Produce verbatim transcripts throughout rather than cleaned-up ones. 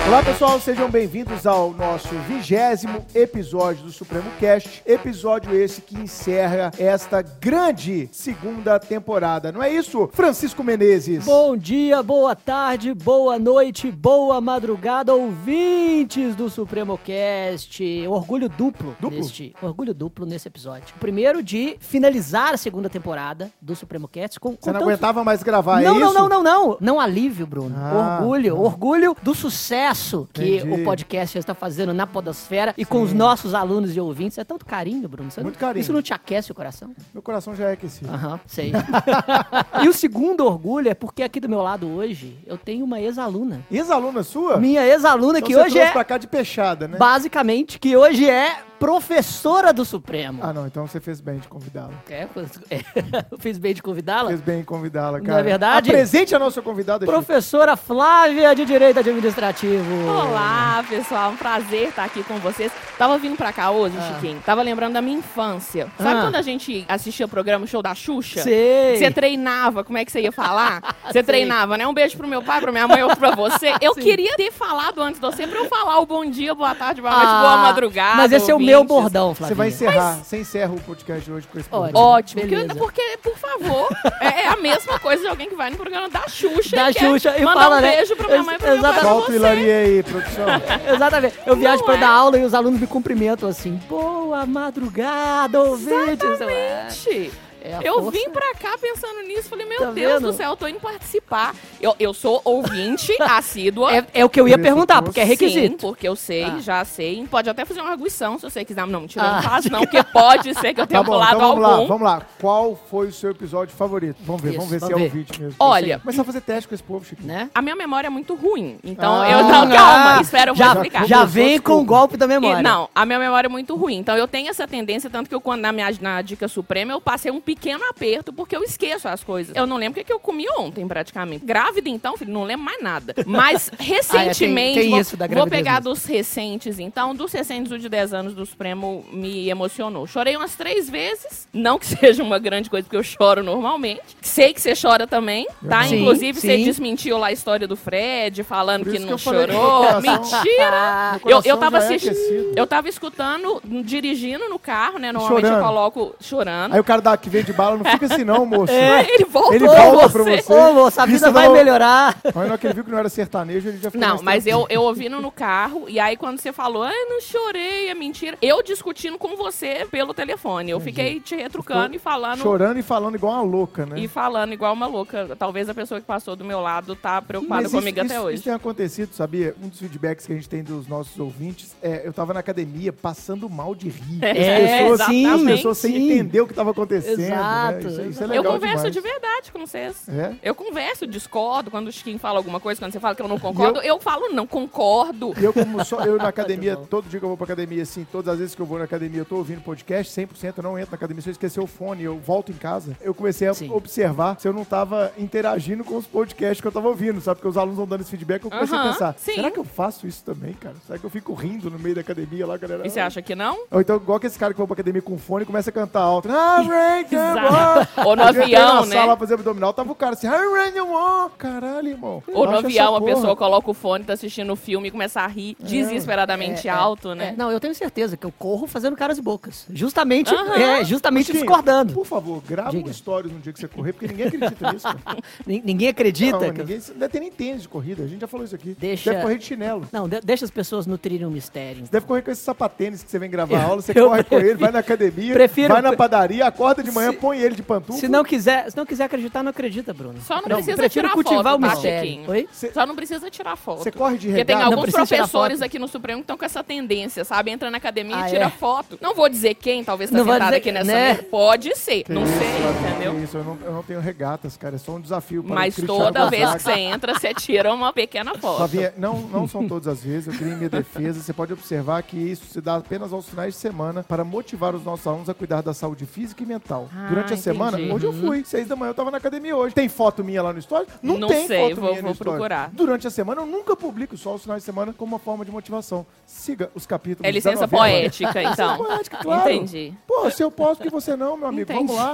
Olá pessoal, sejam bem-vindos ao nosso vigésimo episódio do Supremo Cast, episódio esse que encerra esta grande segunda temporada, não é isso, Francisco Menezes? Bom dia, boa tarde, boa noite, boa madrugada, ouvintes do Supremo Cast. Orgulho duplo, Duplo? Neste, orgulho duplo nesse episódio. O primeiro de finalizar a segunda temporada do Supremo Cast com, com Você não tanto... aguentava mais gravar, não, é não, isso? Não, não, não, não. Não alívio, Bruno. Ah, orgulho, não. orgulho do sucesso que Entendi. o podcast já está fazendo na podosfera e com os nossos alunos e ouvintes. É tanto carinho, Bruno. Você Muito não, carinho. Isso não te aquece o coração? Meu coração já é aquecido. Aham, sei. E o segundo orgulho é porque aqui do meu lado hoje eu tenho uma ex-aluna. Ex-aluna sua? Minha ex-aluna Então que você hoje trouxe é, pra cá de peixada, né? basicamente, que hoje é professora do Supremo. Ah, não, então você fez bem de convidá-la. É, é, eu fiz bem de convidá-la. Fez bem em convidá-la, cara. Não é verdade? Apresente a nossa convidada, Chico. Professora Flávia de Direito Administrativo. Olá, pessoal, um prazer estar aqui com vocês. Tava vindo pra cá hoje, Ah. Chiquinho, tava lembrando da minha infância. Sabe Ah. quando a gente assistia o programa Show da Xuxa? Sei. Você treinava, como é que você ia falar? Você Sei. treinava, né? Um beijo pro meu pai, pra minha mãe, outro pra você. Eu Sim. queria ter falado antes de você pra eu falar o bom dia, boa tarde, boa noite, Ah, boa madrugada. Mas esse é o ouvintes. meu bordão, Flávia. Você vai encerrar, você encerra o podcast de hoje com esse Ótimo. programa. Ótimo, porque, Beleza. porque, por favor, é, é a mesma coisa de alguém que vai no programa da Xuxa Da e quer Xuxa e mandar fala, um né? beijo pra minha mãe e pra meu pai, Exatamente. pra Solta o você. Hilarie aí, produção. Exatamente. Eu viajo Não pra é? dar aula e os alunos me cumprimentam assim. Boa madrugada, ouvintes. Exatamente. É a Eu força. vim pra cá pensando nisso, falei, meu Tá Deus vendo? do céu, eu tô indo participar. Eu, eu sou ouvinte assídua. É, é o que eu ia Por isso perguntar, trouxe. porque é Sim, requisito. porque eu sei, Ah. já sei. Pode até fazer uma arguição se você quiser. Não, mentira, eu Ah. não faço não, porque pode ser que eu tenha Tá bom, pulado então vamos algum. lá, vamos lá. Qual foi o seu episódio favorito? Vamos ver, Isso, vamos ver se vamos é ver. ouvinte mesmo. Olha. Começar a fazer teste com esse povo, Chico. Né? A minha memória é muito ruim, então Ah. eu... Não, Ah, calma, espera, eu vou já, explicar. já Começou, vem com o desculpa. golpe da memória. E, não, a minha memória é muito ruim. Então eu tenho essa tendência, tanto que eu, quando na minha na Dica Suprema, eu passei um pequeno aperto, porque eu esqueço as coisas. Eu não lembro o que, que eu comi ontem, praticamente. Grávida, então, filho, não lembro mais nada. Mas, recentemente, Ah, é, tem- tem vou, isso da vou gravidez pegar mesmo. dos recentes, então. Dos recentes, o de dez anos do Supremo me emocionou. Chorei umas três vezes. Não que seja uma grande coisa, porque eu choro normalmente. Sei que você chora também, tá? Sim, Inclusive, você sim. desmentiu lá a história do Fred, falando Por que isso não que eu falei que chorou. meu coração- Mentira! Meu Eu, eu coração tava já é assistindo. aquecido. Eu tava escutando, dirigindo no carro, né? Normalmente Chorando. eu coloco chorando. Aí o cara dá que vem de bala, não fica assim não, moço. É, ele voltou Ele volta você. pra você. Ô, moça, a vida Isso vai não- melhorar. Mas na hora que ele viu que não era sertanejo, ele já ficou Não, mais mas tranquilo. eu, eu ouvindo no carro, e aí quando você falou, ah, não chorei, é mentira. Eu discutindo com você pelo telefone. Eu fiquei te retrucando e falando. Chorando e falando igual uma louca, né? E falando igual uma louca. Talvez a pessoa que passou do meu lado tá preocupada Mas isso- comigo até isso, hoje. Isso tem acontecido, sabia? Um dos feedbacks que a gente tem dos nossos ouvintes é, eu tava na academia passando mal de rir. É, as pessoas, sim, as pessoas sem sim. entender o que tava acontecendo, Exato. né? Isso, isso é Eu legal converso demais. de verdade com vocês. É? Eu converso, discordo. Quando o Chiquinho fala alguma coisa, quando você fala que eu não concordo, eu, falo, não, concordo. E eu, como só, eu na academia, todo dia que eu vou pra academia, assim, todas as vezes que eu vou na academia, eu tô ouvindo podcast, cem por cento eu não entro na academia. Se eu esquecer o fone, eu volto em casa, eu comecei a Sim. observar se eu não tava interagindo com os podcasts que eu tava ouvindo, sabe? Porque os alunos vão dando esse feedback, eu comecei a Aham, pensar, sim. será que eu faço isso também, cara? Será que eu fico rindo no meio da academia lá, galera? E você acha que não? Ou então, igual que esse cara que vai pra academia com fone e começa a cantar alto. Ah, Rank, Exato. Ou no Eu entrei avião, na né? sala fazer abdominal, tava o cara assim, ah, Rank, eu amo. Caralho, irmão. Ou no Baixa essa avião, a porra. pessoa coloca o fone, tá assistindo o filme e começa a rir desesperadamente É, é, alto, é, né? não, eu tenho certeza que eu corro fazendo caras e bocas. Justamente, Aham. é, justamente Chiquinho, discordando. Por favor, grava Diga. um stories no dia que você correr, porque ninguém acredita nisso, cara. Nin- Ninguém acredita. Não, que eu- ninguém não tem nem tênis de corrida. A gente já falou isso aqui. Deixa- Deve correr de chinelo. Não, de- deixa as pessoas nutrirem o mistério. Você deve correr com esse sapatênis que você vem gravar Eu- aula, você eu corre com prefiro- ele, vai na academia, prefiro- vai na padaria, acorda de manhã, Se- põe ele de pantufa. Se não quiser, se não quiser acreditar, não acredita, Bruno. Só não Pre- precisa prefiro tirar cultivar foto, o tá, mistério. Chiquinho? Oi? Você- Só não precisa tirar foto. Você corre de Porque tem regata. Não alguns precisa tirar professores foto. aqui no Supremo que estão com essa tendência, sabe? Entra na academia Ah, e tira é? foto. Não vou dizer quem, talvez tá Não vou sentado dizer aqui que- nessa né? mesa. Pode ser, Que não isso, sei, Flavinho, entendeu? que isso, eu não, eu não tenho regatas, cara. É só um desafio para Mas o Cristiano toda vez Gonzaga. que você entra, você tira uma pequena foto. Flavinha, não, não são todas as vezes, eu queria em minha defesa. Você pode observar que isso se dá apenas aos finais de semana para motivar os nossos alunos a cuidar da saúde física e mental. Ah, Durante a entendi. semana, hoje eu fui. Seis da manhã eu tava na academia hoje. Tem foto minha lá no story? Não, Não tem sei, foto vou- minha vou no story. procurar. Durante a semana eu nunca publico, só os finais de semana como uma forma de motivação. Siga os capítulos É licença da novela. poética, então. Poética, claro. Entendi. Pô, se eu posso, que você não, meu amigo. Entendi. Vamos lá. E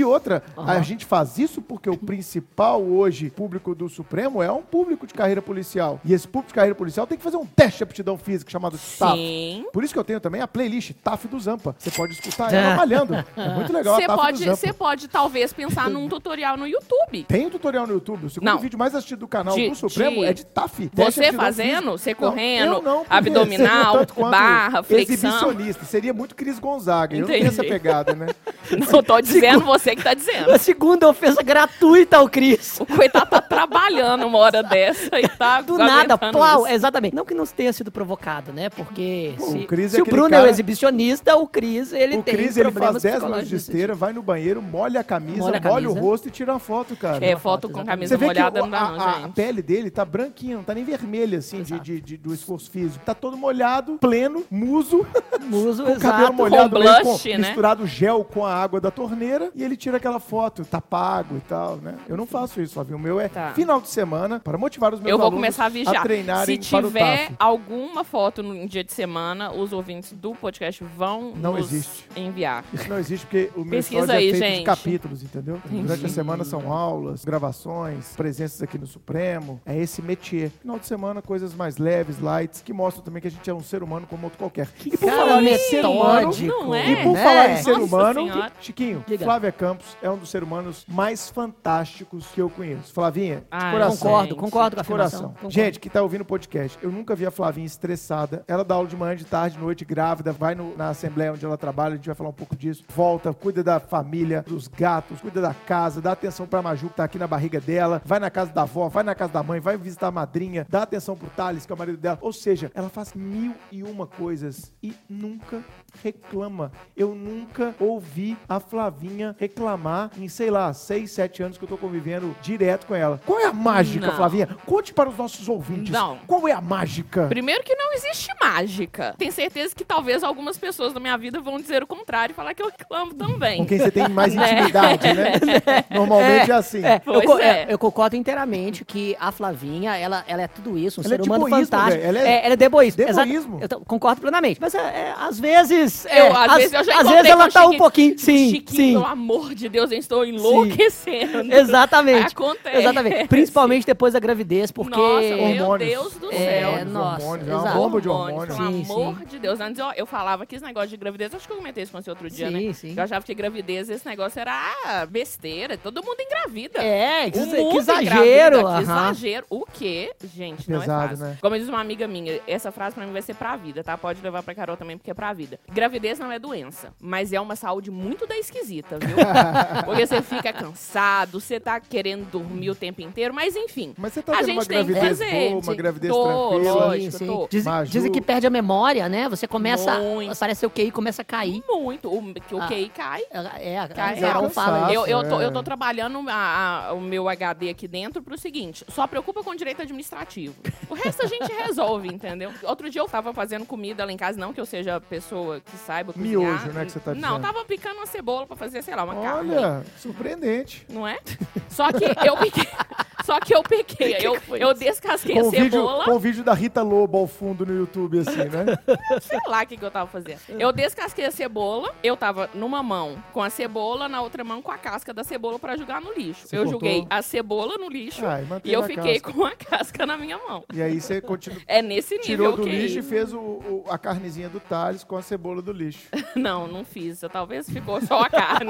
outra, Uhum. a gente faz isso porque o principal hoje público do Supremo é um público de carreira policial. E esse público de carreira policial tem que fazer um teste de aptidão física chamado T A F. Sim. Por isso que eu tenho também a playlist T A F do Zampa. Você pode escutar ela malhando. É muito legal a Você T A F do pode, Zampa. você pode, talvez, pensar num tutorial no YouTube. Tem um tutorial no YouTube. O segundo Não. vídeo mais assistido do canal De- do Supremo de- é de T A F. teste de Você aptidão fazendo, física. você Não, correndo, eu não, porque abdominal, seria tanto quanto barra, flexão. exibicionista. Seria muito Cris Gonzaga. Eu não tenho Entendi. essa pegada, né? Não tô dizendo, você que tá dizendo. A segunda ofensa gratuita ao Cris. O coitado tá trabalhando uma hora dessa e tá Do nada, aguentando plau, isso. exatamente. Não que não tenha sido provocado, né? Porque Pô, se, o Cris é se o aquele Bruno é o cara- exibicionista, o Cris, ele O tem Cris, ele problemas faz dez minutos psicológicos de nesse esteira, vai no banheiro, molha a camisa, Molha molha, a camisa. o rosto e tira uma foto, cara. É, Uma foto foto, com exatamente. camisa Você vê que molhada o- não dá a, não, a- a gente. pele dele tá branquinha, não tá nem vermelha, assim, de, de- de- do esforço físico. Tá todo molhado, pleno, muso, sentidos. Muso, com o cabelo exato. molhado, com meio blush, né? misturado gel com a água da torneira, e ele tira aquela foto, tá pago e tal, né? Eu não faço isso, Flavinho. O meu é Tá. final de semana, para motivar os meus Eu vou alunos começar a vigiar. Se treinarem para o T A tiver F. alguma foto no em dia de semana, os ouvintes do podcast vão Não nos existe. enviar. Isso não existe porque o meu Pesquisa stories é aí, feito de gente. capítulos, entendeu? Durante a Entendi. semana são aulas, gravações, presenças aqui no Supremo. É esse métier. Final de semana, coisas mais leves, lights, que mostram também que a gente é um ser humano como outro qualquer. E por cara falar em ser humano, metódico, Não é? e por né? falar em ser Nossa humano, Senhora. Chiquinho, Diga. Flávia Campos é um dos seres humanos mais fantásticos que eu conheço. Flavinha, de Ai, coração. Concordo, Gente, concordo com a De coração. afirmação. Concordo. Gente, que tá ouvindo o podcast, eu nunca vi a Flavinha estressada. Ela dá aula de manhã, de tarde, de noite, grávida, vai no- na assembleia onde ela trabalha, a gente vai falar um pouco disso. Volta, cuida da família, dos gatos, cuida da casa, dá atenção pra Maju, que tá aqui na barriga dela, vai na casa da avó, vai na casa da mãe, vai visitar a madrinha, dá atenção pro Thales, que é o marido dela. Ou seja, ela faz mil e uma coisas e nunca reclama. Eu nunca ouvi a Flavinha reclamar em, sei lá, seis, sete anos que eu tô convivendo direto com ela. Qual é a mágica, Não. Flavinha? Conte para os nossos ouvintes. Não. Qual é a mágica? Primeiro que não existe mágica. Tenho certeza que talvez algumas pessoas da minha vida vão dizer o contrário e falar que eu reclamo também. Com quem você tem mais Né? intimidade, né? Normalmente é, assim. É, eu, Pois co- é. é, eu concordo inteiramente que a Flavinha, ela, ela é tudo isso, um Ela é ser de humano egoísmo, fantástico. velho. Ela é ela é de egoísmo. egoísmo. Exato. Eu tô- concordo plenamente. Mas é, é, às vezes... é, Eu, às vezes, eu já às encontrei vezes ela com o tá um Chiquinho. pouquinho... Sim, Chiquinho, sim. pelo amor de Deus, eu estou enlouquecendo. Exatamente. Acontece. Exatamente. Principalmente depois da gravidez, porque... Nossa, meu Hormônios. Deus do É, céu. Hormônios, nossa, hormônios, é uma exato. bomba de Hormônios, hormônios. Pelo Sim, amor de Deus. Antes eu, eu falava que esse negócio de gravidez, acho que eu comentei isso com você outro dia, Sim, né? sim. Eu achava que gravidez, esse negócio era ah, besteira. Todo mundo engravida. É, que, O que mundo exagero. engravida, Que aham. exagero. O quê? Gente, não Pesado, é fácil. né? Como diz uma amiga minha, essa frase pra mim vai ser pra vida, tá? Pode levar pra Carol também, porque é pra vida. Gravidez não é doença, mas é uma saúde muito da esquisita, viu? Porque você fica cansado, você tá querendo dormir o tempo inteiro, mas enfim. Mas você tá A tendo uma gente tem que gravidez fazer. boa, uma gravidez Tô, tranquila. lógico. Sim, sim. tô. Diz- Maju. Dizem que perde a memória, né? Você começa... Muito. Parece que o Q I começa a cair. Muito. O, que o Ah. Q I cai. É, a Cai Carol real. fala Nossa, isso. Eu, eu, tô, é. eu tô trabalhando a- a- o meu H D aqui dentro pro seguinte: só preocupa com o direito administrativo. O resto a gente resolve, entendeu? Outro dia eu tava fazendo comida lá em casa, não que eu seja pessoa que saiba cozinhar. Miojo, né, que você tá Não, dizendo. tava picando uma cebola pra fazer, sei lá, uma carne. Olha, surpreendente. Não é? Só que eu piquei. Só que eu pequei. Eu, eu descasquei Com a o, vídeo, cebola. com o vídeo da Rita Lobo ao fundo no YouTube, assim, né? Sei lá o que, que eu tava fazendo. Eu descasquei a cebola, eu tava numa mão com a cebola, na outra mão com a casca da cebola pra jogar no lixo. Você eu cortou? joguei a cebola no lixo Ah, e manteve e eu a fiquei casca. com a casca na minha mão. E aí você continua, É nesse nível tirou do que... lixo e fez o, o- a carnezinha do Thales com a cebola do lixo. Não, não fiz. Talvez ficou só a carne.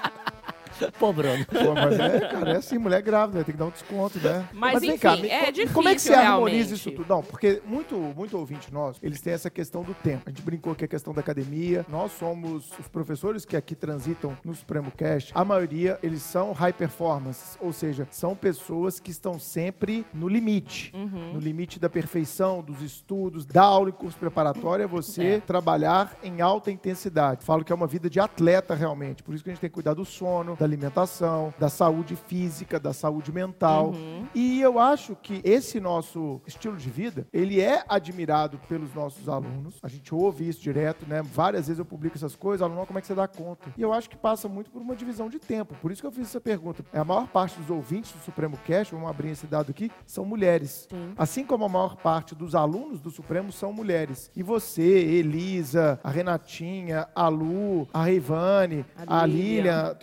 Pô, Bruno. Pô, mas é, cara, é assim, mulher grávida, tem que dar um desconto, né? Mas, vem enfim, cá, me- é co- Como é que você difícil, harmoniza realmente. isso tudo? Não, porque muito, muito ouvinte nosso, eles têm essa questão do tempo. A gente brincou que é a questão da academia. Nós somos os professores que aqui transitam no Supremo Cast. A maioria, eles são high performance, ou seja, são pessoas que estão sempre no limite. Uhum. No limite da perfeição, dos estudos, da aula e curso preparatório, é você É. trabalhar em alta intensidade. Falo que é uma vida de atleta realmente. Por isso que a gente tem que cuidar do sono, da alimentação, da saúde física, da saúde mental. Uhum. E eu acho que esse nosso estilo de vida, ele é admirado pelos nossos alunos. A gente ouve isso direto, né? Várias vezes eu publico essas coisas, aluno, como é que você dá conta? E eu acho que passa muito por uma divisão de tempo. Por isso que eu fiz essa pergunta. A maior parte dos ouvintes do Supremo Cast, vamos abrir esse dado aqui, são mulheres. Sim. Assim como a maior parte dos alunos do Supremo são mulheres. E você, Elisa, a Renatinha, a Lu, a Reivane, a, A Lilian, Lilian. todos os professores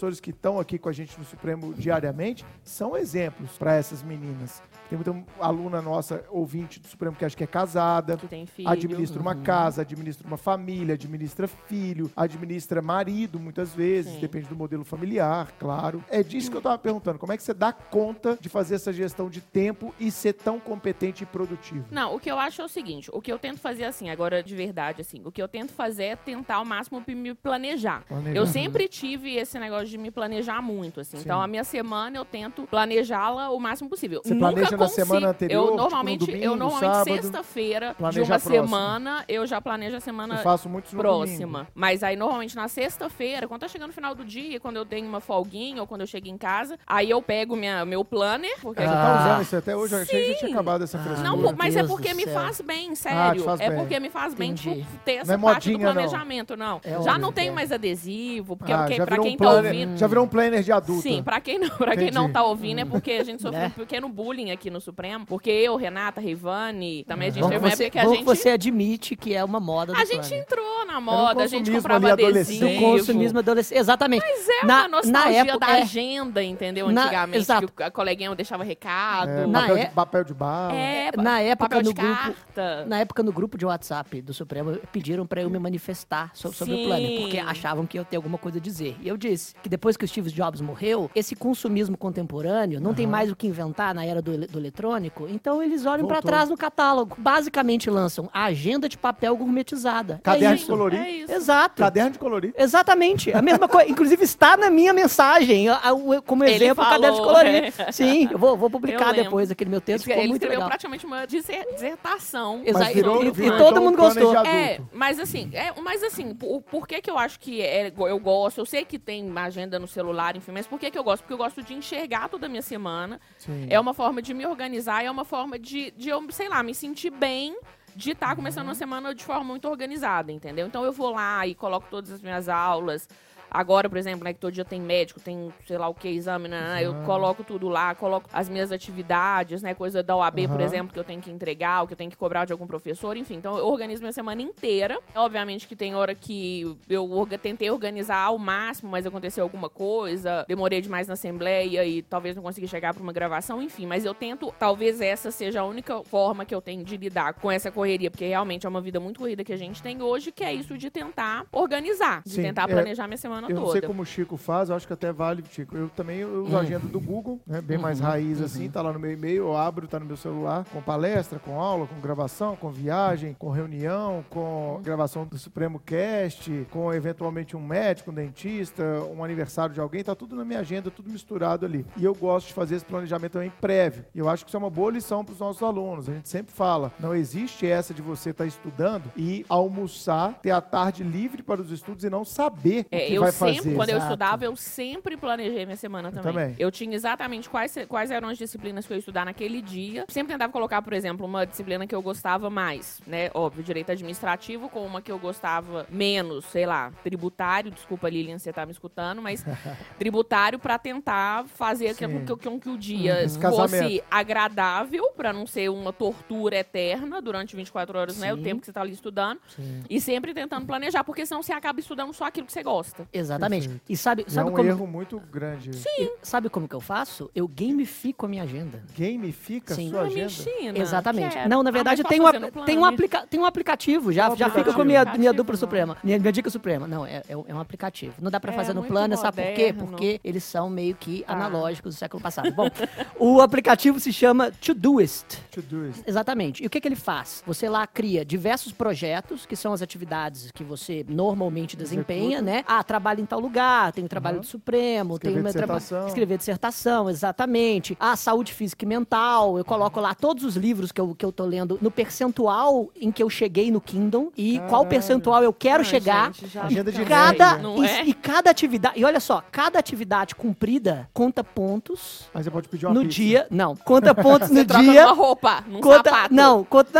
professores que estão aqui com a gente no Supremo diariamente são exemplos para essas meninas. Tem muita aluna nossa, ouvinte do Supremo, que acha que é casada, Que tem filho. administra uma Uhum. casa, administra uma família, administra filho, administra marido, muitas vezes, Sim. depende do modelo familiar, claro. É disso que eu tava perguntando, como é que você dá conta de fazer essa gestão de tempo e ser tão competente e produtivo? Não, o que eu acho é o seguinte, o que eu tento fazer assim, agora de verdade, assim, o que eu tento fazer é tentar ao máximo me planejar. Planejar. Eu sempre tive esse negócio de me planejar muito, assim. Sim. Então, a minha semana eu tento planejá-la o máximo possível. Você Nunca planeja na consigo. semana anterior, Eu tipo, no normalmente, domingo, eu normalmente sábado, sexta-feira de planeja uma a próxima. semana, eu já planejo a semana Eu faço muito no próxima. domingo. Mas aí, normalmente, na sexta-feira, quando tá chegando no final do dia, quando eu tenho uma folguinha ou quando eu chego em casa, aí eu pego minha, meu planner, porque Você Ah. tá usando isso até hoje? Eu achei que já tinha Sim. acabado essa Ah, frescura. Não, Meu pô, mas é Deus porque do me céu. faz bem, Ah, te sério. faz é bem. porque me faz bem Entendi. tipo, ter essa Não é parte modinha, do não. planejamento, não. É já óbvio não que tenho é. mais adesivo, porque Ah, ok, já pra virou quem um tá planner, ouvindo. já virou um planner de adulta. Sim, pra quem, não, pra quem Entendi. não tá ouvindo é porque a gente sofreu Né? um pequeno bullying aqui no Supremo. Porque eu, Renata, Rivane, também a gente Bom teve que uma você, época que a bom que gente. você admite que é uma moda do A gente planner. entrou na moda, a gente consumismo comprava ali adolescente. adesivo. Do consumismo adolescente. Exatamente. Mas é Na- uma nostalgia na época, da é. agenda, entendeu? Na- Antigamente, exato. que a coleguinha deixava recado. É, Na papel, é- de, papel de bala. É, Na época, papel de no grupo- carta. Na época, no grupo de WhatsApp do Supremo, pediram pra eu me manifestar so- sobre Sim. o planner, porque achavam que eu tinha alguma coisa a dizer. E eu disse que depois que o Steve Jobs morreu, esse consumismo contemporâneo não tem mais o que inventar na era do, ele- do eletrônico, então eles olham pra Voltou. trás no catálogo. Basicamente lançam a agenda de papel gourmetizada. Caderno é de isso. colorir. É isso. Exato. Caderno de colorir. Exatamente, a mesma coisa. Inclusive está na minha mensagem, a- a- como Ele exemplo, o caderno de falou, colorir. é. Sim, eu vou, vou publicar Eu lembro. depois aquele meu texto, ficou Ele muito escreveu legal. praticamente uma diser- dissertação. Exa- Mas virou- e, e- virou, e todo então, mundo um planner gostou. de É, adulto. mas assim, é, mas assim, por, por que que eu acho que é, eu gosto? Eu sei que tem uma agenda no celular, enfim, mas por que que eu gosto? Porque eu gosto de enxergar toda a minha semana. Sim. É uma forma de me organizar, é uma forma de, de eu, sei lá, me sentir bem de estar começando uma semana de forma muito organizada, entendeu? Então eu vou lá e coloco todas as minhas aulas. Agora, por exemplo, né, que todo dia tem médico, tem sei lá o que, exame, né, eu coloco tudo lá, coloco as minhas atividades, né, coisa da O A B, por Aham. exemplo, que eu tenho que entregar, o que eu tenho que cobrar de algum professor, enfim. Então eu organizo minha semana inteira. Obviamente que tem hora que eu orga- tentei organizar ao máximo, mas aconteceu alguma coisa, demorei demais na assembleia e talvez não consegui chegar para uma gravação, enfim. Mas eu tento, talvez essa seja a única forma que eu tenho de lidar com essa correria, porque realmente é uma vida muito corrida que a gente tem hoje, que é isso de tentar organizar, de Sim, tentar é, planejar minha semana Eu não toda. sei como o Chico faz, eu acho que até vale, Chico. Eu também eu uso a agenda do Google, né? Bem mais raiz assim, tá lá no meu e-mail, eu abro, tá no meu celular, com palestra, com aula, com gravação, com viagem, com reunião, com gravação do Supremo Cast, com eventualmente um médico, um dentista, um aniversário de alguém, tá tudo na minha agenda, tudo misturado ali. E eu gosto de fazer esse planejamento também prévio. E eu acho que isso é uma boa lição para os nossos alunos. A gente sempre fala, não existe essa de você estar estudando e almoçar, ter a tarde livre para os estudos e não saber É, o que eu vai sempre, fazer. quando eu Exato. estudava, eu sempre planejei minha semana também. também. Eu tinha exatamente quais, quais eram as disciplinas que eu ia estudar naquele dia. Sempre tentava colocar, por exemplo, uma disciplina que eu gostava mais, né? Óbvio, direito administrativo, com uma que eu gostava menos, sei lá, tributário. Desculpa, Lilian, você tá me escutando, mas tributário pra tentar fazer Sim. com que, com que o dia Esse fosse casamento. agradável, pra não ser uma tortura eterna durante vinte e quatro horas, né? O Sim. tempo que você tá ali estudando. Sim. E sempre tentando planejar, porque senão você acaba estudando só aquilo que você gosta. Exatamente. Perfeito. E sabe, E sabe, é um como, erro muito grande. e sabe como que eu faço? Eu gamifico a minha agenda. Gamifica a Sim. sua Ah, agenda. mentira. Exatamente. Quero. Não, na Ah, verdade mas tem, posso um, fazer no apli- plano? tem, um aplica tem um aplicativo, já, Qual já fica aplicativo? com a minha, minha Aplicativo, dupla não. suprema. Minha, minha dica suprema. Não, é, é, um, é um aplicativo. Não dá pra É, fazer no muito plano, sabe por quê? moderno. Porque eles são meio que Tá. analógicos do século passado. Bom, o aplicativo se chama Todoist. To do it. Exatamente. E o que, que ele faz? Você lá cria diversos projetos, que são as atividades que você normalmente desempenha, Executa. né? Ah, trabalho em tal lugar, tem o trabalho Uhum. do Supremo, tem Escrever o meu trabalho. dissertação. Escrever dissertação, exatamente. Ah, saúde física e mental. Eu coloco lá todos os livros que eu, que eu tô lendo no percentual em que eu cheguei no Kindle e qual Caralho. percentual eu quero Ah, chegar. gente, já Agenda de tá Cada, velho, não e, é? e cada atividade. E olha só, cada atividade cumprida conta pontos Aí você pode pedir uma no pizza. dia. Não, conta pontos no Você troca dia. numa roupa, num Conta, sapato. não, conta, não, conta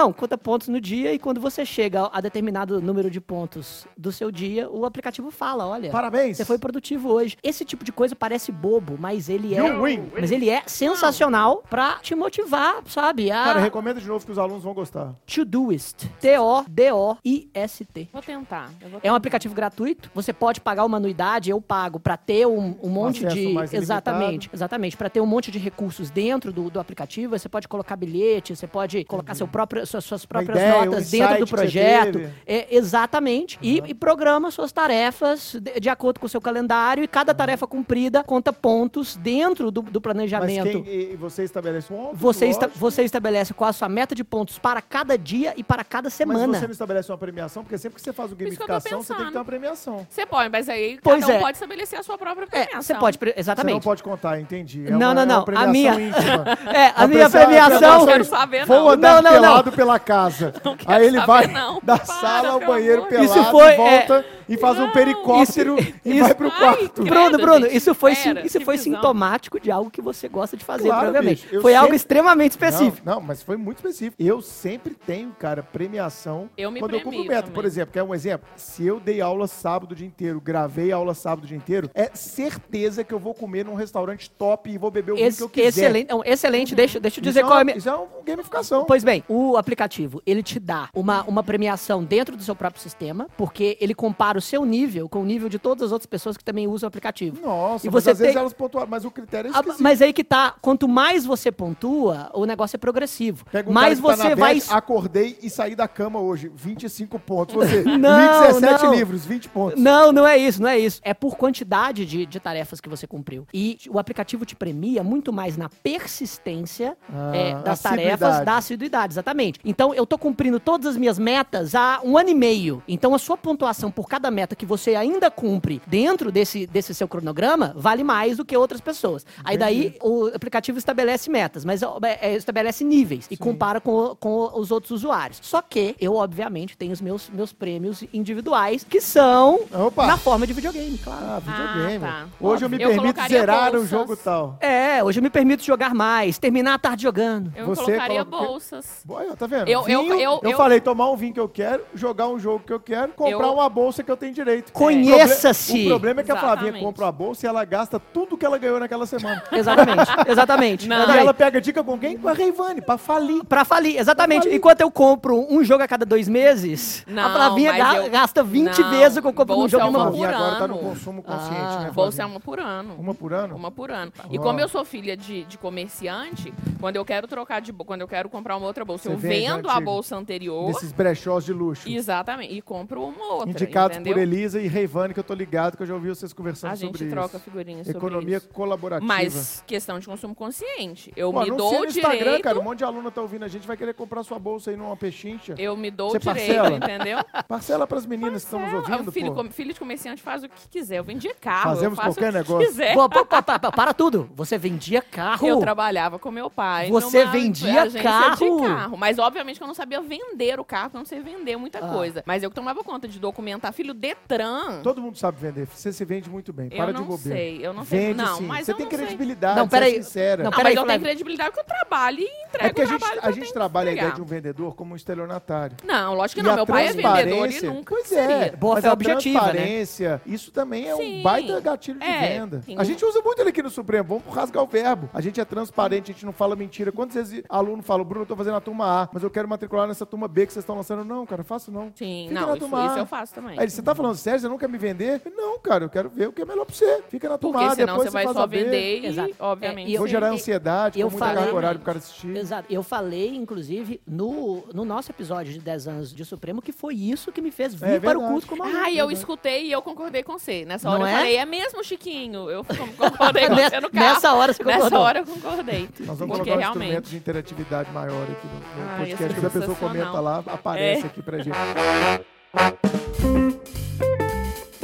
pontos no dia e quando você chega a determinado número de pontos do seu dia, o aplicativo fala, olha, Parabéns. você foi produtivo hoje. Esse tipo de coisa parece bobo, mas ele é, You win. mas ele é sensacional pra te motivar, sabe? A Cara, recomendo de novo que os alunos vão gostar. Todoist. T O D O I S T. Vou tentar. Eu vou É um aplicativo gratuito. Você pode pagar uma anuidade, eu pago pra ter um, um monte acesso de mais exatamente, ilimitado. exatamente, para ter um monte de recursos dentro do, do aplicativo. Você pode colocar bilhete, você pode colocar seu próprio, suas, suas próprias ideia, um notas insight dentro do que você projeto. teve. É, exatamente. E, e programa suas tarefas de, de acordo com o seu calendário e cada tarefa cumprida conta pontos dentro do, do Mas planejamento. quem, e você estabelece um óbvio, Você, esta, lógico. você estabelece qual a sua meta de pontos para cada dia e para cada Mas semana. você não estabelece uma premiação, porque sempre que você faz o Isso que eu tô gamificação, você tem que pensando. ter uma premiação. Você pode, mas aí Pois cada um é. pode estabelecer a sua própria É, premiação. você pode, pre- Você não exatamente. pode contar, entendi. É Não, uma, não, é não. uma premiação A minha- íntima. É, a A minha pessoa- premiação. não quero saber, Vou não. andar Não, não, pelado não. pela casa. Não quero Aí ele saber, vai não. da Para, sala ao pelo banheiro amor de pelado, Isso foi, volta e faz um Não. pericóptero Isso- e isso- vai pro Ai, quarto. credo, Bruno, Bruno, gente, isso foi, sim- espera, isso que foi visão. sintomático de algo que você gosta de fazer, Claro, provavelmente. bicho, eu Foi algo sempre- extremamente específico. Não, não, mas foi muito específico. Eu sempre tenho, cara, premiação Eu me quando eu cumpro premio meta. também. Por exemplo, quer um exemplo? Se eu dei aula sábado o dia inteiro, gravei aula sábado o dia inteiro, é certeza que eu vou comer num restaurante top e vou beber o vinho que Esse- eu quiser. excelente, não, excelente. Deixa, deixa eu Isso dizer é qual é a uma, minha... isso é uma gamificação. Pois bem, o aplicativo, ele te dá uma, uma premiação dentro do seu próprio sistema, porque ele compara o seu nível com o nível de todas as outras pessoas que também usam o aplicativo. Nossa, E mas você às vezes tem- elas pontuaram, mas o critério é Ah, esquisito. mas aí que tá, quanto mais você pontua, o negócio é progressivo. Pega um mais cara que tá você na vai... bed, acordei e saí da cama hoje, vinte e cinco pontos. Você, Não, li dezessete não. livros, vinte pontos. Não, não é isso, não é isso. É por quantidade de, de tarefas que você cumpriu. E o aplicativo te premia muito mais na persistência Ah, é, das assiduidade. tarefas, da assiduidade, exatamente. Então, eu tô cumprindo todas as minhas metas há um ano e meio. Então, a sua pontuação por cada meta que você ainda cumpre dentro desse, desse seu cronograma vale mais do que outras pessoas. Aí daí, o aplicativo estabelece metas, mas ó, é, estabelece níveis e compara com, com os outros usuários. Só que eu, obviamente, tenho os meus, meus prêmios individuais, que são Opa. na forma de videogame, claro. Ah, videogame. Ah, tá. Hoje eu me Eu permito colocaria zerar um bolsas. jogo tal. É, hoje eu me permito jogar mais, terminar a tarde jogando. Eu Você colocaria coloca- bolsas. Boa, tá vendo? Eu- eu- Vinho, eu- eu- falei tomar um vinho que eu quero, jogar um jogo que eu quero, comprar Eu- uma bolsa que eu tenho direito. Conheça-se. O problema é que a Flavinha Exatamente. compra uma bolsa e ela gasta tudo que ela ganhou naquela semana. Exatamente, exatamente. Não. E Exatamente. ela pega dica com quem? Com a Reivane, pra falir. Pra falir, exatamente. Pra falir. Enquanto eu compro um jogo a cada dois meses, Não, a Flavinha mas ga- eu- gasta vinte Não, vezes o que eu compro num bolsa jogo é em uma uma bolsa. Flavinha por agora tá no ano. consumo consciente, Ah, né, Bolsa é Flavinha? uma por ano. Uma por ano? Uma por ano. E Uau. como eu sou filha de, de comerciante, quando eu quero trocar de bolsa, quando eu quero comprar uma outra bolsa, Você eu vende vendo a antiga. bolsa anterior. Desses brechós de luxo. Exatamente. E compro uma outra. Indicados entendeu? por Elisa e Reivane, que eu tô ligado, que eu já ouvi vocês conversando A gente sobre troca isso. figurinhas sobre Economia isso. colaborativa. Mas questão de consumo consciente. Eu Pô, me anuncia dou no o Instagram, direito. cara. Um monte de aluna tá ouvindo a gente, vai querer comprar sua bolsa aí numa pechincha. Eu me dou Você o direito, parcela? entendeu? Parcela pras meninas que estamos Parcela. ouvindo, filho, pô. com- filho de comerciante faz o que quiser. Eu vendia carro. Fazemos eu faço qualquer o que negócio. quiser. Pô, pô, pô, pá, pá, para tudo. Você vendia carro. Eu trabalhava com meu pai. Você numa vendia agência carro? de carro. Mas, obviamente, que eu não sabia vender o carro, porque eu não sei vender muita Ah. coisa. Mas eu que tomava conta de documentar. Filho, Detran. Todo mundo sabe vender. Você se vende muito bem. Eu Para de não bobeira. sei, eu não sei. Vende Não, sim. mas Você eu tem não sei. credibilidade, Não, você é peraí. sincera. Não, Não, peraí, mas eu tenho Flávio. credibilidade porque eu trabalho e entrego É porque a o gente, trabalho que a eu gente tenho trabalha a que ideia entregar. de um vendedor como um estelionatário. Não, lógico que E não. a Meu pai é vendedor e transparência- nunca Pois seria. é. Boa Mas fé a objetiva, né? transparência, isso também é um Sim. baita gatilho de É, venda. tem A um- gente usa muito ele aqui no Supremo. Vamos rasgar o verbo. A gente é transparente, a gente não fala mentira. Quantas vezes aluno fala, Bruno, eu tô fazendo a turma A, mas eu quero matricular nessa turma B que vocês estão lançando? Não, cara, faço não. Sim, Fica não, na isso, turma isso A. eu faço também. Aí ele, você tá falando sério? Você não quer me vender? Não, cara, eu quero ver o que é melhor pra você. Fica na turma Porque A, senão depois você vai faz só a B. vender e, Exato. obviamente... É, e eu- Vou gerar eu- ansiedade, eu com muita falei- carga horária pro cara assistir. Exato. Eu falei, inclusive, no, no nosso episódio de dez anos de Supremo, que foi isso que me fez vir É para o verdade. culto como aluno. Ah, e eu escutei e eu concordei com você. Nessa Não hora é? eu falei, é mesmo, Chiquinho? Eu concordei com você no carro. Nessa hora você Nessa concordou. hora eu concordei. Nós vamos Porque colocar um instrumento realmente... de interatividade maior aqui no, no Ah, ia podcast. ser Quando a pessoa sensacional. comenta lá, aparece É. aqui pra gente. Bom,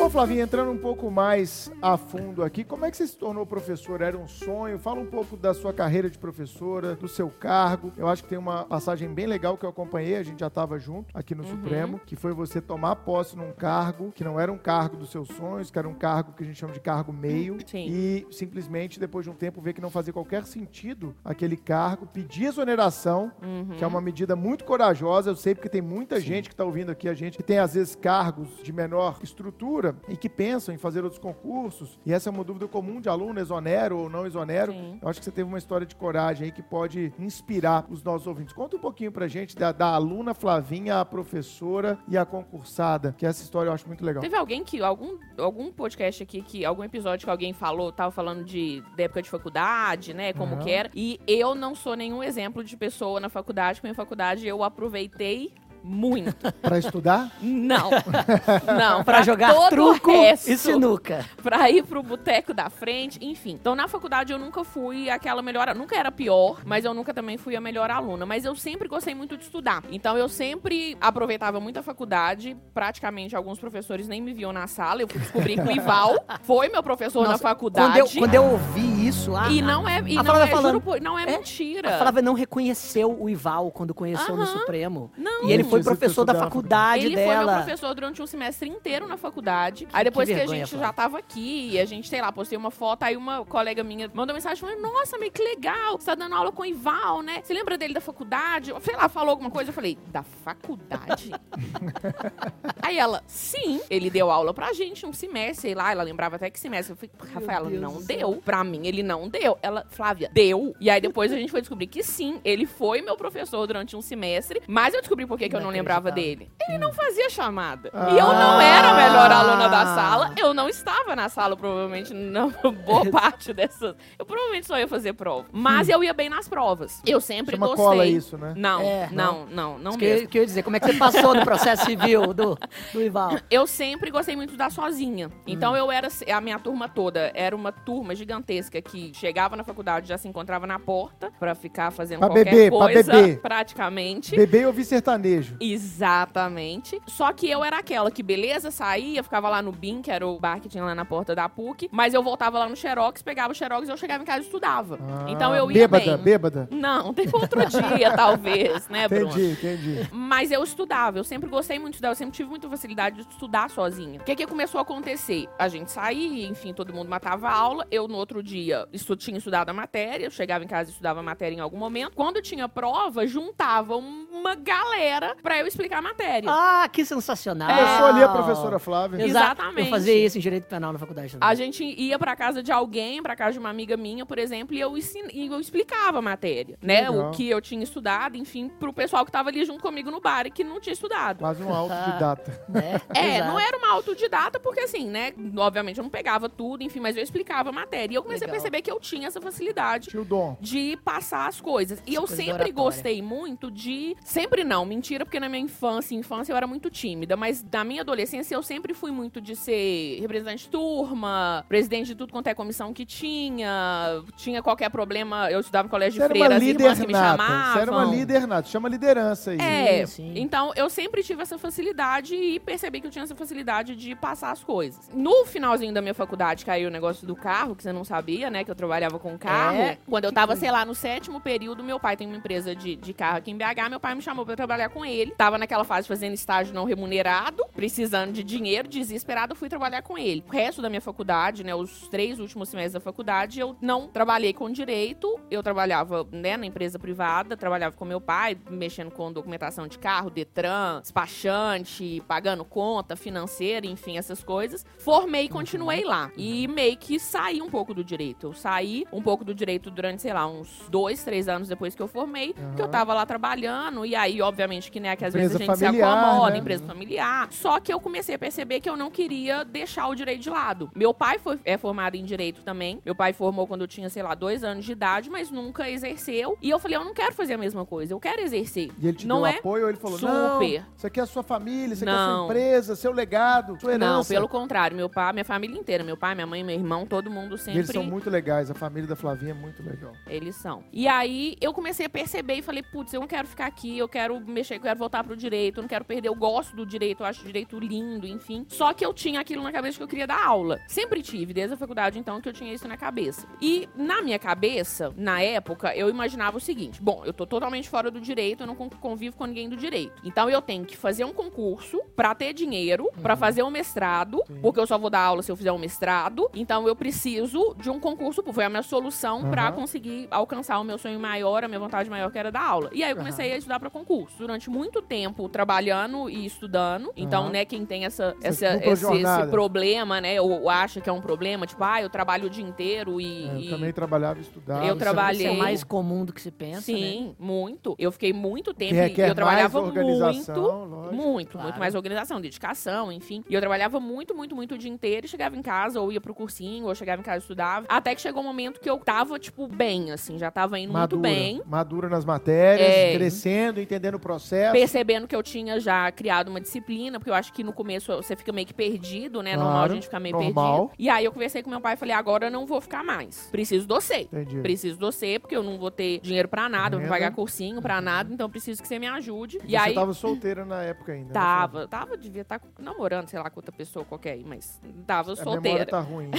Então, Flavinha, entrando um pouco mais a fundo aqui, como é que você se tornou professora? Era um sonho? Fala um pouco da sua carreira de professora, do seu cargo. Eu acho que tem uma passagem bem legal que eu acompanhei, a gente já estava junto aqui no uhum. Supremo, que foi você tomar posse num cargo que não era um cargo dos seus sonhos, que era um cargo que a gente chama de cargo meio, Sim. e simplesmente, depois de um tempo, ver que não fazia qualquer sentido aquele cargo, pedir exoneração, uhum. que é uma medida muito corajosa, eu sei porque tem muita Sim. gente que está ouvindo aqui, a gente que tem, às vezes, cargos de menor estrutura e que pensam em fazer outros concursos, e essa é uma dúvida comum de aluno, exonero ou não exonero. Sim. Eu acho que você teve uma história de coragem aí que pode inspirar os nossos ouvintes. Conta um pouquinho pra gente da, da aluna Flavinha, a professora e a concursada, que essa história eu acho muito legal. Teve alguém que, algum, algum podcast aqui, que algum episódio que alguém falou, tava falando de, da época de faculdade, né, como uhum. que era, e eu não sou nenhum exemplo de pessoa na faculdade, porque na faculdade eu aproveitei muito. Pra estudar? Não. Não. Pra, pra jogar truco resto, e sinuca. Pra ir pro boteco da frente, enfim. Então, na faculdade, eu nunca fui aquela melhor... Nunca era pior, mas eu nunca também fui a melhor aluna. Mas eu sempre gostei muito de estudar. Então, eu sempre aproveitava muito a faculdade. Praticamente, alguns professores nem me viam na sala. Eu fui descobrir que o Ival foi meu professor Nossa, na faculdade. Quando eu, quando eu ouvi isso... A, e não é, e a não é, falando, juro, não é, é mentira. A Flávia não reconheceu o Ival quando conheceu uh-huh. no Supremo. Não. E ele foi professor da faculdade ele dela. Ele foi meu professor durante um semestre inteiro na faculdade. Que, aí depois que, vergonha, que a gente Flávia. já tava aqui, e a gente, sei lá, postei uma foto, aí uma colega minha mandou mensagem falando, nossa, mas que legal, você tá dando aula com o Ival, né? Você lembra dele da faculdade? Sei lá, falou alguma coisa, eu falei, da faculdade? Aí ela, sim, ele deu aula pra gente um semestre, sei lá, ela lembrava até que semestre. Eu falei, Rafaela, não deu. Pra mim, ele não deu. Ela, Flávia, deu. E aí depois a gente foi descobrir que sim, ele foi meu professor durante um semestre, mas eu descobri por que, que eu não lembrava dele. Ele não fazia chamada. Ah. E eu não era a melhor aluna da sala. Eu não estava na sala, provavelmente, na boa parte dessas. Eu provavelmente só ia fazer prova. Mas hum. eu ia bem nas provas. Eu sempre Chama gostei. Cola isso, né? Não, é, não, não, não, não que mesmo. Eu, que eu ia dizer, como é que você passou no processo civil do, do Ival? Eu sempre gostei muito de estudar sozinha. Então hum. eu era, a minha turma toda, era uma turma gigantesca que chegava na faculdade, já se encontrava na porta pra ficar fazendo pra qualquer beber, coisa, pra beber. praticamente. Beber e ouvir sertanejo. Exatamente. Só que eu era aquela que, beleza, saía, ficava lá no B I M, que era o bar que tinha lá na porta da P U C, mas eu voltava lá no Xerox, pegava o Xerox e eu chegava em casa e estudava. Ah, então eu ia bêbada, bem. Bêbada, Não, teve outro dia, talvez, né, Bruno? Entendi, entendi. Mas eu estudava, eu sempre gostei muito de estudar, eu sempre tive muita facilidade de estudar sozinha. O que que começou a acontecer? A gente saía, enfim, todo mundo matava a aula, eu no outro dia estu- tinha estudado a matéria, eu chegava em casa e estudava a matéria em algum momento. Quando tinha prova, juntava uma galera pra eu explicar a matéria. Ah, que sensacional. Começou ali a professora Flávia. Exatamente. Eu fazia isso em Direito Penal na faculdade também. A gente ia pra casa de alguém, pra casa de uma amiga minha, por exemplo, e eu, ensin... e eu explicava a matéria, né? Legal. O que eu tinha estudado, enfim, pro pessoal que tava ali junto comigo no bar e que não tinha estudado. Quase um autodidata. É, é exato. não era uma autodidata, porque assim, né? Obviamente eu não pegava tudo, enfim, mas eu explicava a matéria. E eu comecei Legal. a perceber que eu tinha essa facilidade Tinha o dom. de passar as coisas. E eu Coisa sempre gostei muito de... Sempre não, mentira, porque na minha infância, infância eu era muito tímida, mas na minha adolescência eu sempre fui muito de ser representante de turma, presidente de tudo quanto é comissão que tinha, tinha qualquer problema, eu estudava no colégio Você de freira, as irmãs que me nata. chamavam. Você era uma líder nata, chama liderança aí. É, sim, sim. Então eu sempre tive essa facilidade e percebi que eu tinha essa facilidade de passar as coisas. No finalzinho da minha faculdade caiu o negócio do carro, que você não sabia, né, que eu trabalhava com carro. É. Quando eu tava, sei lá, no sétimo período, meu pai tem uma empresa de, de carro aqui em B H, meu pai me chamou pra trabalhar com ele. Tava naquela fase fazendo estágio não remunerado, precisando de dinheiro, desesperado, fui trabalhar com ele. O resto da minha faculdade, né, os três últimos semestres da faculdade, eu não trabalhei com direito, eu trabalhava, né, na empresa privada, trabalhava com meu pai, mexendo com documentação de carro, Detran, despachante, pagando conta, financeira, enfim, essas coisas. Formei e continuei lá. E meio que saí um pouco do direito. Eu saí um pouco do direito durante, sei lá, uns dois, três anos depois que eu formei, uhum. que eu tava lá trabalhando, e aí, obviamente, que, né, que às empresa vezes a gente familiar, se acomoda, né? empresa familiar. Só que eu comecei a perceber que eu não queria deixar o direito de lado. Meu pai foi, é formado em direito também. Meu pai formou quando eu tinha, sei lá, dois anos de idade, mas nunca exerceu. E eu falei, eu não quero fazer a mesma coisa, eu quero exercer. E ele te não deu é apoio ou ele falou, super. não, isso aqui é a sua família, isso aqui não. é a sua empresa, seu legado, sua herança? Não, pelo contrário. Meu pai, minha família inteira, meu pai, minha mãe, meu irmão, todo mundo sempre... E eles são muito muito legais. A família da Flavinha é muito legal. Eles são. E aí, eu comecei a perceber e falei, putz, eu não quero ficar aqui, eu quero mexer, eu quero voltar pro direito, eu não quero perder, eu gosto do direito, eu acho o direito lindo, enfim. Só que eu tinha aquilo na cabeça que eu queria dar aula. Sempre tive, desde a faculdade, então, que eu tinha isso na cabeça. E, na minha cabeça, na época, eu imaginava o seguinte, bom, eu tô totalmente fora do direito, eu não convivo com ninguém do direito. Então, eu tenho que fazer um concurso pra ter dinheiro, uhum. pra fazer um mestrado, Sim. porque eu só vou dar aula se eu fizer um mestrado. Então, eu preciso de um concurso, foi a minha solução uhum. pra conseguir alcançar o meu sonho maior, a minha vontade maior, que era dar aula. E aí, eu comecei uhum. a estudar pra concurso. Durante muito tempo, trabalhando e estudando. Então, uhum. né, quem tem essa, essa, esse, esse problema, né, ou, ou acha que é um problema, tipo, ah, eu trabalho o dia inteiro e... É, eu e... também trabalhava e estudava. Eu trabalhei... Isso é mais comum do que se pensa, Sim, né? muito. Eu fiquei muito tempo e eu trabalhava mais muito, lógico. muito, Claro. muito mais organização, dedicação, enfim. E eu trabalhava muito, muito, muito o dia inteiro e chegava em casa, ou ia pro cursinho, ou chegava em casa e estudava. Até que chegou um momento que eu tava, tipo, bem, assim, já tava indo madura, muito bem. Madura nas matérias, é, crescendo, entendendo o processo. Percebendo que eu tinha já criado uma disciplina, porque eu acho que no começo você fica meio que perdido, né? Claro, normal a gente ficar meio normal. perdido. E aí eu conversei com meu pai e falei, agora eu não vou ficar mais. Preciso docer. Entendi. Preciso docer, porque eu não vou ter dinheiro pra nada, eu não vou pagar cursinho pra nada, então eu preciso que você me ajude. E você aí... tava solteira na época ainda, Tava, né? tava, devia estar namorando, sei lá, com outra pessoa qualquer aí, mas tava A solteira. memória tá ruim,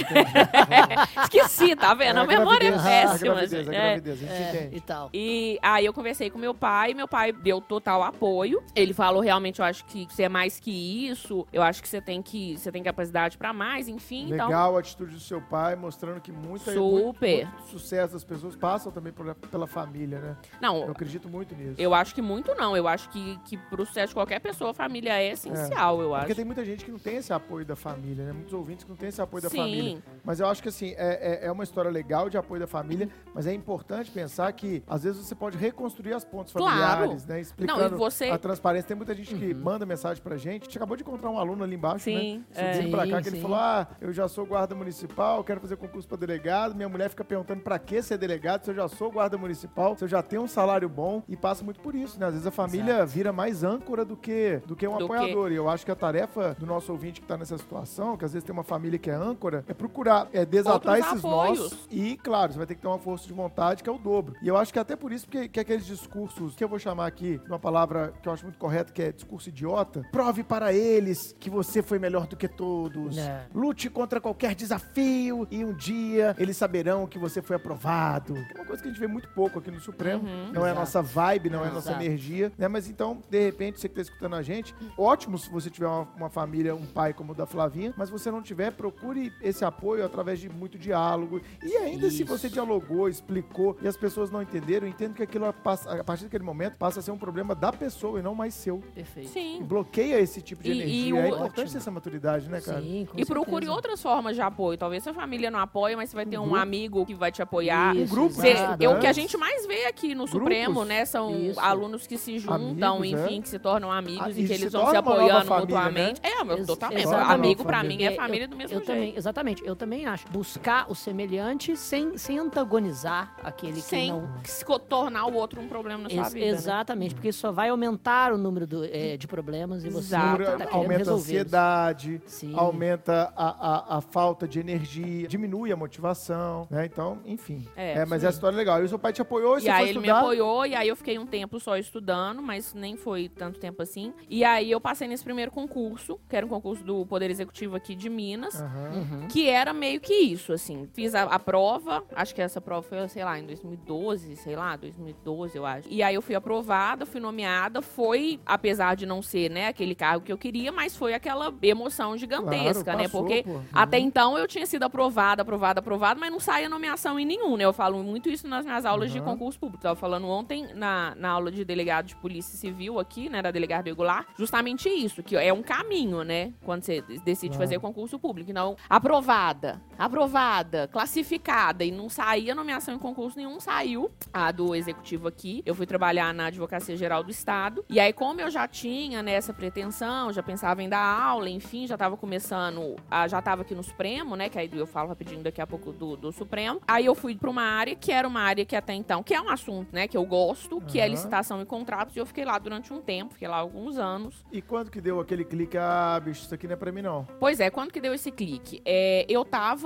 Esqueci, tá vendo? É, a memória é péssima. A gravidez, a gravidez, a gente é, entende. E tal. E aí eu conversei com meu pai, meu pai deu total apoio. Ele falou, realmente, eu acho que você é mais que isso, eu acho que você tem que você tem capacidade pra mais, enfim. Legal então... a atitude do seu pai, mostrando que muita, Super. Muito, muito sucesso das pessoas passam também por, pela família, né? Não, eu acredito muito nisso. Eu acho que muito não, eu acho que, que pro sucesso de qualquer pessoa, a família é essencial, é. eu acho. Porque tem muita gente que não tem esse apoio da família, né? Muitos ouvintes que não tem esse apoio da Sim. família. Mas eu acho que, assim, é, é, é uma história legal de apoio da família, mas é importante pensar que, às vezes, você pode reconstruir as pontes familiares, claro. né? Explicando não, você... a transparência. Tem muita gente que uhum. manda mensagem pra gente. A gente acabou de encontrar um aluno ali embaixo, sim, né? Subindo é. pra cá, sim, que ele sim. falou, ah, eu já sou guarda municipal, quero fazer concurso pra delegado. Minha mulher fica perguntando pra que ser delegado, se eu já sou guarda municipal, se eu já tenho um salário bom, e passa muito por isso, né? Às vezes a família Exato. vira mais âncora do que, do que um do apoiador. Que... E eu acho que a tarefa do nosso ouvinte que tá nessa situação, que às vezes tem uma família que é âncora, é procurar é, desatar Outros esses apoios. nós. E, claro, você vai ter que ter uma força de vontade que é o dobro. E eu acho que até por isso que, que aqueles discursos, que eu vou chamar aqui de uma palavra que eu acho muito correta, que é discurso idiota, prove para eles que você foi melhor do que todos. É. Lute contra qualquer desafio e um dia eles saberão que você foi aprovado. É uma coisa que a gente vê muito pouco aqui no Supremo. Uhum. Não é a Exato. nossa vibe, não é a nossa Exato. energia, né? Mas então, de repente, você que tá escutando a gente, ótimo se você tiver uma, uma família, um pai como o da Flavinha, mas você não tiver, procure esse apoio através de muito diálogo. E ainda Isso. se você dialogou, explicou e as pessoas não entenderam, entendo que aquilo, a partir daquele momento, passa a ser um problema da pessoa e não mais seu. Perfeito. E Sim. bloqueia esse tipo de E- energia. e o- É importante Ótimo. ter essa maturidade, né, cara? Sim, com E procure certeza. outras formas de apoio. Talvez sua família não apoie, mas você vai ter um, grupo. amigo que vai te apoiar. Isso, Um grupo, Você- exato. é o que a gente mais vê aqui no Supremo, Grupos. né? São Isso. alunos que se juntam, Amigos, enfim, é. que se tornam amigos Ah, e e que se eles vão se torna uma nova apoiando família, mutuamente. É, meu, Ex- totalmente. exatamente. Amigo pra Família. mim é Eu- família do mesmo eu jeito. também, exatamente, eu também acho. Buscar o semelhante sem, sem antagonizar aquele Sem que não... se co- tornar o outro um problema na sua Ex- vida. né? exatamente, porque isso só vai aumentar o número do, é, de problemas e você Exato. tá querendo Aumenta a resolvê-los. ansiedade, Sim. aumenta a, a, a falta de energia, diminui a motivação, né? Então, enfim. É, É, mas sim. é a história legal. E o seu pai te apoiou e E você aí foi ele estudar? me apoiou, e aí eu fiquei um tempo só estudando, mas nem foi tanto tempo assim. E aí eu passei nesse primeiro concurso, que era um concurso do Poder Executivo aqui de Minas, Aham. Uhum. que era meio que isso, assim. Fiz a, a prova, acho que essa prova foi, sei lá, em dois mil e doze, sei lá, dois mil e doze, eu acho. E aí eu fui aprovada, fui nomeada, foi, apesar de não ser, né, aquele cargo que eu queria, mas foi aquela emoção gigantesca, Claro, né? passou, Porque pô. até então eu tinha sido aprovada, aprovada, aprovada, mas não saía nomeação em nenhum, né? Eu falo muito isso nas minhas aulas de Uhum. concurso público. Tava falando ontem na, na aula de delegado de polícia civil aqui, né, da delegada regular, justamente isso, que é um caminho, né? Quando você decide Claro. fazer concurso público. Então, aprovada, aprovada, classificada, e não saía nomeação em concurso nenhum, saiu a do executivo aqui. Eu fui trabalhar na Advocacia Geral do Estado. E aí, como eu já tinha, né, essa pretensão, já pensava em dar aula, enfim, já tava começando, a, já tava aqui no Supremo, né, que aí eu falo rapidinho daqui a pouco do, do Supremo. Aí eu fui pra uma área que era uma área que até então, que é um assunto, né, que eu gosto, que é Aham. licitação e contratos, e eu fiquei lá durante um tempo, fiquei lá alguns anos. E quando que deu aquele clique? Ah, bicho, isso aqui não é pra mim, não. Pois é, quando que deu esse clique? É, eu tava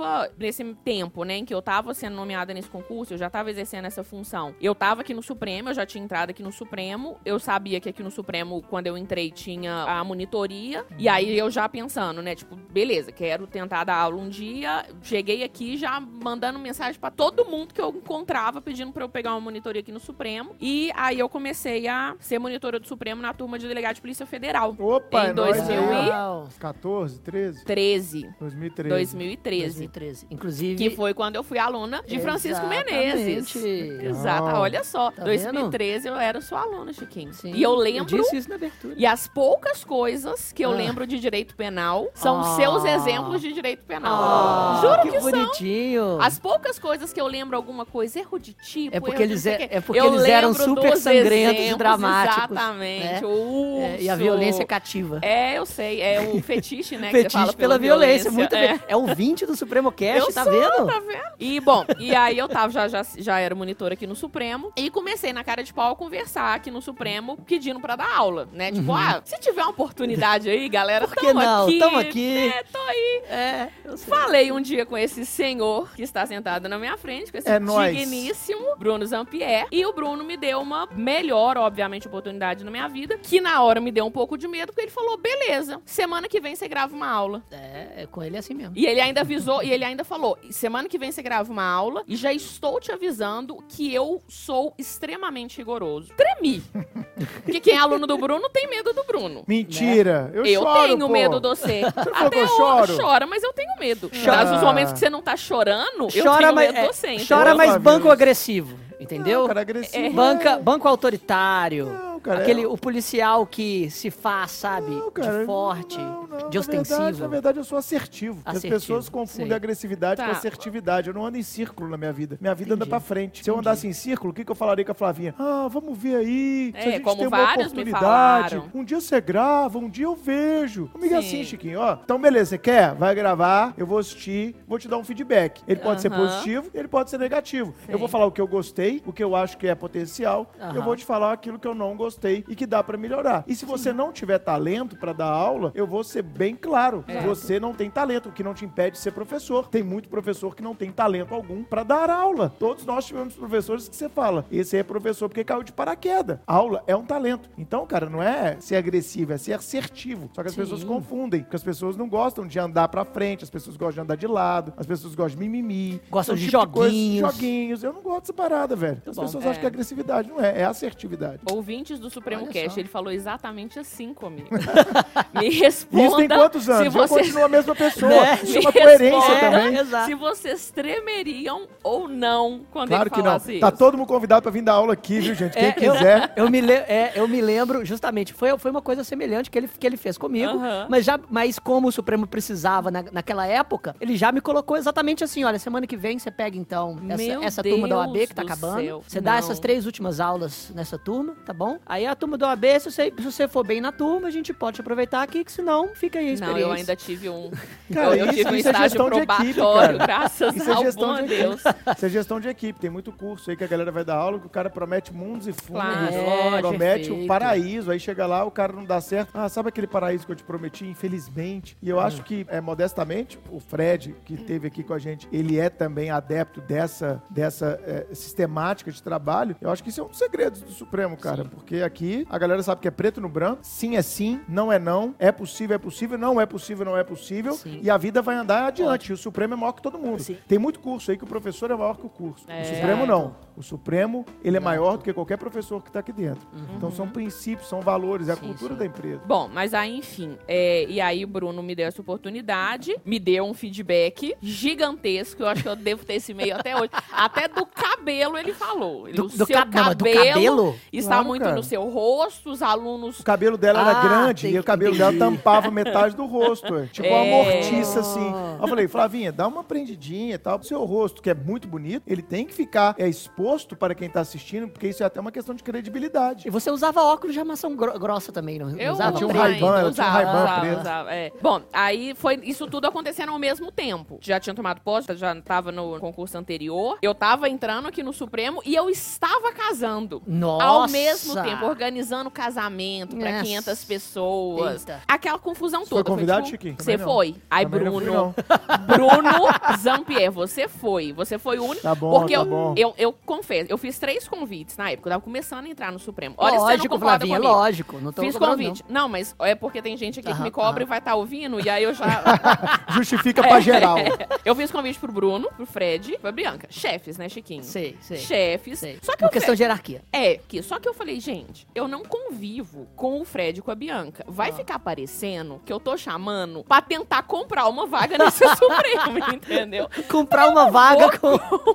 tava, nesse tempo, né, em que eu tava sendo nomeada nesse concurso, eu já tava exercendo essa função. Eu tava aqui no Supremo, eu já tinha entrado aqui no Supremo, eu sabia que aqui no Supremo, quando eu entrei, tinha a monitoria, e aí eu já pensando, né, tipo, beleza, quero tentar dar aula um dia, cheguei aqui já mandando mensagem pra todo mundo que eu encontrava, pedindo pra eu pegar uma monitoria aqui no Supremo, e aí eu comecei a ser monitora do Supremo na turma de delegado de Polícia Federal. Opa, em é dois nóis mil aí, e ó. quatorze, treze? treze. dois mil e treze. dois mil e treze. dois mil e treze. Inclusive... Que foi quando eu fui aluna de Francisco Menezes. Exatamente. Exato, Ah. olha só. Tá dois mil e treze eu era sua aluna, Chiquinho. Sim, E eu lembro... Eu disse isso na abertura. E as poucas coisas que eu Ah. lembro de direito penal são Ah. seus exemplos de direito penal. Ah, Juro que, que são. bonitinho. As poucas coisas que eu lembro alguma coisa, erro de tipo, É porque erro de eles, não sei é, o quê. é porque Eu eles eram lembro super dos sangrentos e exemplos, dramáticos. Exatamente. né? O É, e a urso. violência cativa. É, eu sei. É o fetiche, né? que você Fetiche fala pela violência. Muito é. bem. É o vinte do Supremo Cast, Eu tá sou, vendo? tá vendo? E, bom, e aí eu tava, já, já, já era monitora aqui no Supremo, e comecei na cara de pau a conversar aqui no Supremo, pedindo pra dar aula, né? Tipo, ah, se tiver uma oportunidade aí, galera, Uhum. Por que tamo não? aqui. Tamo aqui. É, tô aí. É, eu sei. Falei um dia com esse senhor que está sentado na minha frente, com esse É nóis. digníssimo Bruno Zampier, e o Bruno me deu uma melhor, obviamente, oportunidade na minha vida, que na hora me deu um pouco de medo, porque ele falou, beleza, semana que vem você grava uma aula. É, é, com ele é assim mesmo. E ele ainda avisou, e ele ainda falou, semana que vem você grava uma aula, e já estou te avisando que eu sou extremamente rigoroso. Tremi. Porque quem é aluno do Bruno tem medo do Bruno. Mentira. Eu, Eu choro, tenho pô. medo de você. falou que Até eu choro? chora, mas eu tenho medo. Chora. Mas os momentos que você não tá chorando, eu Chora, tenho mas, medo de é, você. entendeu? chora, mas Flavinho. banco agressivo. Entendeu? Não, cara, agressivo. Banca, é- banco autoritário. Não, cara, aquele, é- o policial que se faz, sabe, Não, cara, de forte, não, não, de na ostensivo. verdade, na verdade, eu sou assertivo. Assertivo, As pessoas confundem sei. agressividade Tá. com assertividade. Eu não ando em círculo na minha vida. Minha vida anda Entendi. pra frente. Se eu andasse em círculo, o que, que eu falaria com a Flavinha? Ah, vamos ver aí. Se É, a gente como tem uma vários me oportunidade. falaram. Um dia você grava, um dia eu vejo. Comigo é Sim. assim, Chiquinho, ó. Então, beleza, você quer? Vai gravar, eu vou assistir, vou te dar um feedback. Ele pode ser Aham. positivo, ele pode ser negativo. Sim. Eu vou falar o que eu gostei, o que eu acho que é potencial. Aham. Eu vou te falar aquilo que eu não gostei e que dá pra melhorar. E se você não tiver talento pra dar aula, eu vou ser bem claro. É. Você não tem talento, o que não te impede de ser professor. Tem muito professor que não tem talento algum pra dar aula. Todos nós tivemos professores que você fala, esse é professor porque caiu de paraquedas. Aula é um talento. Então, cara, não é ser agressivo, é ser assertivo. Só que as Sim. pessoas confundem, porque as pessoas não gostam de andar pra frente, as pessoas gostam de andar de lado, as pessoas gostam de mimimi. Gostam Esse de tipo coisa, joguinhos. joguinhos. Eu não gosto dessa parada, velho. As bom. pessoas É. acham que é agressividade. Não é, é assertividade. Ouvintes do Supremo Olha Cast, só. ele falou exatamente assim comigo. Me responda. Isso tem quantos anos? Se Eu vocês, continuo a mesma pessoa. Né? Isso é uma Me coerência responda também. exato. se vocês tremeriam ou não quando Claro ele que não. falasse Tá isso. todo mundo convidado pra vir dar aula aqui, viu, gente? Quem É, eu- quiser. Eu, me le- é, eu me lembro, justamente, foi, foi uma coisa semelhante que ele, que ele fez comigo, Aham. mas, já, mas como o Supremo precisava na, naquela época, ele já me colocou exatamente assim, olha, semana que vem você pega então essa, Meu essa turma da O A B Deus que tá do acabando, céu. você dá Não. essas três últimas aulas nessa turma, tá bom? Aí a turma da O A B, se você, se você for bem na turma, a gente pode aproveitar aqui, que senão fica aí a Não, experiência. eu ainda tive um. Cara, eu, eu isso- tive um isso é estágio gestão de equipe, probatório, cara. graças Isso é ao gestão bom de a equipe. Deus. Isso é gestão de equipe. Tem muito curso aí que a galera vai dar aula que o cara promete mundos e fundos. Claro. É, promete perfeito. o paraíso. Aí chega lá, o cara não dá certo. Ah, sabe aquele paraíso que eu te prometi? Infelizmente. E eu acho que, é, modestamente, o Fred, que esteve aqui com a gente, ele é também adepto dessa, dessa é, sistemática de trabalho. Eu acho que isso é um dos segredos do Supremo, cara. Sim. Porque aqui a galera sabe que é preto no branco. Sim é sim, não é não. É possível, é possível. Não é possível, não é possível. Sim. E a vida vai andar adiante. E o Supremo é maior que todo mundo. Sim. Tem muito curso aí que o professor é maior que o curso. É. O Supremo não. Exato. O Supremo, ele é maior do que qualquer professor que está aqui dentro. Uhum. Então são princípios, são valores, é a Sim, cultura sim. da empresa. Bom, mas aí, enfim. é, e aí o Bruno me deu essa oportunidade, me deu um feedback gigantesco. Eu acho que eu devo ter esse e-mail até hoje. Até do cabelo ele falou. Ele, Do- o do seu cab- não, mas do cabelo, cabelo? está Claro, muito cara. no seu rosto, os alunos. O cabelo dela era Ah, grande tem e o que cabelo dela entender. tampava metade do rosto. é. Tipo uma É. mortiça, assim. Aí eu falei, Flavinha, dá uma prendidinha e tal. O seu rosto, que é muito bonito, ele tem que ficar é, exposto para quem tá assistindo, porque isso é até uma questão de credibilidade. E você usava óculos de armação gro- grossa também, não Eu usava? tinha um preto Ray-Ban, ainda, ela tinha um usava, Ray-Ban usava, preto. usava, é. Bom, aí foi isso tudo acontecendo ao mesmo tempo. Já tinha tomado posse, já tava no concurso anterior. Eu tava entrando aqui no Supremo e eu estava casando. Nossa! Ao mesmo tempo. exemplo, organizando casamento pra Yes. quinhentas pessoas. Eita. Aquela confusão Você foi toda. convidado, tipo, Chiquinho? Você Também não. foi. Aí, Também não fui, Bruno. não. Bruno Zampier, você foi. Você foi o único. Tá bom, porque tá eu, bom. Eu, eu confesso, eu fiz três convites na época. Eu tava começando a entrar no Supremo. Olha, lógico, você não concorda Flavinha, comigo. lógico. Não tô Fiz cobrando, convite. Não. mas é porque tem gente aqui que Aham, me cobra aham. e vai estar ouvindo, e aí eu já. Justifica pra geral. Eu fiz convite pro Bruno, pro Fred, pra Bianca. Chefes, né, Chiquinho? Sei, sei. Chefes. sei. Só que Uma eu questão de hierarquia. É, que, só que eu falei, gente, eu não convivo com o Fred e com a Bianca. Vai Ah. ficar parecendo que eu tô chamando pra tentar comprar uma vaga nesse Supremo, entendeu? Comprar uma vaga com,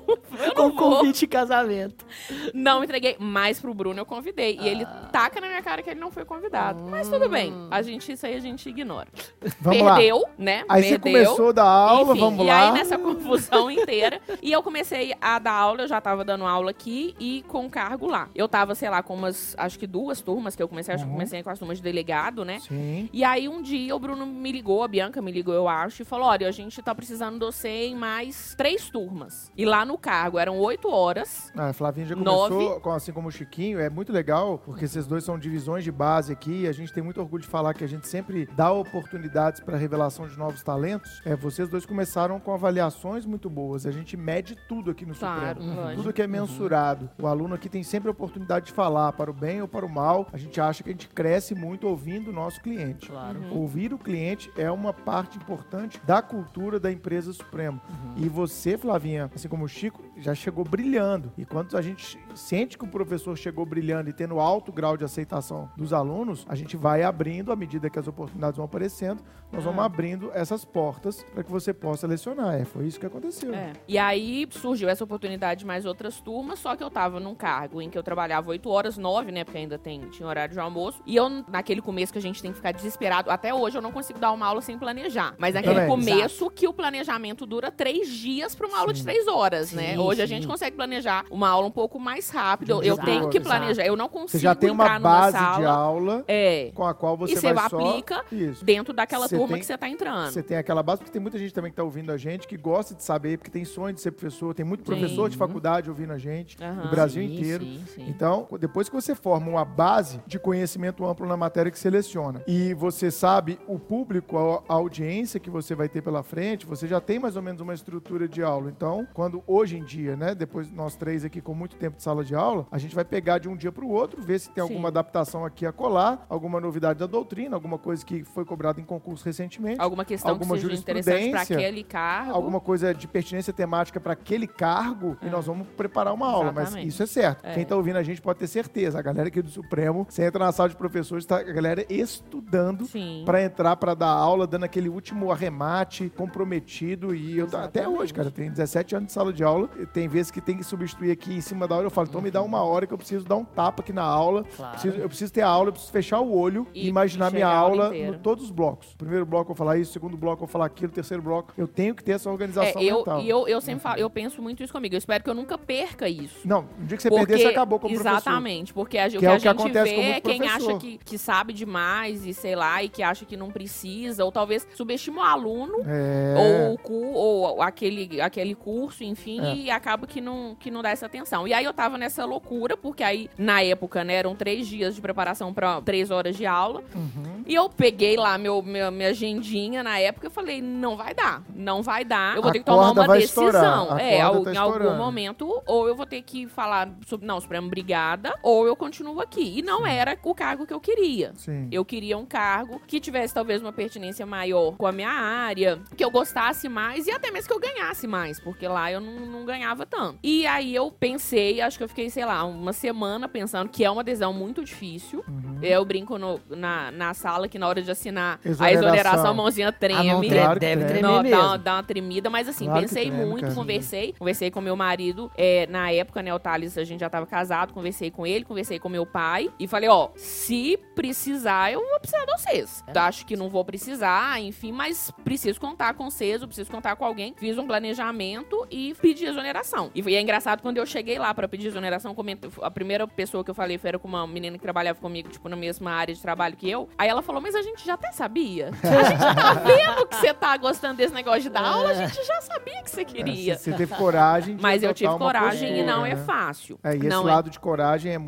Eu com não vou. convite de casamento. Não entreguei, mas pro Bruno eu convidei. E ele taca na minha cara que ele não foi convidado. Mas tudo bem, a gente, isso aí a gente ignora. Vamos lá. Perdeu, né? Aí você Perdeu. começou da aula, Enfim, vamos e lá. aí nessa confusão inteira, e eu comecei a dar aula, eu já tava dando aula aqui e com cargo lá. Eu tava, sei lá, com umas, acho que duas turmas que eu comecei, acho que eu comecei com as turmas de delegado, né? Sim. E aí um dia o Bruno me ligou, a Bianca me ligou, eu acho, e falou, olha, a gente tá precisando de você em mais três turmas. E lá no cargo eram oito horas. Ah, a Flavinha já Nove. começou, com- assim como o Chiquinho, é muito legal, porque esses dois são divisões de base aqui, e a gente tem muito orgulho de falar que a gente sempre dá oportunidades para revelação de novos talentos. É, vocês dois começaram com avaliações muito boas, a gente mede tudo aqui no Claro, Supremo, lógico. tudo que é mensurado. O aluno aqui tem sempre a oportunidade de falar, para o bem ou para o mal, a gente acha que a gente cresce muito ouvindo o nosso cliente. Claro. Ouvir o cliente é uma parte importante da cultura da empresa Supremo. E você, Flavinha, assim como o Chico, já chegou brilhando. E quando a gente sente que o professor chegou brilhando e tendo alto grau de aceitação dos alunos, a gente vai abrindo, à medida que as oportunidades vão aparecendo, nós vamos abrindo essas portas para que você possa lecionar. É, foi isso que aconteceu. É. E aí surgiu essa oportunidade de mais outras turmas, só que eu tava num cargo em que eu trabalhava oito horas, nove, né? Porque ainda tem, tinha horário de almoço. E eu, naquele começo que a gente tem que ficar desesperado, até hoje eu não consigo dar uma aula sem planejar. Mas naquele Também. começo que o planejamento dura três dias pra uma aula de três horas, né? Sim, Hoje a sim. gente consegue planejar uma aula um pouco mais rápido. Eu, eu Exato, tenho que exato. planejar. Eu não consigo Você já tem uma entrar numa base sala. de aula É. com a qual você E você vai só... aplica Isso. dentro daquela Você turma tem- que você tá entrando. Você tem aquela base, porque tem muita gente também que tá ouvindo a gente, que gosta de saber, porque tem sonho de ser professor, tem muito professor de faculdade ouvindo a gente, Aham. no Brasil Sim, inteiro. sim, sim. Então, depois que você forma uma base de conhecimento amplo na matéria que seleciona, e você sabe o público, a a audiência que você vai ter pela frente, você já tem mais ou menos uma estrutura de aula. Então, quando hoje em dia, né, depois nós três aqui com muito tempo de sala de aula, a gente vai pegar de um dia para o outro, ver se tem Sim. alguma adaptação aqui a colar, alguma novidade da doutrina, alguma coisa que foi cobrada em concurso recentemente. Alguma questão alguma que seja interessante pra jurisprudência, aquele cargo. alguma coisa de pertinência temática para aquele cargo e nós vamos preparar uma aula. Mas Exatamente. isso é certo. É. Quem está ouvindo a gente pode ter certeza. A galera aqui do Supremo, você entra na sala de professores, tá a galera estudando Sim. para entrar, para dar aula, dando aquele último arremate, comprometido. E eu até Exatamente. hoje, cara, tem dezessete anos de sala de aula. Tem vezes que tem que substituir aqui em cima da hora. Eu falo, então me dá uma hora que eu preciso dar um tapa aqui na aula. Claro. Preciso- eu preciso ter a aula, eu preciso fechar o olho e, E imaginar minha chegar a aula aula inteira. no todos os blocos. Primeiro bloco eu vou falar isso, segundo bloco eu vou falar aquilo, terceiro bloco. Eu tenho que ter essa É, organização eu, mental. e eu, eu sempre falo, eu penso muito isso comigo. Eu espero que eu nunca perca isso. Não, no dia que você Porque- perder, você acabou como professor. Exatamente, porque a, o que, Que é a o que gente acontece vê com muito é quem professor. acha que, que sabe demais e sei lá, e que acha que não precisa, ou talvez subestima o aluno, É... ou, o cu, ou aquele, aquele curso, enfim, É. e acaba que não, que não dá essa atenção. E aí eu tava nessa loucura, porque aí, na época, né, eram três dias de preparação pra três horas de aula, Uhum. e eu peguei lá meu, minha, minha agendinha na época e falei, não vai dar, não vai dar, eu vou A ter que tomar corda uma vai decisão. estourar, a É, corda ao- tá em algum estourando. momento, ou eu vou ter que falar sobre, não, Supremo, obrigada, ou eu continuo aqui. E não era o cargo que eu queria. Sim. Eu queria um cargo que tivesse talvez uma pertinência maior com a minha área, que eu gostasse mais e até mesmo que eu ganhasse mais, porque lá eu não, não ganhava tanto. E aí eu pensei, acho que eu fiquei, sei lá, uma semana pensando que é uma decisão muito difícil. Uhum. Eu brinco no- na, na sala que na hora de assinar a Exoneração. exoneração, a mãozinha treme. A mão tre- Claro que deve treme. tremer Não, mesmo. dá, uma- dá uma tremida, mas assim, Claro que pensei treme, muito, cara. conversei. Conversei com meu marido, é, na época, né, o Thales, a gente já tava casado, conversei com ele, conversei com meu pai e falei, ó, se precisar, eu vou precisar de vocês. Acho que não vou precisar, enfim, mas preciso contar com vocês, eu preciso contar com alguém. Fiz um planejamento e pedi exoneração. E, foi- e é engraçado, quando eu cheguei lá pra pedir exoneração, comentei- a primeira pessoa que eu falei foi era com uma menina que trabalhava comigo, tipo, na mesma área de trabalho que eu. Aí ela falou, mas a gente já até sabia. A gente tá vendo que você tá gostando desse negócio de dar aula, a gente já sabia que você queria. Você teve coragem de Mas eu adotar tive uma coragem e postura, não é né? fácil. É, e esse não lado de coragem é muito, é muito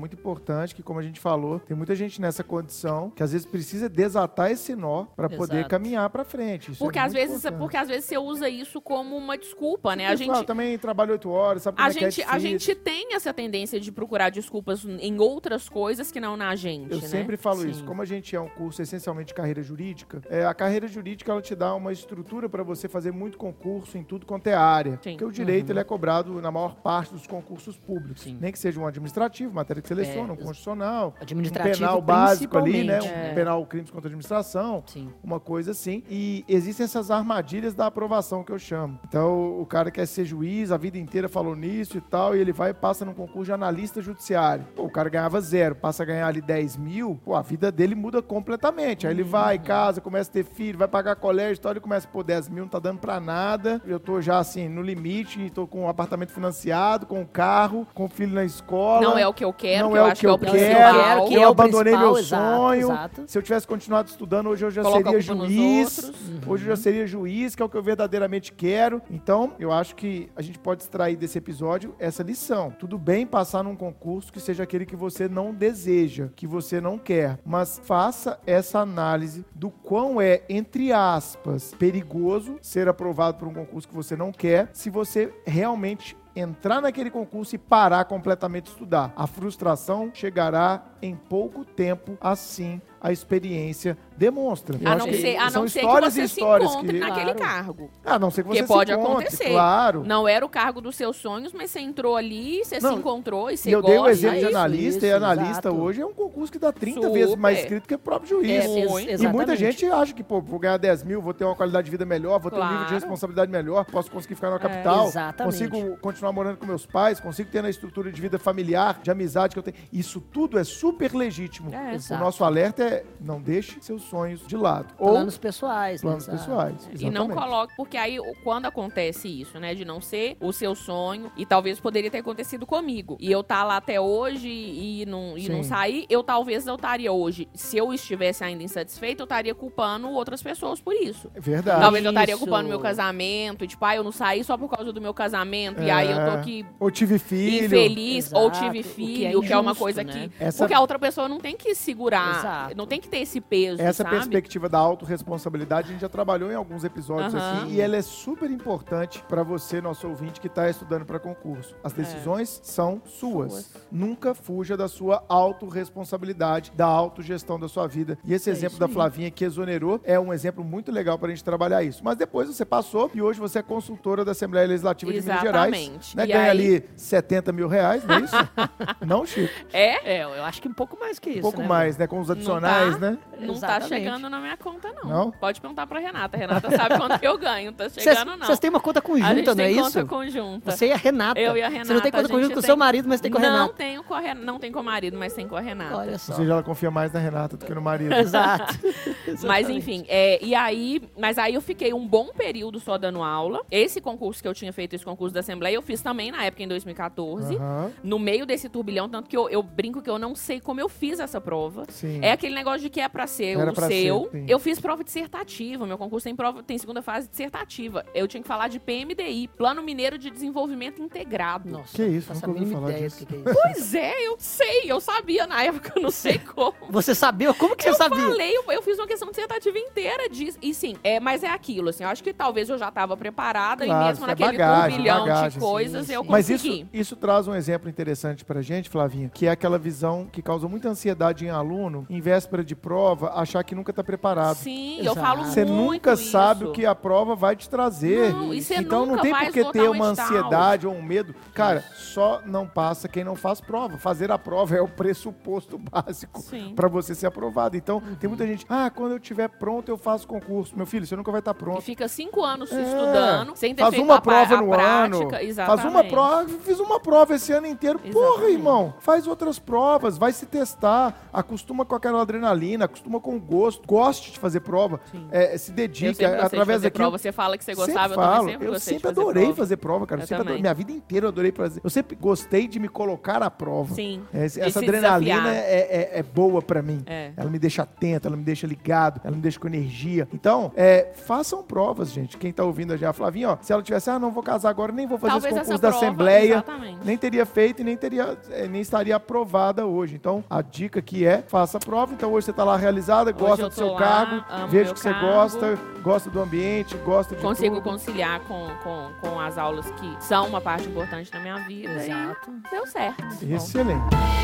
muito importante, que como a gente falou, tem muita gente nessa condição que às vezes precisa desatar esse nó para poder Exato. caminhar para frente. Isso Porque é às muito vezes, importante. porque às vezes você usa isso como uma desculpa, né? A Pessoal, gente, também trabalha oito horas, sabe como a é que é gente, a difícil. gente tem essa tendência de procurar desculpas em outras coisas que não na gente, Eu né? sempre falo Sim. isso. Como a gente é um curso essencialmente de carreira jurídica, é, a carreira jurídica ela te dá uma estrutura para você fazer muito concurso em tudo quanto é área. Sim. Porque o direito ele é cobrado na maior parte dos concursos públicos. Sim. Nem que seja um administrativo, matéria que seleciona, É, um constitucional, um Administrativo, penal básico ali, né? Um principalmente. É. penal crimes contra a administração. Sim. Uma coisa assim. E existem essas armadilhas da aprovação que eu chamo. Então, o cara quer ser juiz, a vida inteira falou nisso e tal, e ele vai e passa num concurso de analista judiciário. Pô, o cara ganhava zero, passa a ganhar ali dez mil, pô, a vida dele muda completamente. Aí ele vai, casa, começa a ter filho, vai pagar colégio e tal, ele começa, pô, dez mil não tá dando pra nada, eu tô já, assim, no limite, tô com um apartamento financiado, com um carro, com o filho na escola. Não é o que eu quero, Não que é eu o acho que eu que é o quero, principal. que eu é o abandonei principal, meu exato, sonho. exato. Se eu tivesse continuado estudando, hoje eu já Coloca a seria culpa nos juiz. outros. Hoje eu já seria juiz, que é o que eu verdadeiramente quero. Então, eu acho que a gente pode extrair desse episódio essa lição. Tudo bem passar num concurso que seja aquele que você não deseja, que você não quer, mas faça essa análise do quão é, entre aspas, perigoso ser aprovado por um concurso que você não quer, se você realmente entrar naquele concurso e parar completamente de estudar. A frustração chegará em pouco tempo, assim a experiência demonstra. Eu A acho não que ser, a são não ser que histórias você e se histórias encontre que... naquele Claro. cargo. A não ser que você Porque pode se encontre, acontecer. claro. Não era o cargo dos seus sonhos, mas você entrou ali, você Não, se encontrou e você E eu gosta. dei o exemplo é de isso. analista, e isso, analista exato. hoje é um concurso que dá trinta Super. vezes mais escrito que o próprio juiz. É, ex- Muito. E exatamente. muita gente acha que, pô, vou ganhar dez mil, vou ter uma qualidade de vida melhor, vou ter um nível de Claro. responsabilidade melhor, posso conseguir ficar na capital, Exatamente. consigo continuar morando com meus pais, consigo ter na estrutura de vida familiar, de amizade que eu tenho. Isso tudo é super legítimo. É. O Exato. nosso alerta é não deixe seus sonhos de lado. Ou Planos pessoais. né? planos Exato. pessoais. E não exatamente. coloque, porque aí quando acontece isso, né, de não ser o seu sonho, e talvez poderia ter acontecido comigo, e eu tá lá até hoje e não, e não Sim. sair, eu talvez eu estaria hoje, se eu estivesse ainda insatisfeito, eu estaria culpando outras pessoas por isso. É verdade. Talvez eu estaria Isso. culpando meu casamento, e, tipo, ah, eu não saí só por causa do meu casamento, e aí eu tô É. aqui Ou tive filho. infeliz, Exato, ou tive o que é filho, que é, uma injusto, coisa né? que... Essa- Porque a outra pessoa não tem que segurar, Exato. não tem que ter esse peso, Essa sabe? perspectiva da autorresponsabilidade a gente já trabalhou em alguns episódios Aham. aqui e ela é super importante para você, nosso ouvinte, que está estudando para concurso. As decisões são suas. Suas. Nunca fuja da sua autorresponsabilidade, da autogestão da sua vida. E esse É exemplo isso da aí. Flavinha que exonerou é um exemplo muito legal para a gente trabalhar isso. Mas depois você passou e hoje você é consultora da Assembleia Legislativa de Minas Gerais. Exatamente. Né? E Ganha aí- ali setenta mil reais, não é isso? Não, Chico? É? É, eu acho que um pouco mais que isso. Um pouco né, mais, né? Com os adicionais, tá? né? Não Exatamente. tá chegando na minha conta, não. Não? Pode perguntar pra Renata. A Renata sabe quanto que eu ganho. Tá Vocês chegando, não. vocês têm uma conta a gente conjunta, não é tem isso? conta conjunta. Você e a Renata. Eu e a Renata. Você não tem a conta gente conjunta com o tem- seu marido, mas tem com a Não Renata. tenho com a Ren- não tem com o marido, mas tem com a Renata. Olha só. Ou seja, ela confia mais na Renata do que no marido. Exato. Mas Exatamente. enfim, é, e aí, mas aí eu fiquei um bom período só dando aula. Esse concurso que eu tinha feito, esse concurso da Assembleia, eu fiz também na época, em dois mil e quatorze. Aham, No meio desse turbilhão, tanto que eu, eu brinco que eu não sei como eu fiz essa prova. sim. É aquele negócio de que é pra ser Era o pra seu. ser, sim. Eu fiz prova dissertativa. Meu concurso tem prova, tem segunda fase dissertativa. Eu tinha que falar de P M D I, Plano Mineiro de Desenvolvimento Integrado. Nossa, Que isso, não faço nunca a ouvi mínima falar ideia disso. do que que é isso. Pois é, eu sei, eu sabia na época, eu não sei como. Você sabia? Como que você eu sabia? falei, eu, eu fiz uma questão dissertativa inteira disso. E sim, é, mas é aquilo, assim, eu acho que talvez eu já tava preparada Claro, e mesmo é naquele bagagem, turbilhão bagagem, de coisas sim, eu sim. Mas consegui. isso, isso traz um exemplo interessante pra gente, Flavinha, que é aquela visão que causa muita ansiedade em aluno, em véspera de prova, achar que nunca tá preparado. Sim, Exato. eu falo muito Você nunca isso. sabe o que a prova vai te trazer. Não, e você então não nunca tem vai por que esgotar ter o uma edital. ansiedade ou um medo. Cara, só não passa quem não faz prova. Fazer a prova é o pressuposto básico Sim. pra você ser aprovado. Então, tem muita gente, ah, quando eu estiver pronto eu faço concurso. Meu filho, você nunca vai estar E pronto. fica cinco anos É. estudando, sem ter Faz feito uma a, pa- prova a no prática. ano. Exatamente. Faz uma prova. Fiz uma prova esse ano inteiro. Porra, Exatamente. irmão. Faz outras provas. Vai se testar. Acostuma com aquela adrenalina, acostuma com o gosto, goste de fazer prova, é, se dedique eu sempre gostei através de fazer daquilo. prova. Você fala que você gostava, sempre eu falo. também sempre Eu gostei sempre de fazer adorei prova. fazer prova, cara. Eu Eu sempre adorei. também. Minha vida inteira eu adorei fazer. Eu sempre gostei de me colocar à prova. Sim. É, de essa se adrenalina desafiar. é, é, é boa pra mim. É. Ela me deixa atento, ela me deixa ligado, ela me deixa com energia. Então, é, façam provas, gente. Quem tá ouvindo já, Flavinha, ó, se ela tivesse, ah, não vou casar agora, nem vou fazer Talvez esse essa concurso da prova, Assembleia, exatamente. nem teria feito e nem, teria, é, nem estaria aprovada hoje. Então, a dica aqui é, faça a prova. Então, hoje você tá lá realizada, Hoje gosta eu do tô seu lá, cargo, amo veja meu que você cargo. gosta, gosta do ambiente, gosta de Consigo tudo. conciliar com, com, com as aulas que são uma parte importante da minha vida. Exato. E deu certo. Excelente.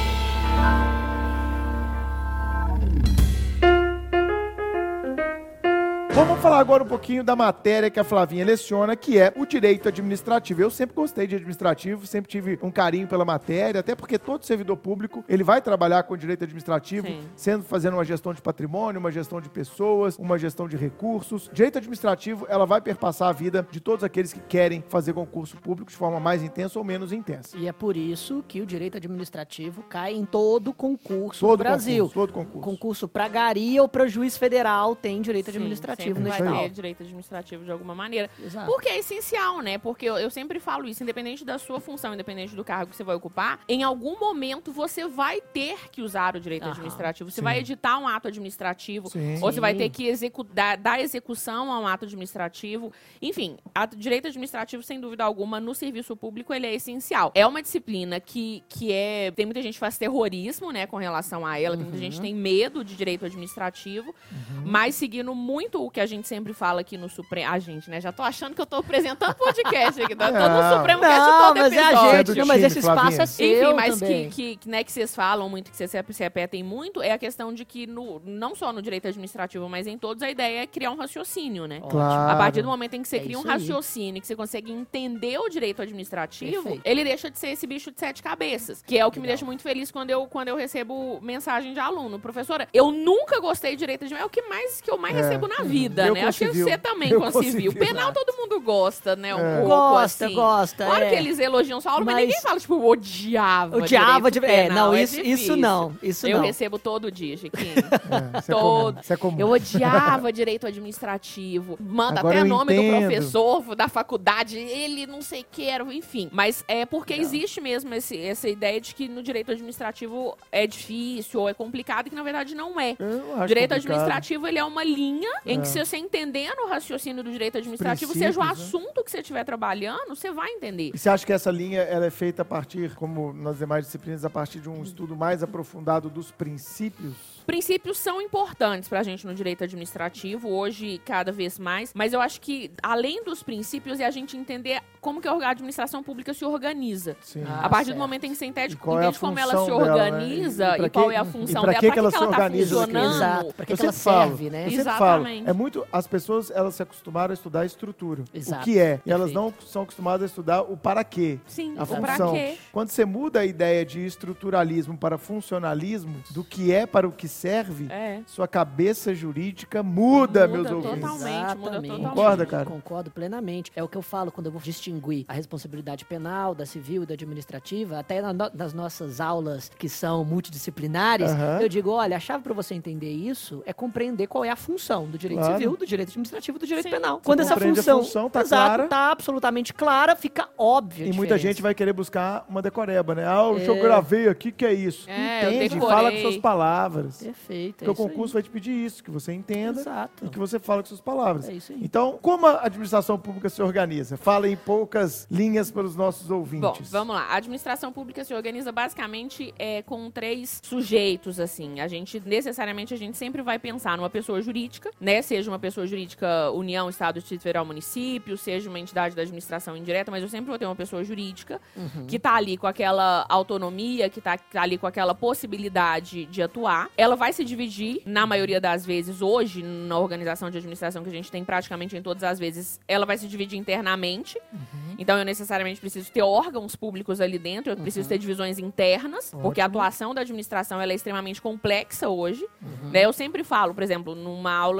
Vamos falar agora um pouquinho da matéria que a Flavinha leciona, que é o direito administrativo. Eu sempre gostei de administrativo, sempre tive um carinho pela matéria, até porque todo servidor público, ele vai trabalhar com direito administrativo, Sim. sendo fazendo uma gestão de patrimônio, uma gestão de pessoas, uma gestão de recursos. Direito administrativo, ela vai perpassar a vida de todos aqueles que querem fazer concurso público de forma mais intensa ou menos intensa. E é por isso que o direito administrativo cai em todo concurso Todo no Brasil. concurso, todo concurso. Concurso para gari ou para juiz federal tem direito Sim, administrativo sempre no vai estado. ter direito administrativo de alguma maneira. Exato. Porque é essencial, né? Porque eu, eu sempre falo isso, independente da sua função, independente do cargo que você vai ocupar, em algum momento você vai ter que usar o direito Aham. administrativo. Você Sim. vai editar um ato administrativo, Sim. ou você vai Sim. ter que executar, dar execução a um ato administrativo. Enfim, ato, direito administrativo, sem dúvida alguma, no serviço público, ele é essencial. É uma disciplina que, que é... Tem muita gente que faz terrorismo, né, com relação a ela. Tem muita gente que tem medo de direito administrativo. Mas seguindo muito o que a gente sempre fala aqui no Supremo... A gente, né? Já tô achando que eu tô apresentando podcast aqui. Tá? Tô no Não. Supremo Cast Não, todo mas é episódio. a É gente. do Não, mas time, esse espaço Flavinha. é seu Enfim, mas que, também. que, que, né, que vocês falam muito, que vocês se, se repetem muito, é a questão de que, no, não só no direito administrativo, mas em todos, a ideia é criar um raciocínio, né? Claro. A partir do momento em que você É cria um isso aí. raciocínio, que você consegue entender o direito administrativo, Perfeito. ele deixa de ser esse bicho de sete cabeças. Que é o que me Legal. deixa muito feliz quando eu, quando eu recebo mensagem de aluno. Professora, eu nunca gostei de direito administrativo. É o que mais que eu mais É. recebo na vida, Eu né? Acho que concivil. você também Eu concivil. concivil. Penal todo mundo gosta, né? Um É. pouco, Gosta, assim. gosta, Claro é. que eles elogiam sua aula, mas, Mas- ninguém fala, tipo, odiava. Odiava de. direito É, penal. não, É isso, isso difícil. não. Isso Eu não. recebo todo dia, Chiquinho. É, isso é Todo. comum. Isso é comum. Eu odiava direito administrativo. Manda Agora até eu nome entendo. do professor da faculdade. Ele não sei o que era, enfim. Mas é porque existe mesmo esse, essa ideia de que no direito administrativo é difícil ou é complicado, e que na verdade não é. Eu acho Direito complicado. administrativo, ele é uma linha em É. que, se você entendendo o raciocínio do direito administrativo, seja o princípios, né? assunto que você estiver trabalhando, você vai entender. E você acha que essa linha ela é feita a partir, como nas demais disciplinas, a partir de um estudo mais aprofundado dos princípios? Princípios são importantes pra gente no direito administrativo, hoje cada vez mais, mas eu acho que, além dos princípios, é a gente entender como que a administração pública se organiza. Sim. Ah, A partir certo. do momento em que você entende, E qual é a entende como ela função se dela, né? organiza E- e pra e, qual que- é a e função pra dela, que pra que ela que se ela tá organiza daquele funcionando. Exato. Pra que, Eu que ela sempre falo, serve, né? Eu sempre falo, Exatamente. é muito, as pessoas, elas se acostumaram a estudar a estrutura, Exato, o que é, e elas perfeito. não são acostumadas a estudar o para quê, Sim, a o pra função. quê? Quando você muda a ideia de estruturalismo para funcionalismo, do que é para o que serve, É. sua cabeça jurídica muda, Muda meus ouvintes. totalmente. muda totalmente. Concorda, cara? Concordo plenamente. É o que eu falo quando eu vou distinguir a responsabilidade penal, da civil e da administrativa, até na no- nas nossas aulas que são multidisciplinares, Aham. eu digo, olha, a chave para você entender isso é compreender qual é a função do direito Claro. civil, do direito administrativo e do direito Sim. penal. Quando essa compreende a função, função, tá exato, clara. tá absolutamente clara, fica óbvia. a E muita diferença. gente vai querer buscar uma decoreba, né? Ah, o que eu É. gravei aqui, que é isso? É, eu Entende, decorei. fala com suas palavras. Perfeito. Porque é o isso aí. concurso vai te pedir isso, que você entenda Exato. e que você fala com suas palavras. É isso aí. Então, como a administração pública se organiza? Fala em poucas linhas para os nossos ouvintes. Bom, vamos lá. A administração pública se organiza basicamente é, com três sujeitos, assim. A gente, necessariamente, a gente sempre vai pensar numa pessoa jurídica, né? Seja uma pessoa jurídica União, Estado, Distrito Federal, Município, seja uma entidade da administração indireta, mas eu sempre vou ter uma pessoa jurídica Uhum. que tá ali com aquela autonomia, que tá, tá ali com aquela possibilidade de atuar. Ela vai se dividir, na maioria das vezes, hoje, na organização de administração que a gente tem praticamente em todas as vezes, ela vai se dividir internamente. Então, eu necessariamente preciso ter órgãos públicos ali dentro, eu preciso ter divisões internas, porque a atuação da administração ela é extremamente complexa hoje. Né? Eu sempre falo, por exemplo, numa aula de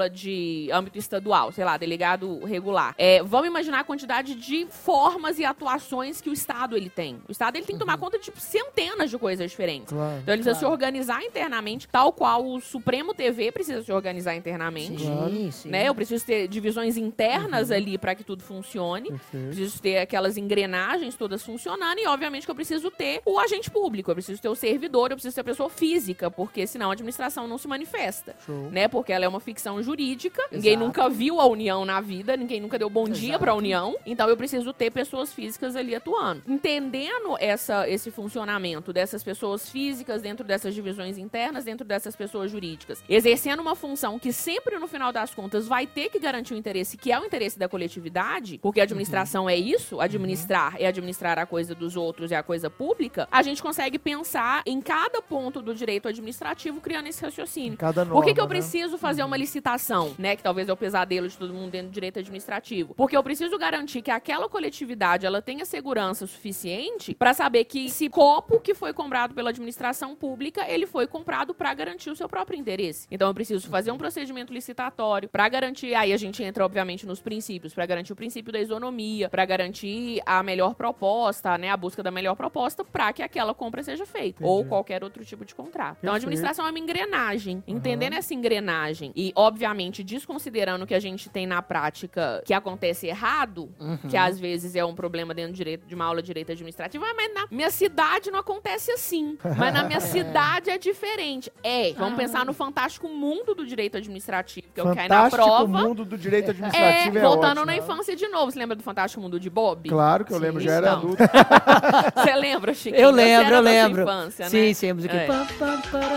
de âmbito estadual, sei lá, delegado regular. É, vamos imaginar a quantidade de formas e atuações que o Estado ele tem. O Estado ele tem que tomar conta de centenas de coisas diferentes. Claro, então ele precisa claro. se organizar internamente, tal qual o Supremo T V precisa se organizar internamente. Sim, sim. Né? Eu preciso ter divisões internas Uhum. ali para que tudo funcione. Perfeito. Preciso ter aquelas engrenagens todas funcionando e, obviamente, que eu preciso ter o agente público, eu preciso ter o servidor, eu preciso ter a pessoa física, porque senão a administração não se manifesta. Show. Né? Porque ela é uma ficção jurídica, ninguém Exato. nunca viu a União na vida, ninguém nunca deu bom dia Exato. para a União, então eu preciso ter pessoas físicas ali atuando. Entendendo essa, esse funcionamento dessas pessoas físicas dentro dessas divisões internas, dentro dessas pessoas jurídicas, exercendo uma função que sempre, no final das contas, vai ter que garantir o interesse, que é o interesse da coletividade, porque a administração é isso, administrar é administrar a coisa dos outros e a coisa pública, a gente consegue pensar em cada ponto do direito administrativo criando esse raciocínio. Cada Por que, que eu norma, né? preciso fazer uma licitação, né? Que talvez é o pesadelo de todo mundo dentro do direito administrativo. Porque eu preciso garantir que aquela coletividade ela tenha segurança suficiente para saber que esse copo que foi comprado pela administração pública, ele foi comprado para garantir o seu próprio interesse. Então eu preciso fazer um procedimento licitatório para garantir, aí a gente entra obviamente nos princípios, para garantir o princípio da isonomia, para garantir a melhor proposta, né? A busca da melhor proposta para que aquela compra seja feita. Entendi. Ou qualquer outro tipo de contrato. Então a Perfeito. administração é uma engrenagem. Entendendo essa engrenagem e, obviamente, desconsiderando que a gente tem na prática que acontece errado, que às vezes é um problema dentro do direito, de uma aula de direito administrativo, ah, mas na minha cidade não acontece assim. Mas na minha cidade é diferente. É, vamos Ah. pensar no fantástico mundo do direito administrativo, que é o que cai na Fantástico prova. mundo do direito É, administrativo é, voltando ótimo. na infância de novo. Você lembra do Fantástico Mundo de Bob? Claro que eu Sim. lembro, já era Então. adulto. Você lembra, Chiquinho? Eu Você lembro, era eu da sua lembro. infância, Sim, né? sim, a música. É. Pam, pam,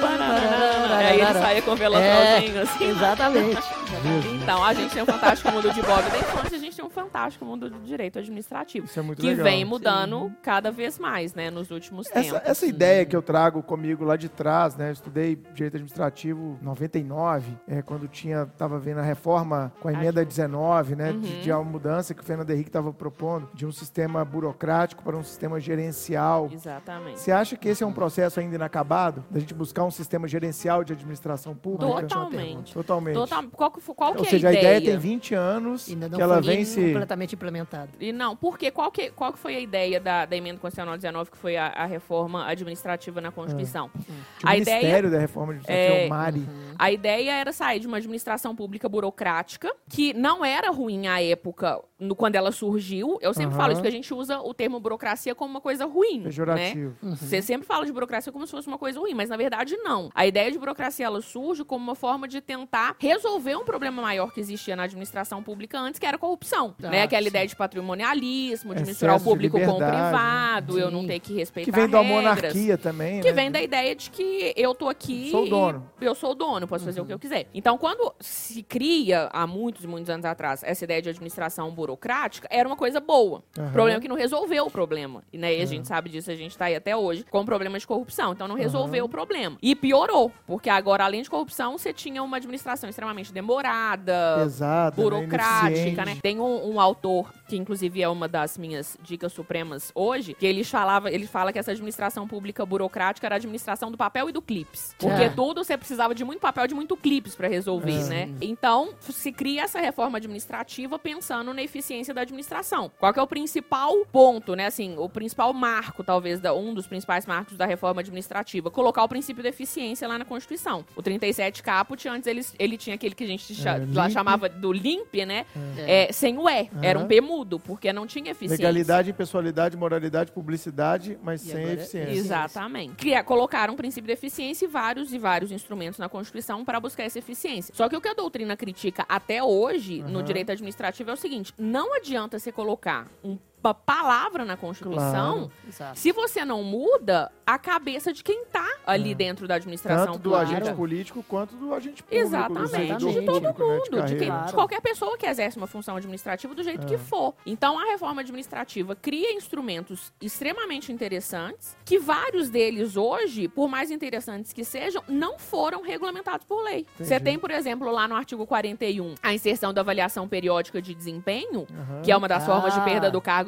E aí ele saía com o velotrolzinho, É, assim. exatamente. Então, a gente tem um fantástico mundo de Bob da infância, a gente tem um fantástico mundo do direito administrativo. Isso é muito que legal. vem mudando cada vez mais, né, nos últimos Essa, tempos. essa ideia que eu trago comigo lá de trás, né? Eu estudei direito administrativo em noventa e nove, é, quando tinha, tava vendo a reforma com a emenda dezenove, né? Uhum. De, de uma mudança que o Fernando Henrique estava propondo, de um sistema burocrático para um sistema gerencial. Exatamente. Você acha que esse é um processo ainda inacabado? Da gente buscar um sistema gerencial de administração pública? Totalmente. Totalmente. Total, qual que, qual que Ou é seja, a a ideia? ideia tem vinte anos Ainda não que ela foi vem se... completamente implementada. E não, porque qual que, qual que foi a ideia da, da emenda constitucional dezenove, que foi a, a reforma administrativa na Constituição? Tinha A o ideia- Ministério da Reforma Administrativa, É, o MARI. A ideia era sair de uma administração pública burocrática, que não era ruim à época, no, quando ela surgiu. Eu sempre Aham. falo isso, que a gente usa o termo burocracia como uma coisa ruim. Né? Pejorativo. Você sempre fala de burocracia como se fosse uma coisa ruim, mas na verdade não. A ideia de burocracia ela surge como uma forma de tentar resolver um problema maior que existia na administração pública antes, que era a corrupção. Ah, né? Aquela sim. ideia de patrimonialismo, de Excesso misturar o de público com o liberdade, privado, eu Sim. não ter que respeitar Que vem da regras. monarquia também, Que né? vem da ideia de que eu tô aqui. Sou o dono. e Eu sou o dono, posso fazer o que eu quiser. Então, quando se cria, há muitos e muitos anos atrás, essa ideia de administração burocrática, era uma coisa boa. Aham. O problema é que não resolveu o problema. E, né, e a gente sabe disso, a gente tá aí até hoje com o problema de corrupção. Então, não resolveu o problema. E piorou, porque agora, além de corrupção, você tinha uma administração extremamente demorada, Pesada, né? burocrática, Ineficiente. né? Tem um, um autor, que inclusive é uma das minhas dicas supremas hoje, que ele falava, ele fala que essa administração pública burocrática era a administração do papel e do clips. Porque Ah. tudo você precisava de muito papel, de muito clips pra resolver, Ah. né? Então, se cria essa reforma administrativa pensando na eficiência da administração. Qual que é o principal ponto, né? Assim, o principal marco, talvez, da, um dos principais marcos da reforma administrativa? Colocar o princípio da eficiência lá na Constituição. O trinta e sete caput, antes ele, ele tinha aquele que a gente cha- É, lá limpe. chamava do limpe, né? É. É, sem o E. Era um Aham. P mudo, porque não tinha eficiência. Legalidade, impessoalidade, moralidade, publicidade, mas E sem agora- eficiência. Exatamente. Criar, colocaram um princípio de eficiência e vários e vários instrumentos na Constituição para buscar essa eficiência. Só que o que a doutrina critica até hoje no Aham. direito administrativo é o seguinte: não adianta você colocar um uma palavra na Constituição, Claro. Exato. se você não muda a cabeça de quem tá ali É. dentro da administração Tanto do pública. agente político quanto do agente público. do Exatamente, servidor de todo público, né, mundo, de, carreira. quem- Claro. de qualquer pessoa que exerce uma função administrativa do jeito É. que for. Então, a reforma administrativa cria instrumentos extremamente interessantes, que vários deles hoje, por mais interessantes que sejam, não foram regulamentados por lei. Você tem, por exemplo, lá no artigo quarenta e um, a inserção da avaliação periódica de desempenho, Aham. que é uma das Ah. formas de perda do cargo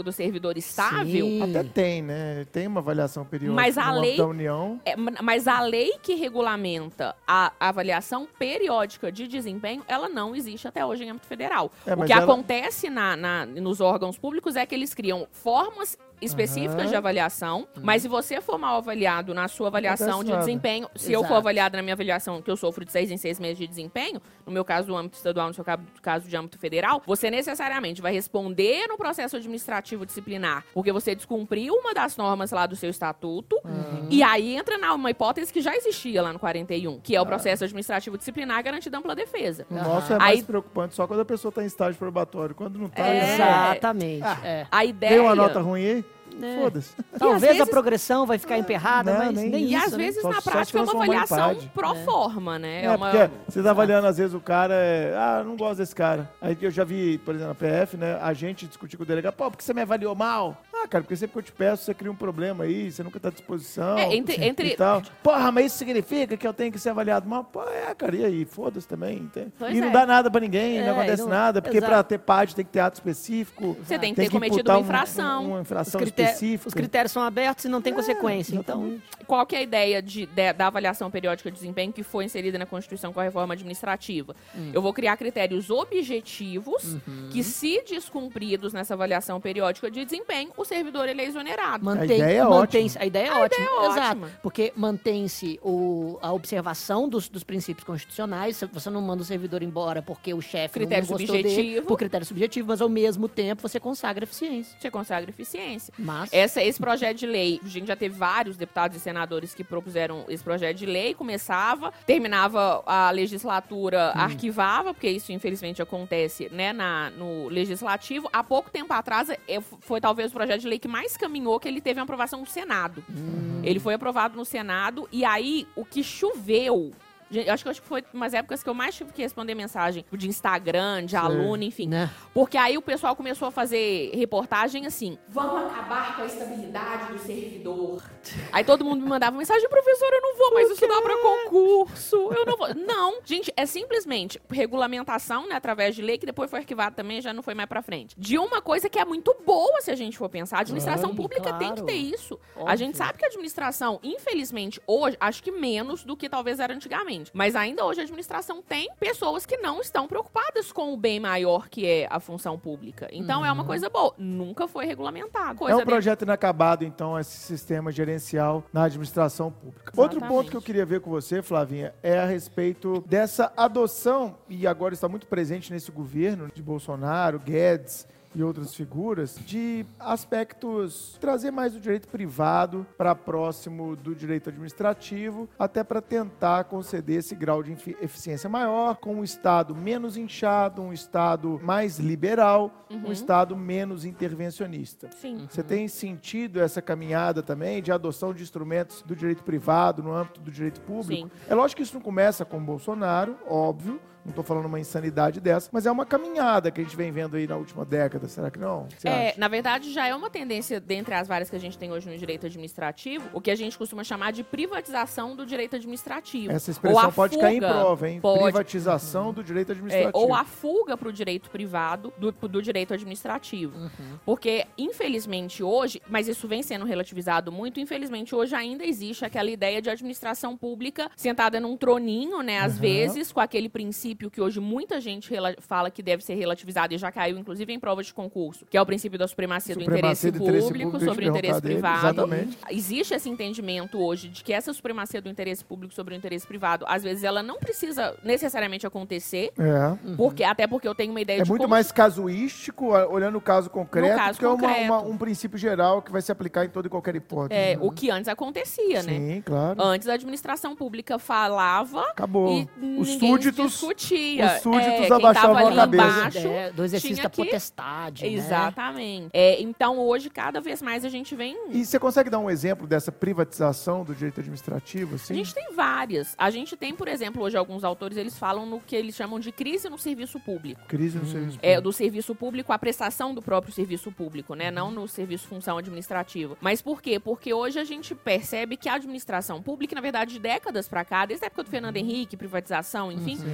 do servidor estável... Sim. Até tem, né? Tem uma avaliação periódica Mas a no âmbito lei- da União. É, mas a lei que regulamenta a avaliação periódica de desempenho, ela não existe até hoje em âmbito federal. É, o mas que ela- acontece na, na- nos órgãos públicos é que eles criam formas específicas Aham. de avaliação, mas se você for mal avaliado na sua avaliação acontece de nada. desempenho, se eu for Exato. avaliado na minha avaliação, que eu sofro de seis em seis meses de desempenho, no meu caso do âmbito estadual, no seu ca- caso de âmbito federal, você necessariamente vai responder no processo administrativo disciplinar, porque você descumpriu uma das normas lá do seu estatuto, e aí entra na uma hipótese que já existia lá no quarenta e um, que é o processo administrativo disciplinar garantido ampla defesa. O nosso é Aí- mais preocupante só quando a pessoa está em estágio probatório. Quando não está, É. Exatamente. é. A ideia... tem uma nota ruim aí? É. Foda-se. Talvez vezes- a progressão vai ficar emperrada, Não, mas nem nem, isso. E isso, às né? vezes, Só- na só se prática, é uma fosse uma avaliação mãe pro forma, né? É, uma... porque você tá avaliando, às vezes, o cara é... Ah, não gosto desse cara. Aí eu já vi, por exemplo, na P F, né? A gente discutir com o delegado. Pô, por que você me avaliou mal? Ah, cara, porque sempre que eu te peço, você cria um problema aí, você nunca tá à disposição. É, entre- entre- E tal. Porra, mas isso significa que eu tenho que ser avaliado mal? Pô, é, cara, e aí? Foda-se também. Tem... Pois E não é. dá nada pra ninguém, É, não acontece não- nada. Porque exato. pra ter P A D tem que ter ato específico. Você tem que ter cometido imputar uma um- infração. um- uma Os, infração critérios- específica. os critérios são abertos e não tem consequência. Então, Exatamente. Qual que é a ideia de, de- da avaliação periódica de desempenho que foi inserida na Constituição com a reforma administrativa? Eu vou criar critérios objetivos que, se descumpridos nessa avaliação periódica de desempenho, o servidor ele é exonerado. mantém, ideia é mantém-se- a ideia é ótima. ideia é Exato. ótima. Porque mantém-se o- a observação dos, dos princípios constitucionais. Você não manda o servidor embora porque o chefe não, Critério não gostou dele, subjetivo. por critério subjetivo, mas ao mesmo tempo você consagra eficiência. Você consagra eficiência. Mas Essa, esse projeto de lei, a gente já teve vários deputados e senadores que propuseram esse projeto de lei, começava, terminava a legislatura, arquivava, porque isso infelizmente acontece, né, na, no legislativo. Há pouco tempo atrás, é, foi talvez o projeto de lei que mais caminhou, que ele teve uma aprovação no Senado. Ele foi aprovado no Senado, e aí o que choveu... Gente, acho que, acho que foi umas épocas que eu mais tive que responder mensagem de Instagram, de aluno, enfim. né? Porque aí o pessoal começou a fazer reportagem assim: vamos acabar com a estabilidade do servidor. Aí todo mundo me mandava mensagem: professor, eu não vou mais estudar para concurso. Eu não vou. Não, gente, é simplesmente regulamentação, né, através de lei, que depois foi arquivado também, já não foi mais pra frente. De uma coisa que é muito boa, se a gente for pensar. A administração Sim, pública tem que claro. ter isso. A Óbvio. gente sabe que a administração, infelizmente, hoje, acho que menos do que talvez era antigamente. Mas ainda hoje a administração tem pessoas que não estão preocupadas com o bem maior que é a função pública. Então é uma coisa boa. Nunca foi regulamentado. É Coisa um dentro- projeto inacabado, então, esse sistema gerencial na administração pública. Outro Exatamente. ponto que eu queria ver com você, Flavinha, é a respeito dessa adoção, e agora está muito presente nesse governo de Bolsonaro, Guedes e outras figuras, de aspectos, trazer mais o direito privado para próximo do direito administrativo, até para tentar conceder esse grau de efi- eficiência maior, com um Estado menos inchado, um Estado mais liberal, um Estado menos intervencionista. Sim. Você tem sentido essa caminhada também de adoção de instrumentos do direito privado no âmbito do direito público? Sim. É lógico que isso não começa com o Bolsonaro, óbvio, não estou falando uma insanidade dessa, mas é uma caminhada que a gente vem vendo aí na última década, será que não? O que você É, acha? na verdade, já é uma tendência, dentre as várias que a gente tem hoje no direito administrativo, o que a gente costuma chamar de privatização do direito administrativo. Essa Ou expressão a pode cair em fuga- prova, hein? Pode. Privatização do direito É, administrativo. ou a fuga para o direito privado do, do direito administrativo. Porque, infelizmente, hoje, mas isso vem sendo relativizado muito, infelizmente, hoje ainda existe aquela ideia de administração pública sentada num troninho, né, às Uhum. vezes, com aquele princípio que hoje muita gente rela- fala que deve ser relativizado e já caiu, inclusive, em provas de concurso, que é o princípio da supremacia, Supremacia do do interesse interesse público público, sobre o deixa eu interesse perguntar dele, privado. exatamente. Existe esse entendimento hoje de que essa supremacia do interesse público sobre o interesse privado, às vezes, ela não precisa necessariamente acontecer, É. porque, até porque eu tenho uma ideia É de muito como mais casuístico, a- olhando o caso concreto, No caso do que uma- concreto. uma- um princípio geral que vai se aplicar em toda e qualquer hipótese. É, né? o que antes acontecia, né? Sim, claro. Antes a administração pública falava Acabou. e Os ninguém súditos, discutia. os súditos é, quem abaixavam tava a ali cabeça. embaixo É, do exercício tinha da que- potestade, né? Exatamente. É, então hoje, cada vez mais, a gente vem... E você consegue dar um exemplo dessa privatização do direito administrativo? Assim? A gente tem várias. A gente tem, por exemplo, hoje alguns autores, eles falam no que eles chamam de crise no serviço público. Crise no serviço É, público. do serviço público, a prestação do próprio serviço público, né? Não no serviço função administrativa. Mas por quê? Porque hoje a gente percebe que a administração pública, na verdade, de décadas pra cá, desde a época do Fernando Henrique, privatização, enfim, a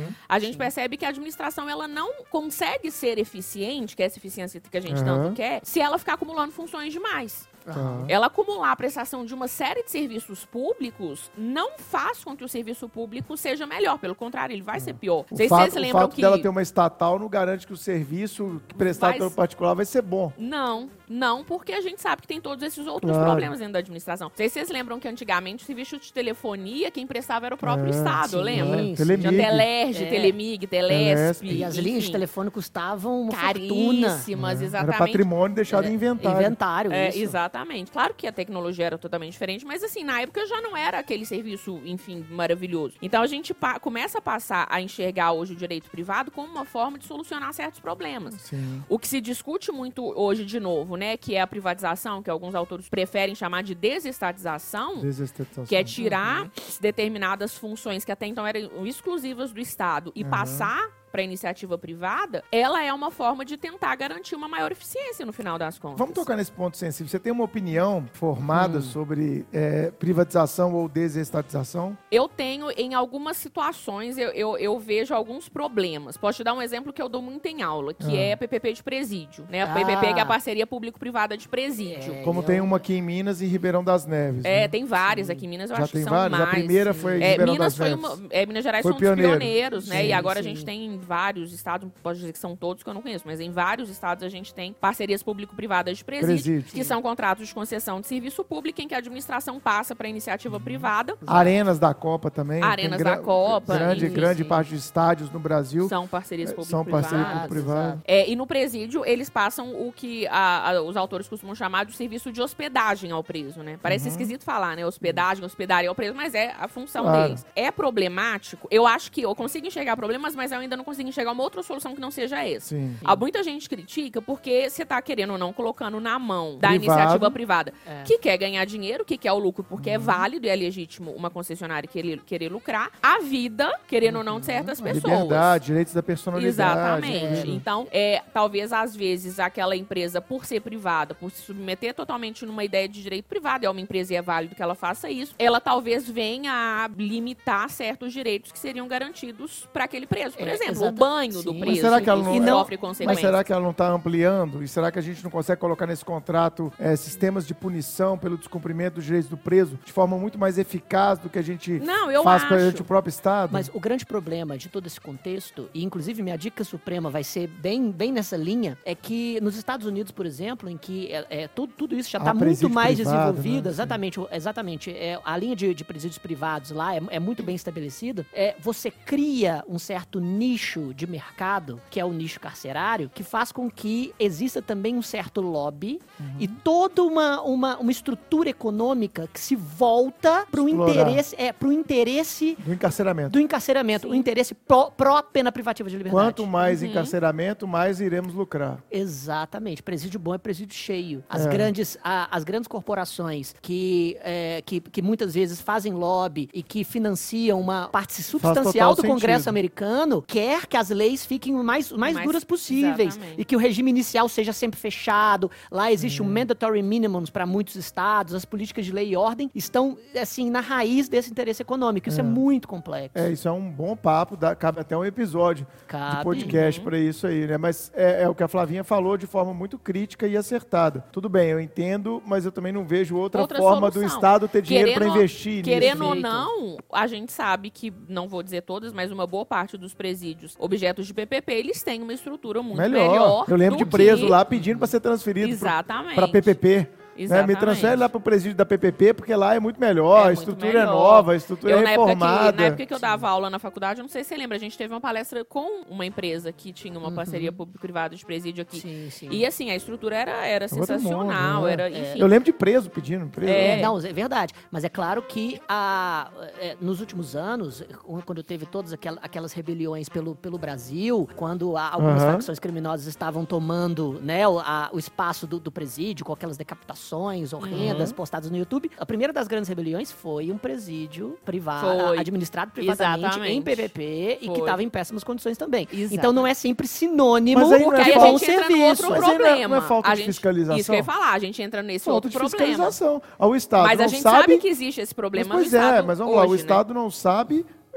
gente percebe que a administração ela não consegue ser eficiente, que é essa eficiência que a gente Uhum. tanto quer, se ela ficar acumulando funções demais. Tá. Ela acumular a prestação de uma série de serviços públicos não faz com que o serviço público seja melhor. Pelo contrário, ele vai ser pior. O Vocês fato, se o lembram fato que... dela ter uma estatal não garante que o serviço prestado Vai pelo ser- particular vai ser bom. Não, não, porque a gente sabe que tem todos esses outros Claro. problemas dentro da administração. Vocês, vocês lembram que antigamente o serviço de telefonia, quem prestava era o próprio É, Estado, sim, lembra? sim. Tinha Telemig. Telerge, É. Telemig, Telesp. Telesp. E as enfim, linhas de telefone custavam uma fortuna. caríssimas, Era exatamente. patrimônio deixado É, em inventário. Inventário, É, isso. exatamente. Claro que a tecnologia era totalmente diferente, mas assim, na época já não era aquele serviço, enfim, maravilhoso. Então a gente pa- começa a passar a enxergar hoje o direito privado como uma forma de solucionar certos problemas. Sim. O que se discute muito hoje, de novo, né, que é a privatização, que alguns autores preferem chamar de desestatização, Desestatização. que é tirar determinadas funções que até então eram exclusivas do Estado e Uhum. passar para a iniciativa privada, ela é uma forma de tentar garantir uma maior eficiência no final das contas. Vamos tocar nesse ponto sensível. Você tem uma opinião formada Hum. sobre é, privatização ou desestatização? Eu tenho, em algumas situações, eu, eu, eu vejo alguns problemas. Posso te dar um exemplo que eu dou muito em aula, que Ah. é a P P P de presídio. Né? A Ah. P P P que é a parceria público-privada de presídio. É, Como eu- tem uma aqui em Minas e Ribeirão das Neves. É, né? tem várias aqui em Minas, eu Já acho que tem são várias? A mais. primeira foi É, Ribeirão Minas das foi Neves. uma, é, Minas Gerais Foi foi um dos pioneiro. pioneiros, né? Sim, e agora sim. a gente tem em vários estados, pode dizer que são todos que eu não conheço, mas em vários estados a gente tem parcerias público-privadas de presídio, Presídio. que são contratos de concessão de serviço público em que a administração passa para a iniciativa privada. Arenas da Copa também. Arenas Tem da Copa, Grande, enfim, grande sim. parte de estádios no Brasil São parcerias é, público-privadas. são parceria privadas, público-privada. exato. É, e no presídio, eles passam o que a- a- os autores costumam chamar de serviço de hospedagem ao preso, né? Parece esquisito falar, né? Hospedagem, hospedaria ao preso, mas é a função Claro. deles. É problemático. Eu acho que eu consigo enxergar problemas, mas eu ainda não consigo enxergar uma outra solução que não seja essa. Sim. Há muita gente critica porque você tá querendo ou não colocando na mão da Privado. iniciativa privada, É. que quer ganhar dinheiro, que quer o lucro porque é válido e é legítimo uma concessionária querer, querer lucrar, a vida, querendo ou não, de certas A pessoas. liberdade, direitos da personalidade. Exatamente. é. Então, é, talvez, às vezes, aquela empresa, por ser privada, por se submeter totalmente numa ideia de direito privado, é uma empresa e é válido que ela faça isso, ela talvez venha a limitar certos direitos que seriam garantidos para aquele preso. Por É, exemplo, exata- o banho do Sim. preso, Mas será que ela não- que E não- sofre Mas consequências. será que ela não está ampliando? E será que a gente não consegue colocar nesse contrato é, sistemas de punição pelo descumprimento dos direitos do preso de forma muito mais eficaz do que a gente Não, eu faz acho. perante o próprio Estado? Mas o grande problema de todo esse contexto, e inclusive minha dica suprema vai ser bem, bem nessa linha, é que nos Estados Unidos, por exemplo, em que é, é, tudo, tudo isso já Ah, está muito presídio mais privado, desenvolvido, né? exatamente, o- exatamente é, a linha de, de presídios privados lá é, é muito bem estabelecida, é, você cria um certo nicho de mercado, que é o nicho carcerário, que faz com que exista também um certo lobby Uhum. e toda uma, uma, uma estrutura econômica que se volta para o Explorar. interesse, é, pro interesse Do encarceramento. do encarceramento, o interesse pró- pró-pena privativa de liberdade. Quanto mais Uhum. encarceramento, mais iremos lucrar. Exatamente. Presídio bom é presídio cheio. As, É. grandes, a- as grandes corporações que, é, que, que muitas vezes fazem lobby e que financiam uma parte substancial do total Congresso sentido. americano quer que as leis fiquem o mais, o mais Mais- duras possíveis exatamente. e que o regime inicial seja sempre fechado. Lá existe um mandatory minimums para muitos estados. As políticas de lei e ordem estão, assim, na raiz desse interesse econômico. Isso é, muito complexo. É, isso é um bom papo, dá, cabe até um episódio de Cabe. podcast para isso aí, né? Mas é, é o que a Flavinha falou de forma muito crítica e acertada. Tudo bem, eu entendo, mas eu também não vejo outra, Outra forma do solução. Estado ter dinheiro para Querendo- investir nisso. Querendo ou Perfeito. não, a gente sabe que, não vou dizer todas, mas uma boa parte dos presídios objetos de P P P, eles têm uma estrutura muito melhor. Melhor. Eu lembro do de preso que- lá pedindo para ser transferido Exatamente. para P P P. Né? Me Exatamente. transfere lá para o presídio da P P P, porque lá é muito melhor, É a muito estrutura melhor. é nova, a estrutura Eu, é na época, que, reformada. na época que eu dava aula na faculdade, eu não sei se você lembra, a gente teve uma palestra com uma empresa que tinha uma parceria público-privada de presídio aqui. Sim, sim. E assim, a estrutura era, era Outro sensacional, mundo, né? era, enfim. Eu lembro de preso pedindo. Preso. É. É, não, é verdade. Mas é claro que a, é, nos últimos anos, quando teve todas aquel- aquelas rebeliões pelo, pelo Brasil, quando a- algumas Aham. facções criminosas estavam tomando, né, o, a- o espaço do, do presídio, com aquelas decapitações horrendas Uhum. postadas no YouTube, a primeira das grandes rebeliões foi um presídio privado, Foi. administrado privatamente Exatamente. em P P P e que Foi. estava em péssimas condições também. Exato. Então não é sempre sinônimo Mas aí não porque é é Aí a falta- bom gente entra no serviço. outro Mas aí não é- problema. não é falta A de gente- fiscalização? Isso que eu ia falar, a gente entra nesse Falta outro de problema. fiscalização. O Estado Mas não a gente sabe... sabe que existe esse problema Mas, pois no é, Estado mas vamos lá, o hoje, né? Estado não sabe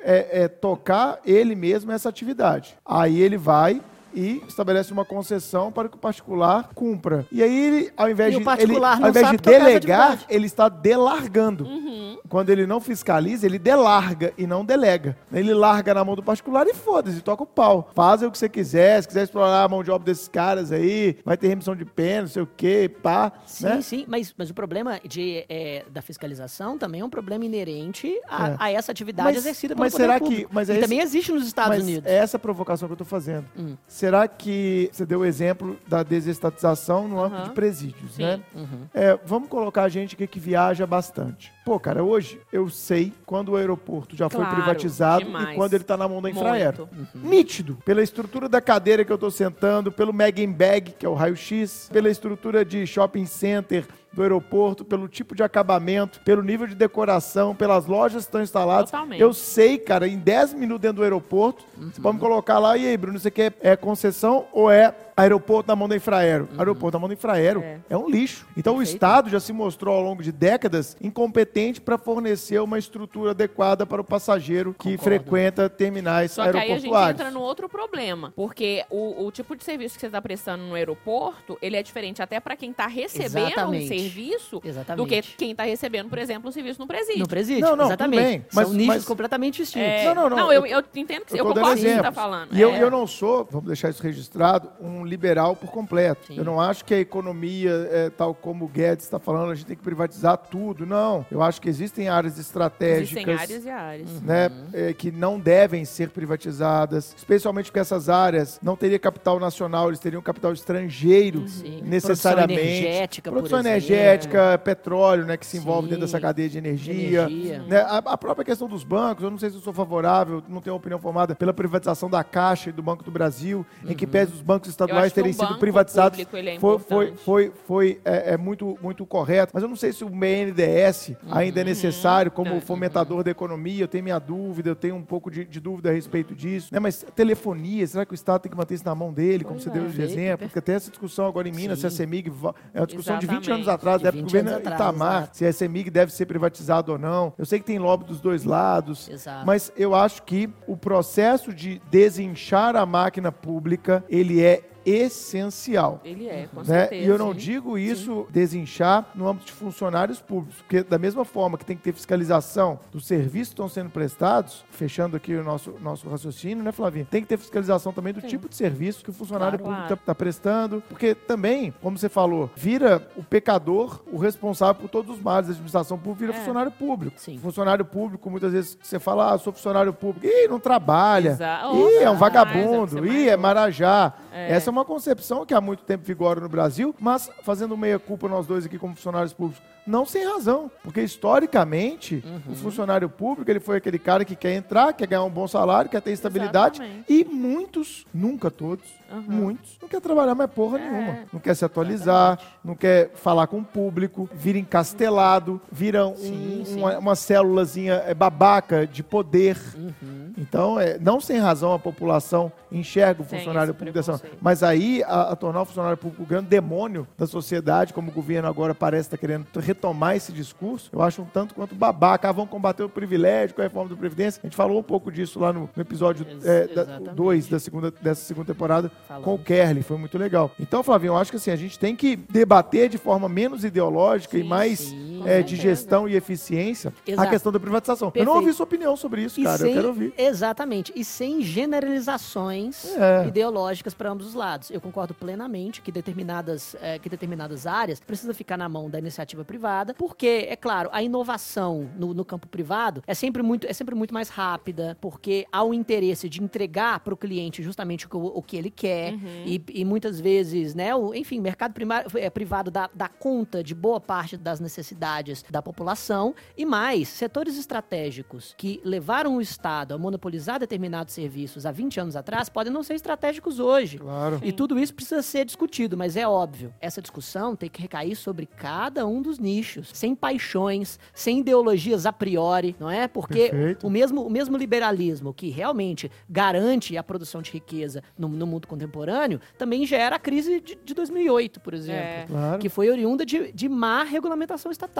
é, é tocar ele mesmo essa atividade. Aí ele vai e estabelece uma concessão para que o particular cumpra. E aí, ele, ao invés E o de, particular ele, não ao invés sabe de tocar essa delegar, atividade. ele está delargando. Uhum. Quando ele não fiscaliza, ele delarga e não delega. Ele larga na mão do particular e foda-se, toca o pau. Faz o que você quiser, se quiser explorar a mão de obra desses caras aí, vai ter remissão de pena, não sei o quê, pá. Sim, né? sim, mas, mas o problema de, é, da fiscalização também é um problema inerente a, É. a essa atividade Mas- exercida pelo mas poder será que- público. mas é e esse- também existe nos Estados Mas Unidos. é essa provocação que eu tô fazendo. Hum. Será que você deu o exemplo da desestatização no âmbito Aham. de presídios, Sim. né? Uhum. É, vamos colocar a gente aqui que viaja bastante. Pô, cara, hoje eu sei quando o aeroporto já foi Claro, privatizado demais. e quando ele tá na mão da Infraero. Muito. Nítido. Pela estrutura da cadeira que eu tô sentando, pelo Megan Bag, que é o raio-x, pela estrutura de shopping center do aeroporto, pelo tipo de acabamento, pelo nível de decoração, pelas lojas que estão instaladas. Totalmente. Eu sei, cara, em dez minutos dentro do aeroporto, você pode me colocar lá, e aí, Bruno, você quer é concessão ou é aeroporto na mão da Infraero? Aeroporto na mão da Infraero é, É. um lixo. Então Perfeito. o Estado já se mostrou ao longo de décadas incompetente para fornecer uma estrutura adequada para o passageiro que Concordo. frequenta terminais Só que aí a gente aeroportuários. entra no outro problema, porque o, o tipo de serviço que você está prestando no aeroporto, ele é diferente até para quem está recebendo Exatamente. um serviço Exatamente. do que quem está recebendo, por exemplo, um serviço no presídio. No presídio, Não, não, exatamente. tudo bem, São mas- nichos mas- completamente distintos. É, Não, não, não, Não, eu, eu- eu entendo que Eu eu tô dando concordo com o que você exemplo. está falando. E eu, É. eu não sou, vamos deixar isso registrado, um liberal por completo. Sim. Eu não acho que a economia, é, tal como o Guedes está falando, a gente tem que privatizar tudo. Não. Eu acho que existem áreas estratégicas. Existem áreas e áreas. Né, é, que não devem ser privatizadas, especialmente porque essas áreas não teriam capital nacional, eles teriam capital estrangeiro Sim. necessariamente. Produção energética, por Produção exemplo. energética, petróleo, né, que se envolve Sim. dentro dessa cadeia de energia. Energia. Né, a, a própria questão dos bancos, eu não sei se eu sou favorável, não tenho opinião formada pela privatização da Caixa e do Banco do Brasil, em que pese os bancos Eu estaduais acho que terem um sido banco privatizados. público, ele é foi foi, importante. foi, foi é, é muito, muito correto, mas eu não sei se o B N D E S ainda é necessário como Uhum. fomentador da economia. Eu tenho minha dúvida, eu tenho um pouco de, de dúvida a respeito disso. Né? Mas telefonia, será que o Estado tem que manter isso na mão dele, como Pois você é. deu de Perfeito, exemplo? perfeito. Porque tem essa discussão agora em Minas, se a Sim. CEMIG vo- é uma discussão de vinte anos Exatamente. atrás, De da época do vinte governo anos atrás, Itamar, exato. se a CEMIG deve ser privatizada ou não. Eu sei que tem lobby dos dois lados, Exato. mas eu acho que o processo de desinchar a máquina pública, ele é essencial. Ele é, com Né? certeza. E eu não digo isso desinchar no âmbito de funcionários públicos, porque da mesma forma que tem que ter fiscalização dos serviços que estão sendo prestados, fechando aqui o nosso, nosso raciocínio, né, Flavinha? Tem que ter fiscalização também do Sim. tipo de serviço que o funcionário Claro, público claro. está prestando, porque também, como você falou, vira o pecador o responsável por todos os males da administração pública, vira É. funcionário público. Sim. Funcionário público, muitas vezes você fala, ah, sou funcionário público, ih, não trabalha, Exa- ih, é um Exato. vagabundo, Mais, é ih, mais é marajá. É. Essa é uma concepção que há muito tempo vigora no Brasil, mas fazendo meia-culpa nós dois aqui como funcionários públicos, não sem razão, porque historicamente Uhum. o funcionário público ele foi aquele cara que quer entrar, quer ganhar um bom salário, quer ter estabilidade, Exatamente. e muitos, nunca todos, Uhum. muitos, não quer trabalhar mais porra É. nenhuma, não quer se atualizar, não quer falar com o público, vira encastelado, vira um- Sim, sim. uma, uma célulazinha é, babaca de poder. Uhum. Então, é, não sem razão a população enxerga o Tem funcionário esse público dessa forma. preconceito. Mas aí, a, a tornar o funcionário público o grande demônio da sociedade, como o governo agora parece estar querendo retomar esse discurso, eu acho um tanto quanto babaca. Ah, vão combater o privilégio com a reforma da Previdência. A gente falou um pouco disso lá no, no episódio Ex- dois exatamente. da segunda, dessa segunda temporada Falamos. com o Kerley. Foi muito legal. Então, Flavinho, eu acho que assim, a gente tem que debater de forma menos ideológica e Sim, mais sim, é, com de certeza. gestão e eficiência a Exato. questão da privatização. Eu Perfeito. não ouvi sua opinião sobre isso, E cara. sem, Eu quero ouvir. Exatamente. E sem generalizações É. ideológicas para ambos os lados. Eu concordo plenamente que determinadas, eh, que determinadas áreas precisam ficar na mão da iniciativa privada, porque, é claro, a inovação no, no campo privado é sempre, muito, é sempre muito mais rápida, porque há o interesse de entregar para o cliente justamente o, que- o que ele quer. E, e muitas vezes, né, o, enfim, mercado primário, é, privado dá, dá conta de boa parte das necessidades da população. E mais, setores estratégicos que levaram o Estado a monopolizar determinados serviços há vinte anos atrás podem não ser estratégicos hoje. Claro. E tudo isso precisa ser discutido, mas é óbvio, essa discussão tem que recair sobre cada um dos nichos, sem paixões, sem ideologias a priori, não é? Porque Perfeito. o mesmo, o mesmo liberalismo que realmente garante a produção de riqueza no, no mundo contemporâneo também gera a crise de, de dois mil e oito, por exemplo. É. Claro. Que foi oriunda de, de má regulamentação estatal.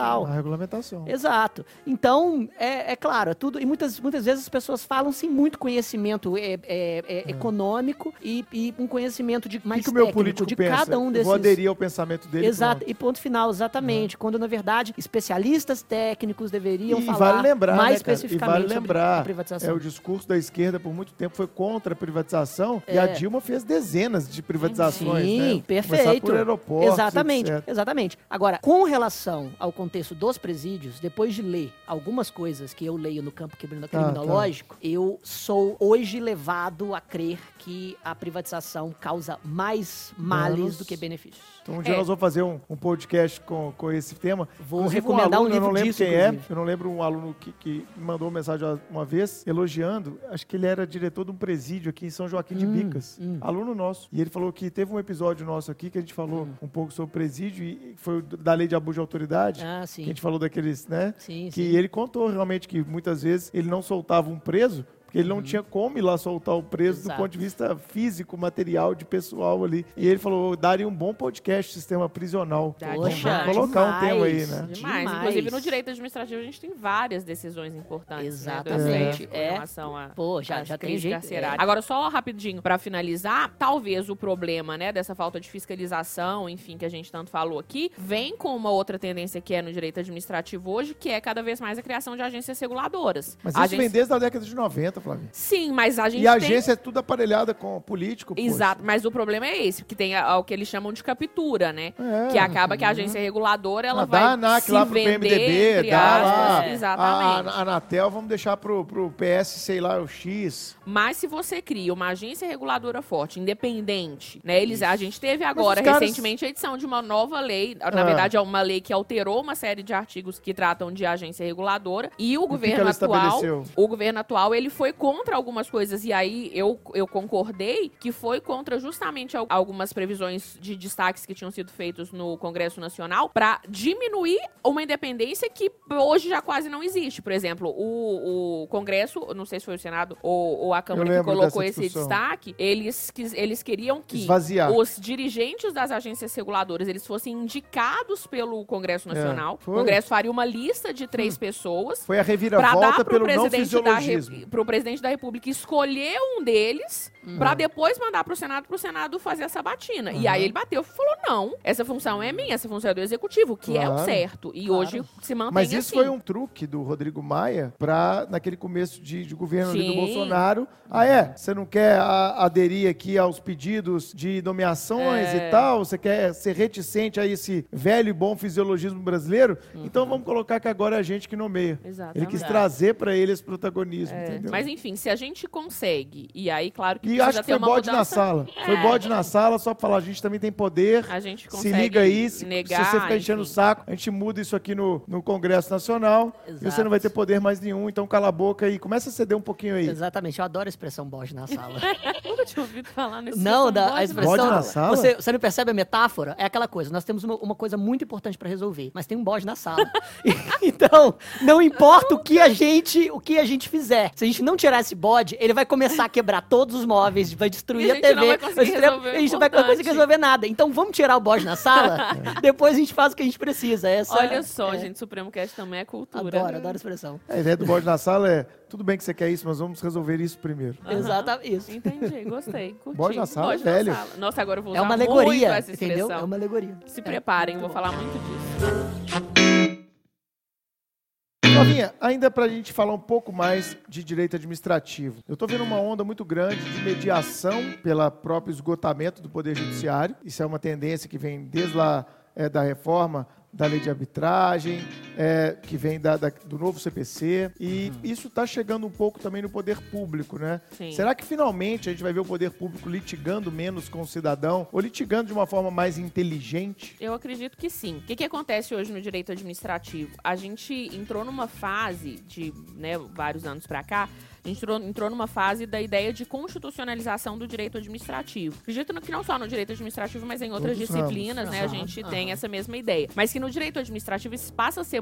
tal. A regulamentação. Exato. Então, é, é claro, é tudo. E muitas, muitas vezes as pessoas falam sem muito conhecimento é, é, é, é. econômico e, e um conhecimento de mais que, que o meu técnico político de pensa? cada um desses. Eu vou aderir ao pensamento dele. Exato. Pronto. E ponto final, exatamente. Uhum. Quando, na verdade, especialistas técnicos deveriam e falar vale lembrar, mais né, especificamente e vale lembrar, sobre a privatização. É, o discurso da esquerda por muito tempo foi contra a privatização É. e a Dilma fez dezenas de privatizações. Sim, né? perfeito. Começar por aeroportos, exatamente, etcétera. exatamente. Agora, com relação ao contexto dos presídios, depois de ler algumas coisas que eu leio no campo criminológico, ah, tá. eu sou hoje levado a crer que a privatização causa mais males Menos. do que benefícios. Então um dia é. nós vamos fazer um, um podcast com, com esse tema. Vou Inclusive, recomendar um, aluno, um livro eu não lembro disso, quem inclusive. é. Eu não lembro um aluno que, que me mandou uma mensagem uma vez elogiando. Acho que ele era diretor de um presídio aqui em São Joaquim de hum, Bicas. Hum. Aluno nosso. E ele falou que teve um episódio nosso aqui que a gente falou hum. um pouco sobre presídio e foi da lei de abuso de autoridade. Ah, sim. Que a gente falou daqueles, né? Sim, que sim. ele contou realmente que muitas vezes ele não soltava um preso porque ele não uhum. tinha como ir lá soltar o preso Exato. do ponto de vista físico, material, de pessoal ali. E ele falou, daria um bom podcast sistema prisional. Poxa, vamos colocar demais, um tema aí, né? Demais. demais. Inclusive, no direito administrativo, a gente tem várias decisões importantes. Exatamente. Né, do é. em relação a Pô, já, já tem gente. Carcerária. É. Agora, só rapidinho, pra finalizar, talvez o problema, né, dessa falta de fiscalização, enfim, que a gente tanto falou aqui, vem com uma outra tendência que é no direito administrativo hoje, que é cada vez mais a criação de agências reguladoras. Mas isso agência... vem desde a década de noventa, Flávio. Sim, mas a gente E a agência tem... é tudo aparelhada com político, Exato, poxa. mas o problema é esse, que tem a, a, o que eles chamam de captura, né? É, que acaba que a agência reguladora, ela ah, vai dá a ANAC se lá pro vender, P M D B, entre dá aspas, lá exatamente. A, a Anatel, vamos deixar pro, pro P S, sei lá, o X. Mas se você cria uma agência reguladora forte, independente, né? Eles, a gente teve agora, caras... recentemente, a edição de uma nova lei, na ah. verdade, é uma lei que alterou uma série de artigos que tratam de agência reguladora, e o o governo que que atual, o governo atual, ele foi contra algumas coisas, e aí eu, eu concordei que foi contra justamente algumas previsões de destaques que tinham sido feitos no Congresso Nacional para diminuir uma independência que hoje já quase não existe. Por exemplo, o, o Congresso, não sei se foi o Senado ou, ou a Câmara que colocou esse destaque, eles, eles queriam que Esvaziar. os dirigentes das agências reguladoras eles fossem indicados pelo Congresso Nacional. É, o Congresso faria uma lista de três hum. pessoas. Foi a reviravolta pelo não fisiologismo. Para o presidente da República escolher um deles uhum. para depois mandar para o Senado, para o Senado fazer a sabatina. Uhum. E aí ele bateu e falou, não, essa função é minha, essa função é do Executivo, que claro. é o certo. E claro. hoje se mantém Mas isso assim. foi um truque do Rodrigo Maia para, naquele começo de, de governo ali do Sim. Bolsonaro, ah é, você não quer a, aderir aqui aos pedidos de nomeações é. e tal, você quer ser reticente a esse velho e bom fisiologismo brasileiro? Uhum. Então vamos colocar que agora é a gente que nomeia. Exatamente. Ele quis trazer para ele esse protagonismo, é. entendeu? Mas enfim, se a gente consegue, e aí claro que E precisa acho que ter foi uma bode mudança, na sala. É. Foi bode na sala só pra falar, a gente também tem poder. A gente se consegue liga aí, se, negar, se você ficar enchendo o enfim. saco, a gente muda isso aqui no, no Congresso Nacional. Exato. E você não vai ter poder mais nenhum, então cala a boca e começa a ceder um pouquinho aí. Exatamente, eu adoro a expressão bode na sala. Nunca tinha ouvido falar nesse Não, da, bode a expressão. Bode na sala? Você, você não percebe a metáfora? É aquela coisa, nós temos uma, uma coisa muito importante pra resolver, mas tem um bode na sala. Então, não importa o que a gente, o que a gente fizer. Se a gente não tirar esse bode, ele vai começar a quebrar todos os móveis, vai destruir E a a, gente T V. não vai conseguir destruir, resolver o a gente não vai importante. conseguir resolver nada. Então vamos tirar o bode na sala, depois a gente faz o que a gente precisa. Essa, Olha só, é, gente, Supremo Cast também é cultura. Adoro, adoro a expressão. A ideia do bode na sala é, tudo bem que você quer isso, mas vamos resolver isso primeiro. Uhum. Exatamente, isso. Entendi, gostei, curti. Bode na sala, Bode na velho. sala. Nossa, agora eu vou usar É uma muito alegoria, essa expressão. entendeu? É uma alegoria. Se É. preparem, vou falar muito disso. Flavinha, ainda pra gente falar um pouco mais de direito administrativo. Eu tô vendo uma onda muito grande de mediação pelo próprio esgotamento do Poder Judiciário. Isso é uma tendência que vem desde lá é, da reforma da lei de arbitragem, é, que vem da, da, do novo C P C, e uhum. isso está chegando um pouco também no poder público, né? Sim. Será que finalmente a gente vai ver o poder público litigando menos com o cidadão, ou litigando de uma forma mais inteligente? Eu acredito que sim. O que, que acontece hoje no direito administrativo? A gente entrou numa fase de, né, vários anos para cá, a gente entrou, entrou numa fase da ideia de constitucionalização do direito administrativo. Acredito que não só no direito administrativo, mas em outras Todos disciplinas, ramos. né, a Aham, gente aham. tem essa mesma ideia. Mas que no direito administrativo isso passa a ser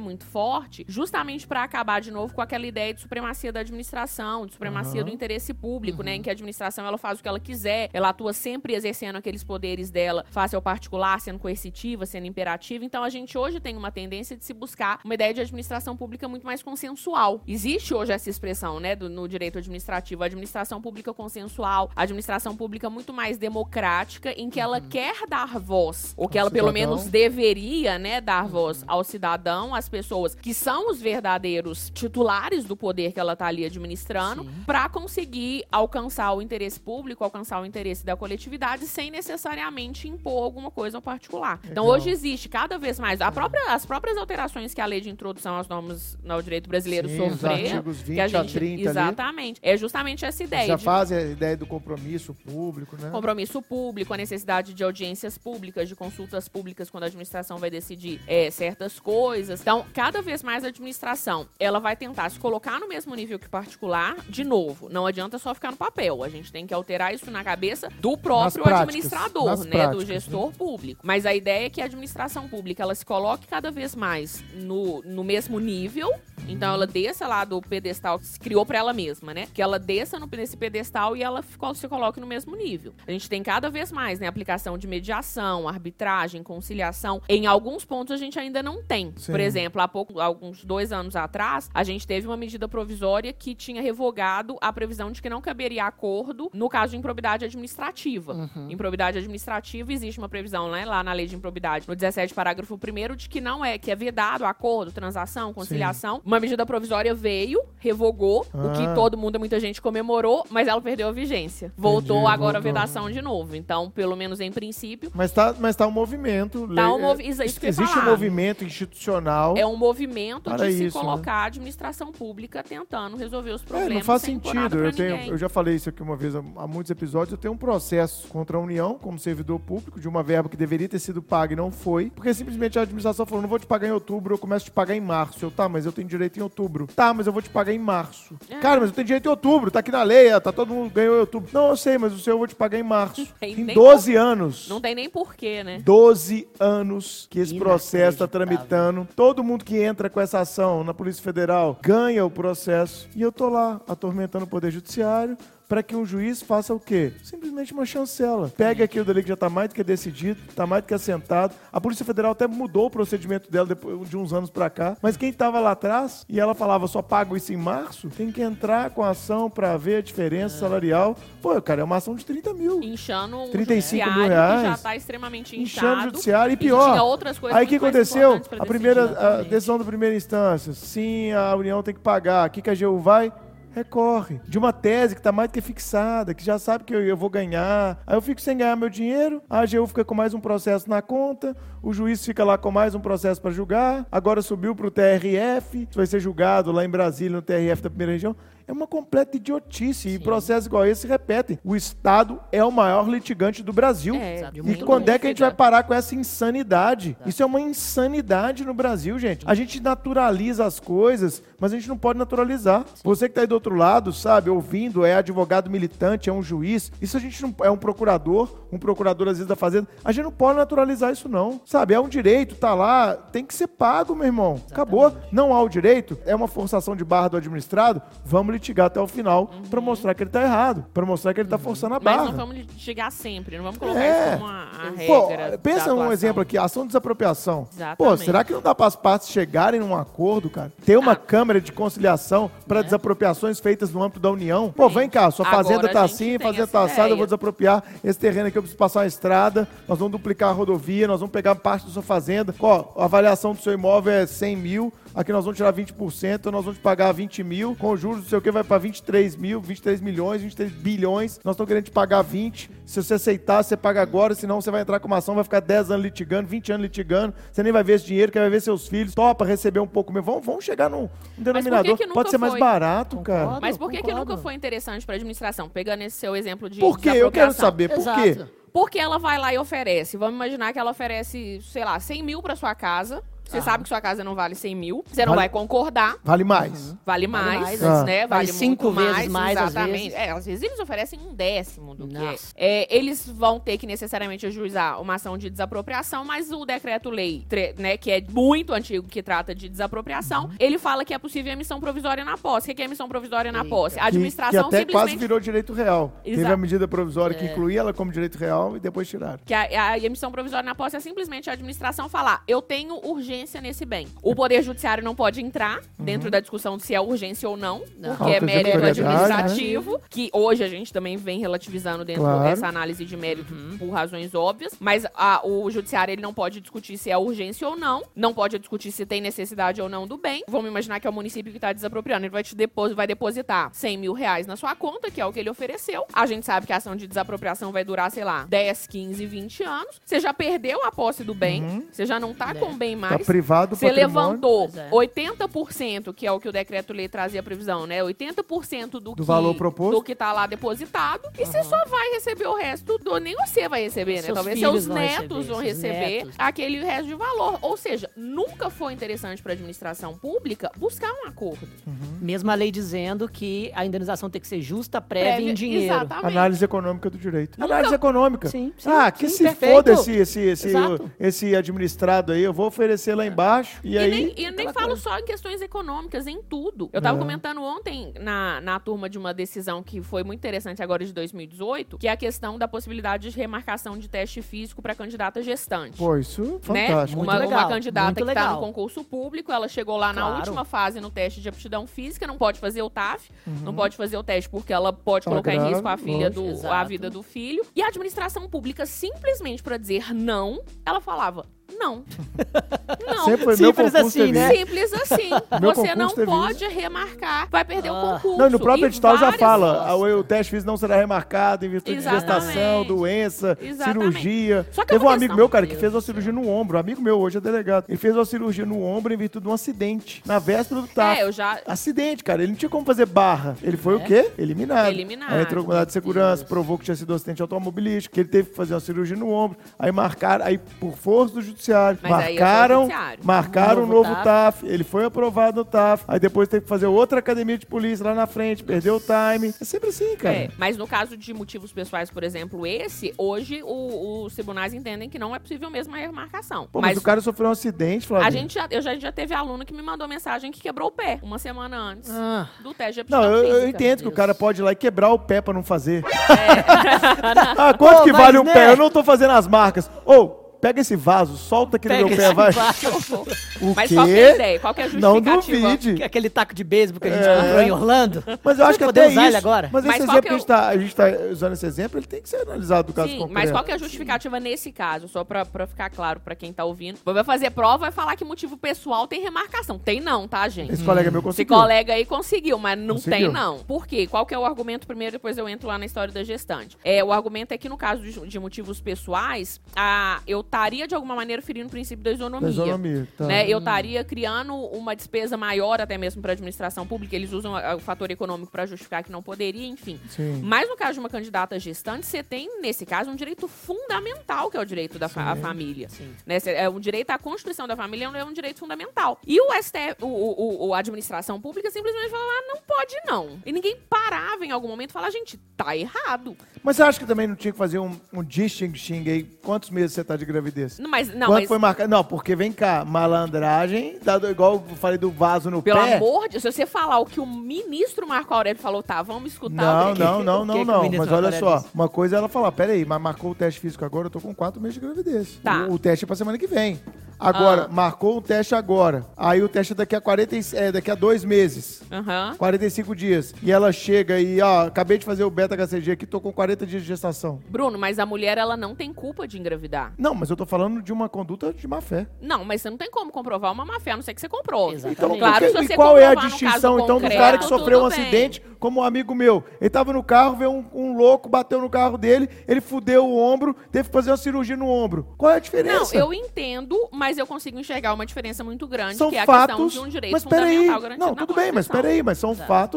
muito forte, justamente para acabar de novo com aquela ideia de supremacia da administração, de supremacia uhum. do interesse público, uhum. né, em que a administração ela faz o que ela quiser, ela atua sempre exercendo aqueles poderes dela face ao particular, sendo coercitiva, sendo imperativa. Então a gente hoje tem uma tendência de se buscar uma ideia de administração pública muito mais consensual. Existe hoje essa expressão, né, do, no direito administrativo, a administração pública consensual, a administração pública muito mais democrática, em que ela uhum. quer dar voz, ou que ela pelo menos deveria, né, dar voz uhum. ao cidadão, às pessoas que são os verdadeiros titulares do poder que ela tá ali administrando, para conseguir alcançar o interesse público, alcançar o interesse da coletividade, sem necessariamente impor alguma coisa ao particular. Legal. Então hoje existe cada vez mais a própria, as próprias alterações que a lei de introdução às normas no direito brasileiro Sim, sofrer, os artigos vinte que a gente, a trinta exatamente, ali. É justamente essa ideia. Já de, faz a ideia do compromisso público, né? Compromisso público, a necessidade de audiências públicas, de consultas públicas quando a administração vai decidir é, certas coisas. Então, cada vez mais a administração, ela vai tentar se colocar no mesmo nível que o particular, de novo. Não adianta só ficar no papel. A gente tem que alterar isso na cabeça do próprio práticas, administrador, né? Práticas, do gestor né? público. Mas a ideia é que a administração pública, ela se coloque cada vez mais no, no mesmo nível. Então, ela desça lá do pedestal que se criou pra ela mesma, né? Que ela desça no, nesse pedestal e ela ficou, se coloque no mesmo nível. A gente tem cada vez mais, né? Aplicação de mediação, arbitragem, conciliação. Em alguns pontos a gente ainda não tem. Sim. Por exemplo, há pouco, alguns dois anos atrás, a gente teve uma medida provisória que tinha revogado a previsão de que não caberia acordo no caso de improbidade administrativa. Uhum. Improbidade administrativa, existe uma previsão, né, lá na lei de improbidade, no dezessete, parágrafo primeiro, de que não é, que é vedado acordo, transação, conciliação. Sim. Uma medida provisória veio, revogou, ah. o que todo mundo, muita gente comemorou, mas ela perdeu a vigência. Voltou Entendi, agora voltou. a vedação de novo. Então, pelo menos em princípio... Mas tá, mas tá um movimento... Tá um movi isso, isso existe um movimento institucional... É um movimento de isso, se colocar né? a administração pública tentando resolver os problemas. É, não faz sem sentido. Eu, tenho, eu já falei isso aqui uma vez há, há muitos episódios. Eu tenho um processo contra a União, como servidor público, de uma verba que deveria ter sido paga e não foi, porque simplesmente a administração falou, não vou te pagar em outubro, eu começo a te pagar em março. Eu, tá, mas eu tenho direito em outubro. Tá, mas eu vou te pagar em março. É. Cara, mas eu tenho direito em outubro, tá aqui na lei, tá todo mundo ganhou em outubro. Não, eu sei, mas o seu eu vou te pagar em março. Em doze por... anos. Não tem nem porquê, né? doze anos que esse processo tá tramitando. Todo mundo que entra com essa ação na Polícia Federal ganha o processo. E eu tô lá, atormentando o Poder Judiciário, para que um juiz faça o quê? Simplesmente uma chancela. Pega aquilo dali que já está mais do que decidido, está mais do que assentado. A Polícia Federal até mudou o procedimento dela depois de uns anos para cá, mas quem estava lá atrás, e ela falava, só pago isso em março, tem que entrar com a ação para ver a diferença é. salarial. Pô, cara, é uma ação de trinta mil. Inchando um trinta e cinco mil reais. Que já está extremamente inchado. Inchando o judiciário. E pior, e tinha outras coisas aí o que aconteceu? A, primeira, decidir, a decisão da primeira instância, sim, a União tem que pagar. O que, que a A G U vai? Recorre de uma tese que está mais do que fixada, que já sabe que eu, eu vou ganhar. Aí eu fico sem ganhar meu dinheiro, a A G U fica com mais um processo na conta, o juiz fica lá com mais um processo para julgar, agora subiu para o T R F, vai ser julgado lá em Brasília, no T R F da primeira região. É uma completa idiotice. Sim. E processos igual esse se repetem. O Estado é o maior litigante do Brasil. É, e quando é que a gente vai parar com essa insanidade? Isso é uma insanidade no Brasil, gente. A gente naturaliza as coisas, mas a gente não pode naturalizar. Sim. Você que está aí do outro lado, sabe, ouvindo, é advogado militante, é um juiz. Isso a gente não... É um procurador, um procurador às vezes da Fazenda. A gente não pode naturalizar isso não. Sabe, é um direito, tá lá, tem que ser pago, meu irmão. Exatamente. Acabou. Não há o direito, é uma forçação de barra do administrado, vamos litigar até o final uhum. para mostrar que ele tá errado, para mostrar que ele tá forçando a barra. Mas não vamos litigar sempre, não vamos colocar é. isso como a, a Pô, regra. Pensa num exemplo aqui, ação de desapropriação. Exatamente. Pô, será que não dá para as partes chegarem num acordo, cara? Ter uma ah. câmara de conciliação para é. desapropriações feitas no âmbito da União? Pô, vem cá, sua fazenda Agora tá assim, fazenda tá assada, eu vou desapropriar esse terreno aqui, eu preciso passar uma estrada, nós vamos duplicar a rodovia, nós vamos pegar parte da sua fazenda. Ó, a avaliação do seu imóvel é cem mil, aqui nós vamos tirar vinte por cento, nós vamos te pagar vinte mil, com juros, não sei o que, vai para vinte e três mil, vinte e três milhões, vinte e três bilhões, nós estamos querendo te pagar vinte, se você aceitar, você paga agora, senão você vai entrar com uma ação, vai ficar dez anos litigando, vinte anos litigando, você nem vai ver esse dinheiro, que vai ver seus filhos, topa receber um pouco mesmo, vamos, vamos chegar num denominador, que que pode ser mais foi? barato, cara. Concordo, Mas por que, que nunca foi interessante para a administração? Pegando esse seu exemplo de Por quê? Eu quero saber, por Exato. quê? Porque ela vai lá e oferece, vamos imaginar que ela oferece, sei lá, cem mil para sua casa, Você Ah. sabe que sua casa não vale cem mil. Você não Vale- vai concordar. Vale mais. Uhum. Vale mais, Vale mais, ah. né? Vale Vale cinco muito vezes mais, mais, às exatamente. vezes. É, às vezes eles oferecem um décimo do que é. Nossa. É, eles vão ter que necessariamente ajuizar uma ação de desapropriação, mas o decreto-lei, tre- né, que é muito antigo, que trata de desapropriação, ele fala que é possível emissão provisória na posse. O que é emissão provisória na Eita. posse? A Que, administração que até quase simplesmente... virou direito real. Teve Exato. a medida provisória que É. incluía ela como direito real e depois tiraram. Que a, a emissão provisória na posse é simplesmente a administração falar, eu tenho urgência nesse bem. O Poder Judiciário não pode entrar dentro da discussão de se é urgência ou não, Não. porque é Falta de mérito autoridade, administrativo, que hoje a gente também vem relativizando dentro Claro. dessa análise de mérito por razões óbvias, mas a- o Judiciário ele não pode discutir se é urgência ou não, não pode discutir se tem necessidade ou não do bem. Vamos imaginar que é o município que está desapropriando, ele vai, te depo- vai depositar cem mil reais na sua conta, que é o que ele ofereceu. A gente sabe que a ação de desapropriação vai durar, sei lá, dez, quinze, vinte anos. Você já perdeu a posse do bem, você já não tá É. com o bem Tá mais. privado do Você patrimônio. levantou Pois é. oitenta por cento, que é o que o decreto-lei trazia a previsão, né? oitenta por cento do, Do que, valor proposto. do que tá lá depositado. E você só vai receber o resto do... Nem você vai receber, né? Seus Talvez filhos seus vão netos receber, vão seus receber netos. aquele resto de valor. Ou seja, nunca foi interessante para a administração pública buscar um acordo. Mesmo a lei dizendo que a indenização tem que ser justa, prévia e Prévia- em dinheiro. Exatamente. Análise econômica do direito. Nunca- Análise econômica. Sim, sim, ah, que sim, se perfeito. foda esse, esse, esse, Exato. esse administrado aí, eu vou oferecer lá embaixo. E, E aí. nem, e nem aquela falo coisa. só em questões econômicas, em tudo. Eu tava É. comentando ontem na, na turma de uma decisão que foi muito interessante agora de dois mil e dezoito, que é a questão da possibilidade de remarcação de teste físico para candidata gestante. Pô, isso é Né? fantástico. Muito Uma, legal, uma candidata muito que está legal. no concurso público, ela chegou lá na Claro. última fase no teste de aptidão física, não pode fazer o T A F, Uhum. não pode fazer o teste porque ela pode Tá colocar em grave, risco a filha lógico. do, a Exato. vida do filho. E a administração pública, simplesmente para dizer não, ela falava não. Não. Sempre foi meu Simples concurso assim, teve né? isso. Simples assim. Meu Você não concurso teve pode remarcar, vai perder o Ah. concurso. Não, e no próprio E edital já várias- fala, ah, o, o teste físico não será remarcado em virtude de Exatamente. gestação, doença, Exatamente. cirurgia. Só que é Teve uma um amigo questão- meu, cara, que Meu fez uma Deus do cirurgia no ombro. Amigo meu, hoje é delegado. Ele fez uma cirurgia no ombro em virtude de um acidente, na véspera do T A F. É, eu já... Acidente, cara. Ele não tinha como fazer barra. Ele foi o quê? Eliminado. Eliminado. Aí entrou com mandado de segurança, Deus. provou que tinha sido um acidente automobilístico, que ele teve que fazer uma cirurgia no ombro. Aí marcaram, aí por força do judiciário, Mas aí é só o marcaram, judiciário. marcaram um Novo novo T T A F. Ele foi aprovado no T A F. Aí depois teve que fazer outra academia de polícia lá na frente, perdeu o time. É sempre assim, cara. É, mas no caso de motivos pessoais, por exemplo, esse, hoje o- os tribunais entendem que não é possível mesmo a remarcação. Pô, mas, mas o cara sofreu um acidente, Flávio. a gente já, eu já, já teve aluno que me mandou mensagem que quebrou o pé uma semana antes Ah, do teste de aptidão Não, eu, eu física. entendo que o Deus. cara pode ir lá e quebrar o pé pra não fazer. É. Ah, quanto Pô, que mas, vale um né? pé? Eu não tô fazendo as marcas. Ou, pega esse vaso, solta aqui no Pega meu pé, esse vai. vaso. O Mas quê? qual que é a ideia? Qual que é a Não justificativa? duvide. aquele taco de beisebol que a gente É. comprou em Orlando. Mas eu acho que Poder até usar isso, ele agora. Mas, Mas esse qual exemplo que que, é a gente tá, a gente tá usando esse exemplo, ele tem que ser analisado do caso Sim, concreto. mas qual que é a justificativa nesse caso? Só pra, pra ficar claro pra quem tá ouvindo. Vai fazer prova, vai falar que motivo pessoal tem remarcação. Tem não, tá, gente? Esse colega meu Esse conseguiu. colega aí conseguiu, mas não Conseguiu. tem, não. Por quê? Qual que é o argumento primeiro, depois eu entro lá na história da gestante. É, o argumento é que no caso de, de motivos pessoais, a, eu estaria de alguma maneira ferindo o princípio da isonomia. Da isonomia, tá. Né? Eu estaria criando uma despesa maior até mesmo para a administração pública. Eles usam a- o fator econômico para justificar que não poderia, enfim. Sim. Mas no caso de uma candidata gestante, você tem, nesse caso, um direito fundamental, que é o direito da fa- à família. Né? Cê- É, o direito à constituição da família é um direito fundamental. E o S T F, o, o, o- a administração pública simplesmente falou, ah, não pode não. E ninguém parava em algum momento e falava, gente, tá errado. Mas você acha que também não tinha que fazer um, um distinguishing aí? Quantos meses você tá de gravidez? Não, mas, não, Quanto mas foi marcado? Não, porque vem cá, malandragem, dado igual eu falei do vaso no pelo pé. amor de Deus, se você falar o que o ministro Marco Aurélio falou, tá, vamos escutar. Não, o que- não, não, O que não, que o não. ministro Mas olha Aurélio só, disse? uma coisa é ela falar, peraí, mas marcou o teste físico agora, eu tô com quatro meses de gravidez. Tá. O, o teste é pra semana que vem. Agora, Ah. marcou o teste agora. Aí o teste é daqui a quarenta, e- é, daqui a dois meses. Aham. quarenta e cinco dias. E ela chega e, ó, acabei de fazer o beta-H C G aqui, tô com quarenta dias de gestação. Bruno, mas a mulher, ela não tem culpa de engravidar. Não, mas eu tô falando de uma conduta de má fé. Não, mas você não tem como comprovar uma má fé, a não ser que você comprou. Exatamente. Então, Claro, porque- se você e qual é a comprovar no distinção, caso então, do concreto, cara que sofreu um tudo bem. acidente, como um amigo meu? Ele tava no carro, veio um, um louco, bateu no carro dele, ele fudeu o ombro, teve que fazer uma cirurgia no ombro. Qual é a Não, diferença? eu entendo, mas eu consigo enxergar uma diferença muito grande, São que é a fatos, questão de um direito mas peraí, fundamental garantido não, na tudo bem, mas Constituição. peraí, mas são Exato. fatos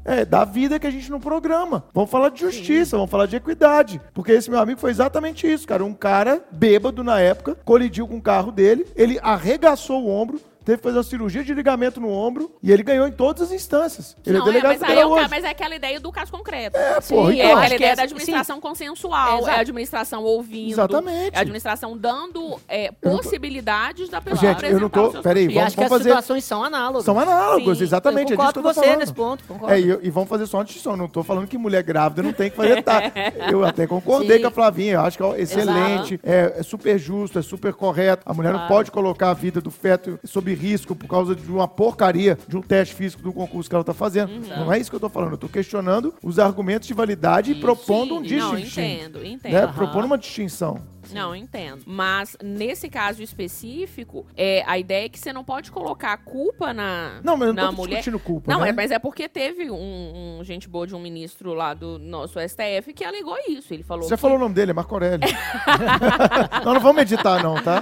é da vida que a gente não programa. Vamos falar de justiça, Sim. vamos falar de equidade. Porque esse meu amigo foi exatamente isso, cara. Um cara bêbado na época, colidiu com o carro dele, ele arregaçou o ombro, teve que fazer uma cirurgia de ligamento no ombro e ele ganhou em todas as instâncias. Ele não, é delegado é, mas, aí é hoje. o, mas é aquela ideia do caso concreto. É, Sim, porra, é então, aquela ideia é, da administração sim. consensual, Exato. é a administração ouvindo, Exatamente. é a administração dando é, possibilidades da pessoa Gente, apresentar eu não tô- os seus peraí, motivos. E vamos- acho que as fazer- situações são análogas. São análogos, Sim, exatamente. Eu é disso concordo que eu com tô você falando. nesse ponto, concordo. É, e, e vamos fazer só uma distinção. Não tô falando que mulher grávida não tem que fazer tá. Eu até concordei Sim. com a Flavinha. Eu acho que é excelente, é, é super justo, é super correto. A mulher não Claro. pode colocar a vida do feto sob risco por causa de uma porcaria de um teste físico do concurso que ela tá fazendo. Não é isso que eu tô falando. Eu tô questionando os argumentos de validade e propondo um Sim, não, distinção. entendo, entendo. Né? Aham. Propondo uma distinção. Não, entendo. Mas, nesse caso específico, é, a ideia é que você não pode colocar a culpa na, Não, mas eu na não tô mulher. discutindo culpa, Não, né? é, mas é porque teve um, um gente boa de um ministro lá do nosso S T F que alegou isso. Ele falou Você que falou o nome dele, é Marco Aurélio. Nós não vamos editar não, tá?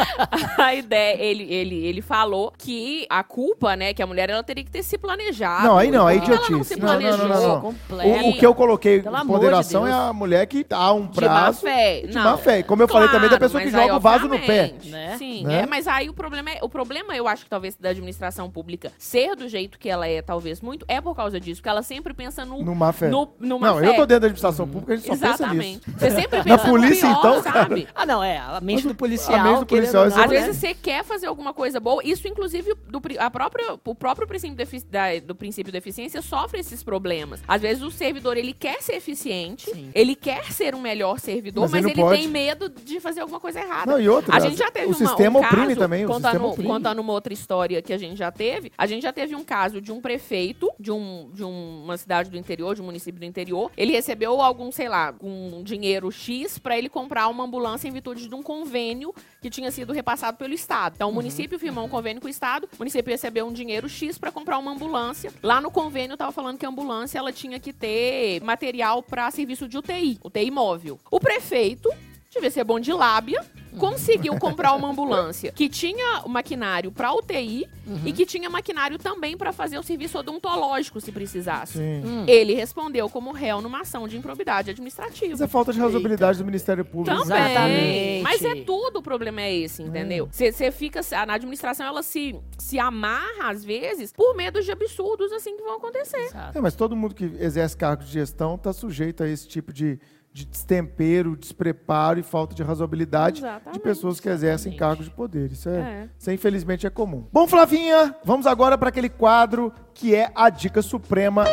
a ideia, ele, ele, ele falou que a culpa, né, que a mulher ela teria que ter se planejado. Não, aí não, aí Por que ela não idiotice. se Não, não, não, planejou? não, não. Completo. O, o que eu coloquei Pelo em amor de ponderação Deus. é a mulher que dá um De má prazo fé. de Não, má fé. E como eu falei também da pessoa que mas aí, joga o vaso no pé. obviamente, Né? Sim, Né? é, mas aí o problema, é, o problema, eu acho que talvez da administração pública ser do jeito que ela é, talvez muito, é por causa disso, porque ela sempre pensa no... No má fé. No, no má Não, fé. eu tô dentro da administração pública, a gente só Exatamente. pensa nisso. Você sempre Na pensa polícia, no pior, então, cara. sabe? Ah, não, é. A mente do policial. a mente do querendo policial, ou não, Às né? vezes você quer fazer alguma coisa boa, isso inclusive do, pri- a própria, o próprio princípio, de efici- da- do princípio da eficiência sofre esses problemas. Às vezes o servidor, ele quer ser eficiente, Sim. ele quer ser um melhor servidor, Mas mas, ele ele, não pode. tem medo de fazer alguma coisa errada. Não, e outra, a gente já teve o uma, sistema um oprime caso, também, o contando, sistema oprime. contando uma outra história que a gente já teve, a gente já teve um caso de um prefeito de, um, de um- uma cidade do interior, de um município do interior, ele recebeu algum, sei lá, um dinheiro X pra ele comprar uma ambulância em virtude de um convênio que tinha sido repassado pelo Estado. Então, o município firmou um convênio com o Estado, o município recebeu um dinheiro X pra comprar uma ambulância. Lá no convênio, tava falando que a ambulância ela tinha que ter material pra serviço de U T I, U T I móvel. O prefeito, devia ser bom de lábia, conseguiu comprar uma ambulância que tinha o maquinário pra U T I e que tinha maquinário também pra fazer o serviço odontológico, se precisasse. Sim. Hum. Ele respondeu como réu numa ação de improbidade administrativa. Mas é falta de razoabilidade do Ministério Público. Também. Exatamente. Mas é tudo, o problema é esse, entendeu? Você fica, na administração, ela se, se amarra, às vezes, por medo de absurdos assim que vão acontecer. Exato. É, mas todo mundo que exerce cargo de gestão está sujeito a esse tipo de, de destempero, despreparo e falta de razoabilidade de Exatamente, pessoas que exercem exatamente. cargos de poder. Isso, é, É. isso é, infelizmente, é comum. Bom, Flavinha, vamos agora para aquele quadro que é a Dica Suprema.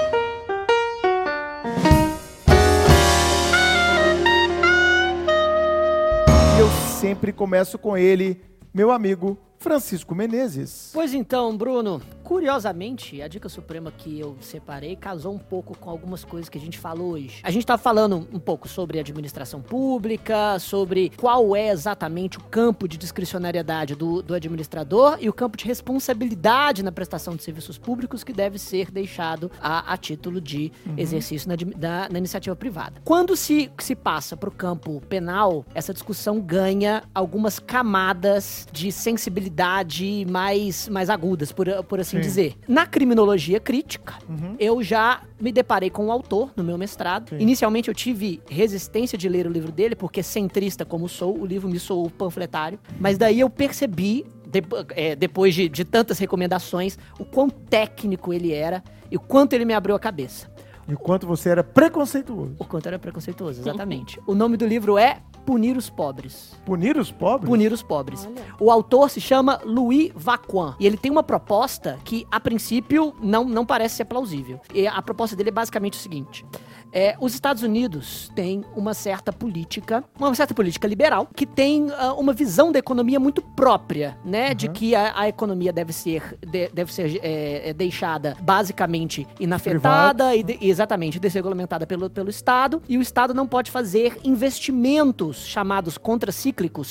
E eu sempre começo com ele, meu amigo Francisco Menezes. Pois então, Bruno, curiosamente, a dica suprema que eu separei casou um pouco com algumas coisas que a gente falou hoje. A gente tá falando um pouco sobre administração pública, sobre qual é exatamente o campo de discricionariedade do, do administrador e o campo de responsabilidade na prestação de serviços públicos que deve ser deixado a, a título de exercício na, admi- da- na iniciativa privada. Quando se, se passa para o campo penal, essa discussão ganha algumas camadas de sensibilidade mais, mais agudas, por, por assim Sim. dizer. Na criminologia crítica, Uhum. eu já me deparei com um autor no meu mestrado. Sim. Inicialmente eu tive resistência de ler o livro dele, porque centrista como sou, o livro me soou panfletário. Mas daí eu percebi, depo- é, depois de, de tantas recomendações, o quão técnico ele era e o quanto ele me abriu a cabeça. E o quanto você era preconceituoso. O quanto era preconceituoso, exatamente. O nome do livro é Punir os Pobres. Punir os pobres? Punir os Pobres. Olha. O autor se chama Louis Vaquan. E ele tem uma proposta que, a princípio, não, não parece ser plausível. E a proposta dele é basicamente o seguinte. É, os Estados Unidos têm uma certa política, uma certa política liberal, que tem ah, uma visão da economia muito própria, né? De que a, a economia deve ser, de- deve ser é, é, deixada basicamente inafetada e de- exatamente desregulamentada pelo, pelo Estado. E o Estado não pode fazer investimentos chamados contracíclicos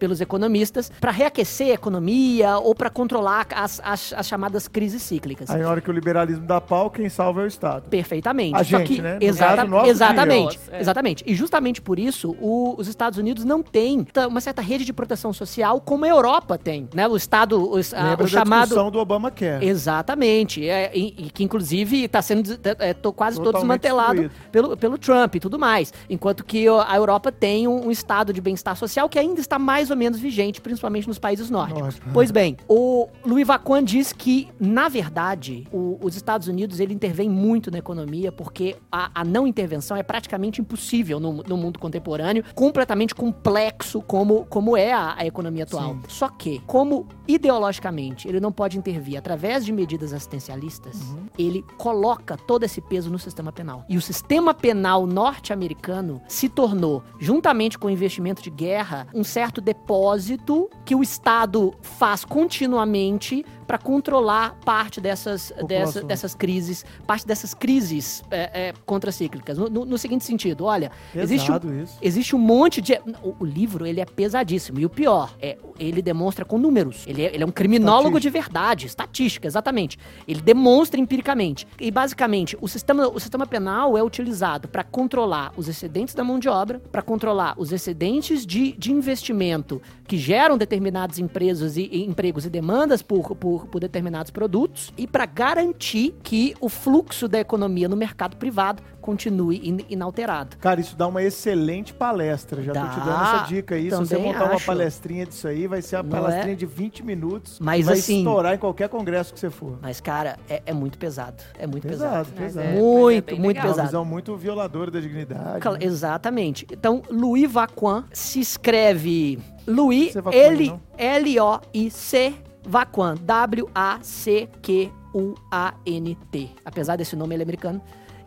pelos economistas para reaquecer a economia ou para controlar as, as, as chamadas crises cíclicas. Aí na hora que o liberalismo dá pau, quem salva é o Estado. Perfeitamente. A Só gente, que, né? No exata, caso, nosso exatamente, dinheiro. É. exatamente. E justamente por isso, o- os Estados Unidos não têm ta- uma certa rede de proteção social como a Europa tem, né? O Estado, o, a- Lembra o da chamado... discussão do Obamacare. Exatamente. É, e, e que, inclusive, está sendo des- é, tô quase todo Totalmente desmantelado destruído. pelo, pelo Trump e tudo mais. Enquanto que ó, a Europa tem um, um estado de bem-estar social que ainda está mais ou menos vigente, principalmente nos países nórdicos. Nórdicos. Pois bem, o Louis Vaquan diz que, na verdade, o- os Estados Unidos ele intervém muito na economia porque a, a não intervenção é praticamente impossível no, no mundo contemporâneo, completamente complexo como, como é a, a economia atual. Sim. Só que, como ideologicamente ele não pode intervir através de medidas assistencialistas, Uhum. ele coloca todo esse peso no sistema penal. E o sistema penal norte-americano se tornou, juntamente com o investimento de guerra, um certo depósito que o Estado faz continuamente para controlar parte dessas, População. dessa, dessas crises, parte dessas crises é, é, contracíclicas. No, no- no seguinte sentido, olha, existe um, Pesado isso. existe um monte de... O, o livro, ele é pesadíssimo. E o pior, é, ele demonstra com números. Ele é, ele é um criminólogo de verdade. Estatística, exatamente. Ele demonstra empiricamente. E, basicamente, o sistema, o sistema penal é utilizado para controlar os excedentes da mão de obra, para controlar os excedentes de, de investimento que geram determinadas empresas e, e empregos e demandas por, por, por determinados produtos e para garantir que o fluxo da economia no mercado privado continue in- inalterado. Cara, isso dá uma excelente palestra. Já Dá, tô te dando essa dica aí. Se você também montar uma acho. palestrinha disso aí, vai ser uma Não palestrinha é? de vinte minutos. Mas, vai assim- estourar em qualquer congresso que você for. Mas, cara, é, é muito pesado. É muito pesado. Pesado, Mas pesado. é- Muito, bem muito legal. Uma pesado. visão muito violadora da dignidade. Cla- né? Exatamente. Então, Louis Vaquan se escreve Louis, Você Vaquan, L- não? L O I C Vaquan, W A C Q U A N T. Apesar desse nome, ele é americano.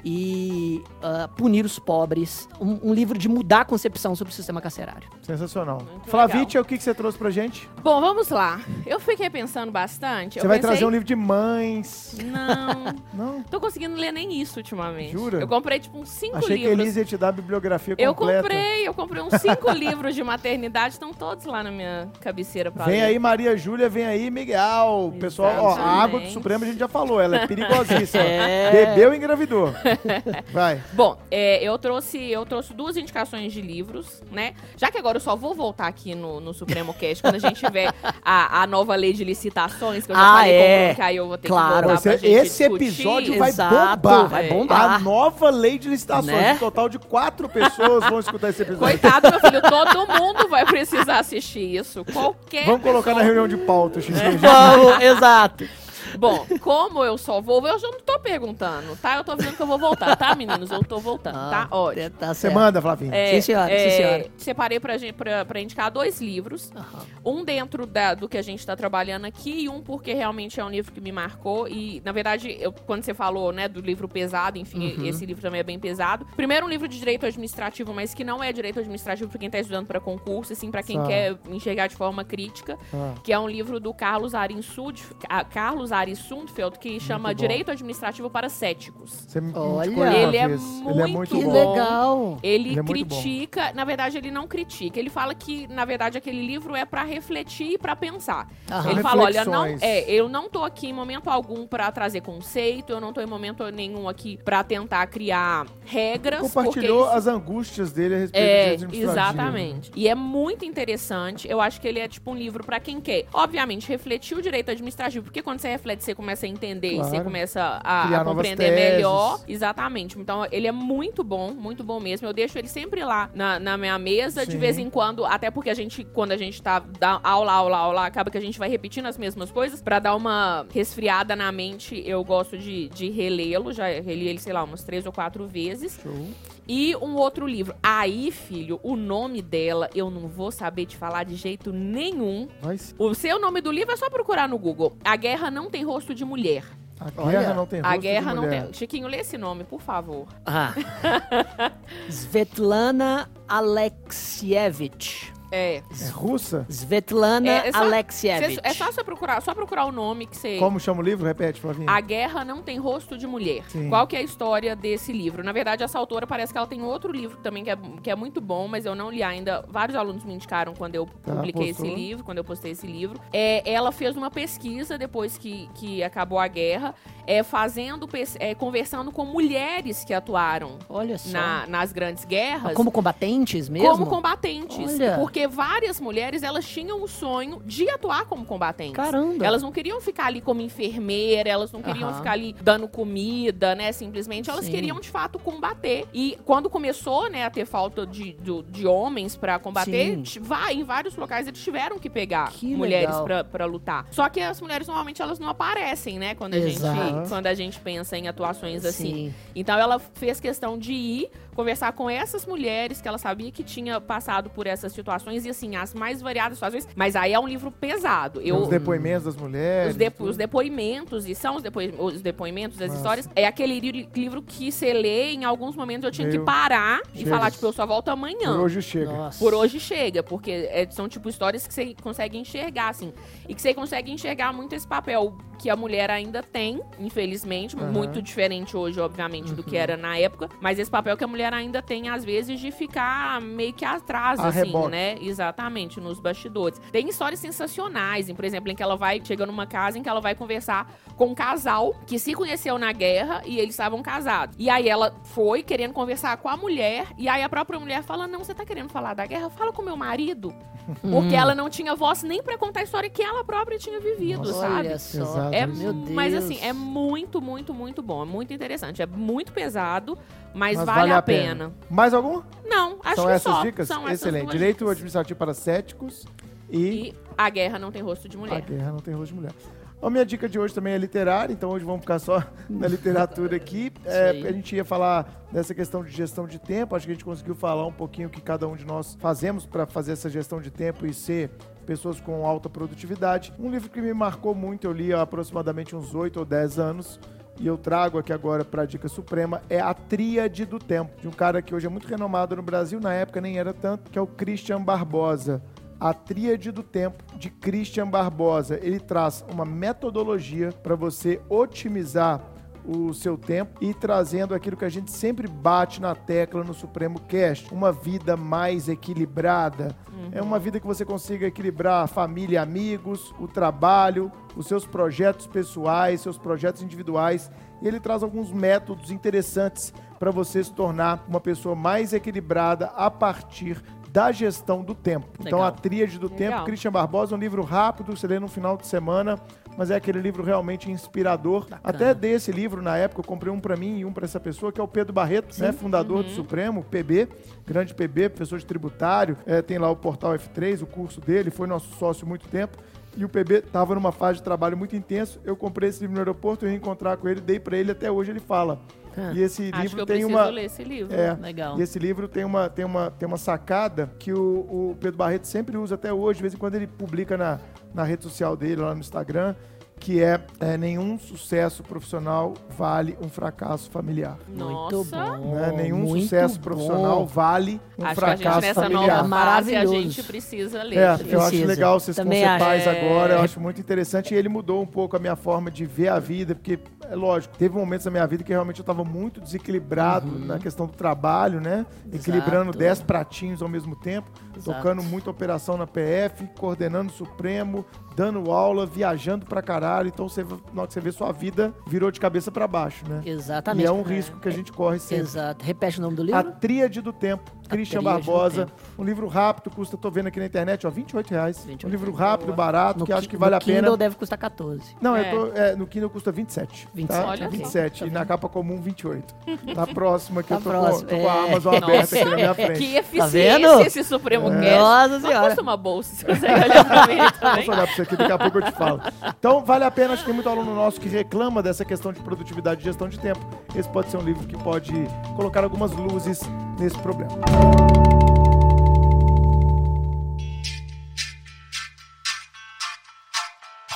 E ah, Punir os Pobres, um, um livro de mudar a concepção sobre o sistema carcerário. Sensacional. Muito Flavítia, o que, que você trouxe pra gente? Bom, vamos lá. Eu fiquei pensando bastante. Você eu vai pensei... trazer um livro de mães. Não, Não? tô conseguindo ler nem isso ultimamente. Jura? Eu comprei, tipo, uns cinco Achei que a livros. Elise ia te dar a bibliografia Eu completa. comprei, eu comprei uns cinco livros de maternidade, estão todos lá na minha cabeceira pra Vem ler. aí Maria Júlia, vem aí Miguel. Pessoal, ó, a Exatamente. água do Supremo a gente já falou, ela é perigosíssima. É. Bebeu e engravidou. Vai. Bom, é, eu trouxe eu trouxe duas indicações de livros, né? Já que agora eu só vou voltar aqui no, no Supremo Cast quando a gente tiver a, a nova lei de licitações, que eu já Ah, falei é. com o Bruno, que aí eu vou ter Claro. que voltar Você- pra gente esse discutir. episódio vai Exato, bombar. vai É. bombar. A nova lei de licitações. Né? Um total de quatro pessoas vão escutar esse episódio. Coitado, meu filho, todo mundo vai precisar assistir isso. Qualquer Vamos colocar na pessoa. reunião de pauta, X G. Vamos, exato. Bom, como eu só vou, eu já não tô perguntando, tá? Eu tô avisando que eu vou voltar, tá, meninos? Eu tô voltando, tá? Ótimo. Tá Você certo. manda, Flavinha. É, Sim, senhora, é, sim, senhora. Separei pra, gente, pra, pra indicar dois livros. Aham. Um dentro da- do que a gente tá trabalhando aqui e um porque realmente é um livro que me marcou. E, na verdade, eu, quando você falou, né, do livro pesado, enfim, Uhum. esse livro também é bem pesado. Primeiro, um livro de direito administrativo, mas que não é direito administrativo pra quem tá estudando pra concurso, e sim pra quem Tá. quer enxergar de forma crítica, Ah. que é um livro do Carlos Ari Sund- ah, Carlos Ari Sundfeld, que chama bom. Direito Administrativo para Céticos. Você me Olha. indicou uma Ele é vez. Ele é muito muito Que bom. bom. legal. Ele, Ele é muito critica, na verdade ele não critica, ele fala que na verdade aquele livro é pra refletir e pra pensar. Aham. Ele fala, olha, não, Reflexões. é, eu não tô aqui em momento algum pra trazer conceito, eu não tô em momento nenhum aqui pra tentar criar regras, Compartilhou porque as angústias dele a respeito é, do direito administrativo. exatamente. E é muito interessante. Eu acho que ele é tipo um livro pra quem quer, obviamente, refletir o direito administrativo, porque quando você reflete, você começa a entender e Claro. você começa a, Criar a novas compreender teses. melhor. Exatamente. Então, ele é muito bom, muito bom mesmo. Eu deixo ele sempre lá na, na minha mesa, de Sim. vez em quando, até porque a gente, quando a gente tá dá aula, aula, aula, acaba que a gente vai repetindo as mesmas coisas. Pra dar uma resfriada na mente, eu gosto de, de relê-lo. Já reli ele, sei lá, umas três ou quatro vezes. Show. E um outro livro. Aí, filho, o nome dela eu não vou saber te falar de jeito nenhum. Vai sim. O seu nome do livro é só procurar no Google. A Guerra Não Tem Rosto de Mulher. A Olha, guerra não tem rosto A Guerra de Não mulher. Tem... Chiquinho, lê esse nome, por favor. Ah. Svetlana Alexievich. É. É russa? Svetlana É, é só- Alexievich. Cê- É só você procurar, só procurar o nome que você... Como chama o livro? Repete, Flavinha. A Guerra Não Tem Rosto de Mulher. Sim. Qual que é a história desse livro? Na verdade, essa autora parece que ela tem outro livro também que é, que é muito bom, mas eu não li ainda. Vários alunos me indicaram quando eu Tá, publiquei postou. esse livro, quando eu postei esse livro. É, ela fez uma pesquisa depois que, que acabou a guerra, é, fazendo, pes- é, conversando com mulheres que atuaram Olha só. na- nas grandes guerras. Como combatentes mesmo? Como combatentes. Olha. Porque várias mulheres, elas tinham o sonho de atuar como combatentes. Caramba. Elas não queriam ficar ali como enfermeira, elas não queriam Aham. ficar ali dando comida, né, simplesmente. Elas Sim. queriam, de fato, combater. E quando começou, né, a ter falta de, de, de homens pra combater, Sim. t- vai, em vários locais eles tiveram que pegar Que mulheres legal. pra, pra lutar. Só que as mulheres, normalmente, elas não aparecem, né, quando a, Exato. gente, quando a gente pensa em atuações assim. Sim. Então ela fez questão de ir conversar com essas mulheres que ela sabia que tinha passado por essas situações e assim, as mais variadas situações. Mas aí é um livro pesado. Tem Eu, Os depoimentos das mulheres. os, depo- tudo. os depoimentos, e são os, depois, os depoimentos, as Nossa. histórias. É aquele li- livro que você lê, em alguns momentos eu tinha Meu. que parar e Chega. falar, tipo, eu só volto amanhã. Por hoje chega. Nossa. Por hoje chega, porque é, são tipo histórias que você consegue enxergar, assim. E que você consegue enxergar muito esse papel que a mulher ainda tem, infelizmente, Aham. muito diferente hoje, obviamente, do que era na época, mas esse papel que a mulher ainda tem, às vezes, de ficar meio que atrás, A assim, reboque. né? Exatamente, nos bastidores. Tem histórias sensacionais, em, por exemplo, em que ela vai, chega numa casa em que ela vai conversar com um casal que se conheceu na guerra e eles estavam casados. E aí ela foi querendo conversar com a mulher, e aí a própria mulher fala, não, você tá querendo falar da guerra? Fala com meu marido. Porque ela não tinha voz nem pra contar a história que ela própria tinha vivido, Nossa. sabe? Olha só. Exato. É, Meu Deus. mas assim, é muito, muito, muito bom. É muito interessante. É muito pesado, mas, Mas vale, a pena. Mais algum? Não, acho São que essas só. dicas? São essas Excelente. duas Direito dicas. administrativo para céticos e, E A Guerra Não Tem Rosto de A Mulher. Guerra Não Tem Rosto de Mulher. A minha dica de hoje também é literária, então hoje vamos ficar só na literatura aqui. É, aí. a gente ia falar dessa questão de gestão de tempo, acho que a gente conseguiu falar um pouquinho o que cada um de nós fazemos para fazer essa gestão de tempo e ser pessoas com alta produtividade. Um livro que me marcou muito, eu li há aproximadamente uns oito ou dez anos, e eu trago aqui agora para a dica suprema, é A Tríade do Tempo, de um cara que hoje é muito renomado no Brasil, na época nem era tanto, que é o Christian Barbosa. A Tríade do Tempo, de Christian Barbosa. Ele traz uma metodologia para você otimizar o seu tempo e trazendo aquilo que a gente sempre bate na tecla no Supremo Cast, uma vida mais equilibrada. Uhum. É uma vida que você consiga equilibrar a família, amigos, o trabalho, os seus projetos pessoais, seus projetos individuais. E ele traz alguns métodos interessantes para você se tornar uma pessoa mais equilibrada a partir da gestão do tempo. Então, Legal. A Tríade do Legal. Tempo, Christian Barbosa, um livro rápido, você lê no final de semana, mas é aquele livro realmente inspirador. Bacana. Até desse livro, na época, eu comprei um para mim e um para essa pessoa, que é o Pedro Barreto, né, fundador do Supremo, P B, grande P B, professor de tributário, é, tem lá o Portal F três, o curso dele, foi nosso sócio há muito tempo. E o P B estava numa fase de trabalho muito intenso. Eu comprei esse livro no aeroporto, eu ia encontrar com ele, dei para ele, até hoje ele fala. Ah, E esse Acho que livro eu tem preciso uma... ler esse livro. É, Legal. e esse livro tem uma, tem uma, tem uma sacada que o, o Pedro Barreto sempre usa até hoje, de vez em quando ele publica na, na rede social dele, lá no Instagram, que é, é nenhum sucesso profissional vale um fracasso familiar. Muito Nossa. bom. Né? Nenhum muito sucesso bom. profissional vale um Acho que a gente, fracasso nessa familiar. nova fase, a Maravilhoso. gente precisa ler. É, esse eu acho Precisa. legal vocês Também conceituais acho. agora, eu É. acho muito interessante. E ele mudou um pouco a minha forma de ver a vida, porque, é lógico, teve momentos na minha vida que realmente eu estava muito desequilibrado na questão do trabalho, né? Equilibrando Exato. dez pratinhos ao mesmo tempo, Exato. tocando muita operação na P F, coordenando o Supremo, dando aula, viajando pra caralho. Então, você, na hora que você vê, sua vida virou de cabeça pra baixo, né? Exatamente. E é um risco que a gente corre sempre. Exato. Repete o nome do A livro? Tríade do Tempo, Christian Tríade do Barbosa. Tempo. Um livro rápido, custa, tô vendo aqui na internet, ó, vinte e oito reais. vinte e oito Um livro reais. rápido, barato, No que acho Ki- que vale no a pena. Kindle deve custar quatorze. Não, É. eu tô, é, no Kindle custa vinte e sete. vinte e Tá? sete, Olha vinte e só. sete. E na capa comum, vinte e oito. Na próxima, que Tá eu tô, próximo, com, tô com a é. Amazon aberta aqui na minha frente. Que eficiência vendo? esse Supremo Cast. Nossa Não Senhora. custa uma bolsa, se você olhar pra mim também. Vamos olhar pra você aqui, daqui a pouco eu te falo. Então, vale a pena, acho que tem muito aluno nosso que reclama dessa questão de produtividade e gestão de tempo. Esse pode ser um livro que pode colocar algumas luzes nesse problema.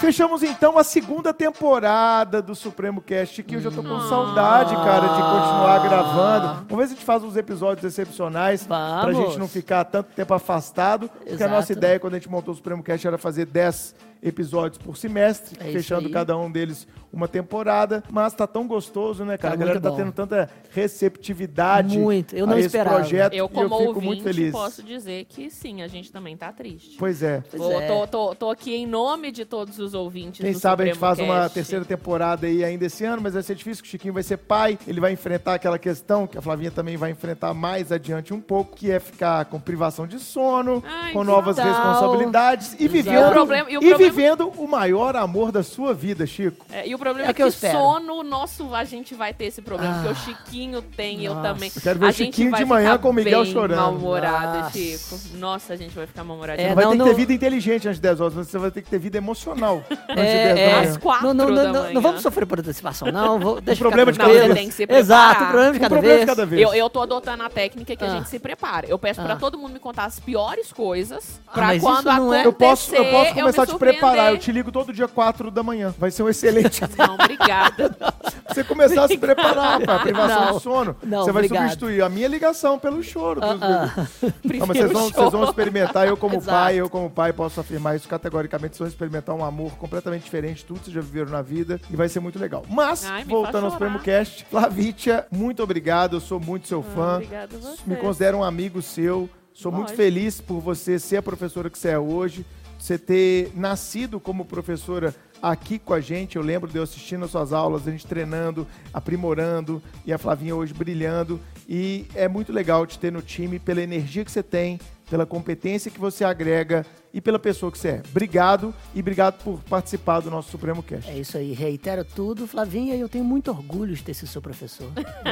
Fechamos então a segunda temporada do Supremo Cast. Chiquinho, eu já tô com saudade, cara, de continuar gravando. Vamos ver se a gente faz uns episódios excepcionais Vamos. pra gente não ficar tanto tempo afastado. Porque Exato. a nossa ideia, quando a gente montou o Supremo Cast, era fazer dez episódios por semestre, É isso fechando aí. cada um deles uma temporada. Mas tá tão gostoso, né, cara? Tá a galera muito tá bom. tendo tanta receptividade Muito. Eu não a esse esperava. projeto. Eu, e como eu fico ouvinte, muito feliz. posso dizer que sim, a gente também tá triste. Pois é. Pois Tô, é. tô, tô, tô aqui em nome de todos os ouvintes Quem do sabe a gente Supremo faz uma Cast. terceira temporada aí ainda esse ano, mas vai ser difícil, que o Chiquinho vai ser pai, ele vai enfrentar aquela questão que a Flavinha também vai enfrentar mais adiante um pouco, que é ficar com privação de sono, Ai, com que novas tal? responsabilidades e Exato. vivendo, E o problema- e o e problema- vivendo o maior amor da sua vida, Chico. É, e o problema É é, o que que, eu espero. sono, nosso, a gente vai ter esse problema, Ah. porque o Chiquinho tem, eu Nossa. também. Eu quero ver a o gente Chiquinho vai de manhã ficar com o Miguel bem chorando. mal-humorada, Nossa. Chico. Nossa, a gente vai ficar mal-humorada. É, Você vai não, ter que não- ter vida inteligente antes de dez horas, mas você vai ter que ter vida emocional antes de É, dez é. da Às manhã. quatro Não, não, da não, não, manhã. não vamos sofrer por antecipação, não. Vou, deixa problema ficar de cada tranquilo. vez. Tem que se preparar. Exato, o problema de Um cada problema vez. de cada vez. Eu, eu tô adotando a técnica que a Ah. gente se prepara. Eu peço pra Ah. todo mundo me contar as piores coisas, Ah, pra mas quando isso não é- acontecer, Eu posso, eu posso começar a me te preparar. Eu surpreender. te ligo todo dia quatro da manhã. Vai ser um excelente. Não, obrigada. Você começar a se preparar para a privação Não, do sono. não, você vai obrigado. substituir a minha ligação pelo choro. dos Ah, bebês. Não, mas Prefiro vocês vão, o vocês vão choro. experimentar, eu como Exato. pai, eu como pai posso afirmar isso categoricamente, vocês vão experimentar um amor completamente diferente, tudo que vocês já viveram na vida, e vai ser muito legal. Mas, Ai, me voltando faz ao chorar. Supremo Cast, Flavícia, muito obrigado, eu sou muito seu fã, Obrigada a você. me considero um amigo seu, sou muito Lógico. feliz por você ser a professora que você é hoje, você ter nascido como professora aqui com a gente. Eu lembro de eu assistindo as suas aulas, a gente treinando, aprimorando, e a Flavinha hoje brilhando. E é muito legal te ter no time pela energia que você tem, pela competência que você agrega e pela pessoa que você é. Obrigado e obrigado por participar do nosso Supremo Cast. É isso aí, reitero tudo. Flavinha, eu tenho muito orgulho de ter sido seu professor.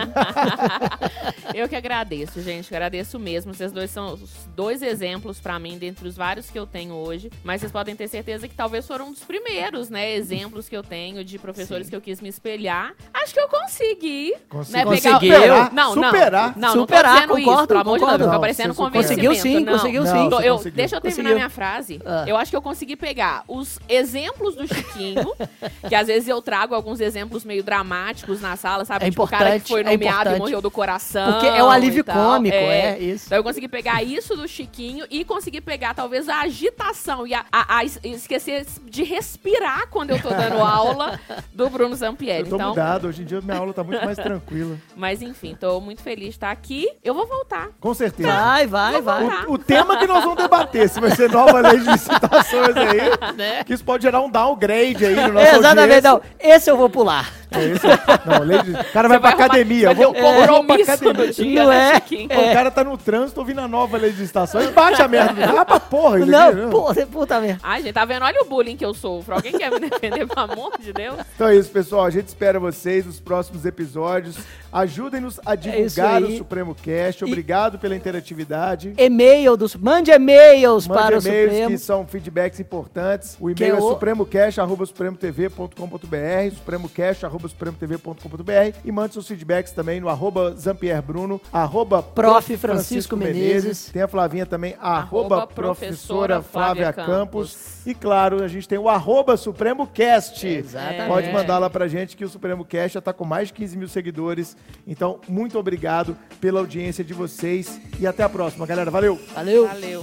Eu que agradeço, gente. Agradeço mesmo. Vocês dois são os dois exemplos pra mim, dentre os vários que eu tenho hoje. Mas vocês podem ter certeza que talvez foram um dos primeiros, né? Exemplos que eu tenho de professores Sim. que eu quis me espelhar. Acho que eu consegui. Consegui. Né? Conseguiu. Superar, Não, não. superar. Não, não Superar, tô dizendo isso, concordo, pelo amor de Deus. concordo. Não fica Não, parecendo você convencimento. Conseguiu sim, não. conseguiu Não, sim. Tô- você eu, conseguiu. deixa eu terminar Conseguiu. minha frase. Ah. Eu acho que eu consegui pegar os exemplos do Chiquinho, que às vezes eu trago alguns exemplos meio dramáticos na sala, sabe? É tipo o cara que importante, foi é nomeado e importante. morreu do coração. Porque é o alívio e tal. cômico, é, isso. Então eu consegui pegar isso do Chiquinho e consegui pegar talvez a agitação e a, a- a es- esquecer de respirar quando eu tô dando aula do Bruno Zampieri. Eu tô Então, mudado, hoje em dia minha aula tá muito mais tranquila. mas enfim, tô muito feliz de estar aqui. Eu vou voltar. Com certeza. Vai, vai, vai. voltar. O, o tema que nós vamos debater, se vai ser nova lei de licitações aí, Né? que isso pode gerar um downgrade aí no nosso Exatamente, não. Esse eu vou pular. É isso. Não, lei de... O cara vai Você pra arrumar- academia. Vai ter Vou, um vou pra compromisso academia. no dia, Não né, é? Chiquinho? O cara tá no trânsito ouvindo a nova legislação e bate a merda. Ah, pra porra. isso aqui, Não, né? pô, você puta merda. Ai, gente, tá vendo? Olha o bullying que eu sofro. Alguém quer me defender, pelo amor de Deus? Então é isso, pessoal. A gente espera vocês nos próximos episódios. Ajudem-nos a divulgar aí. o Supremo Cast. Obrigado pela interatividade. E-mail dos. Mande e-mails Mande para o e-mails Supremo. que são feedbacks importantes. O Que e-mail é é o- supremocast arroba supremotv ponto com ponto br, supremocast arroba supremotv ponto com ponto br, e mande seus feedbacks também no arroba zampierbruno, arroba Prof. Francisco Menezes. Tem a Flavinha também, Arroba arroba professora professora Flávia Flávia Campos. Campos. E claro, a gente tem o arroba SupremoCast. Exatamente. Pode mandar lá pra gente que o Supremo Cast já tá com mais de quinze mil seguidores. Então, muito obrigado pela audiência de vocês e até a próxima, galera. Valeu! Valeu. Valeu.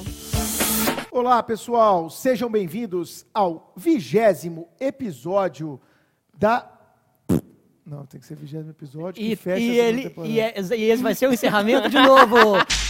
Olá, pessoal! Sejam bem-vindos ao vigésimo episódio da... Não, tem que ser vigésimo episódio que E, fecha e a segunda ele, temporada. e, é- e esse vai ser o encerramento de novo.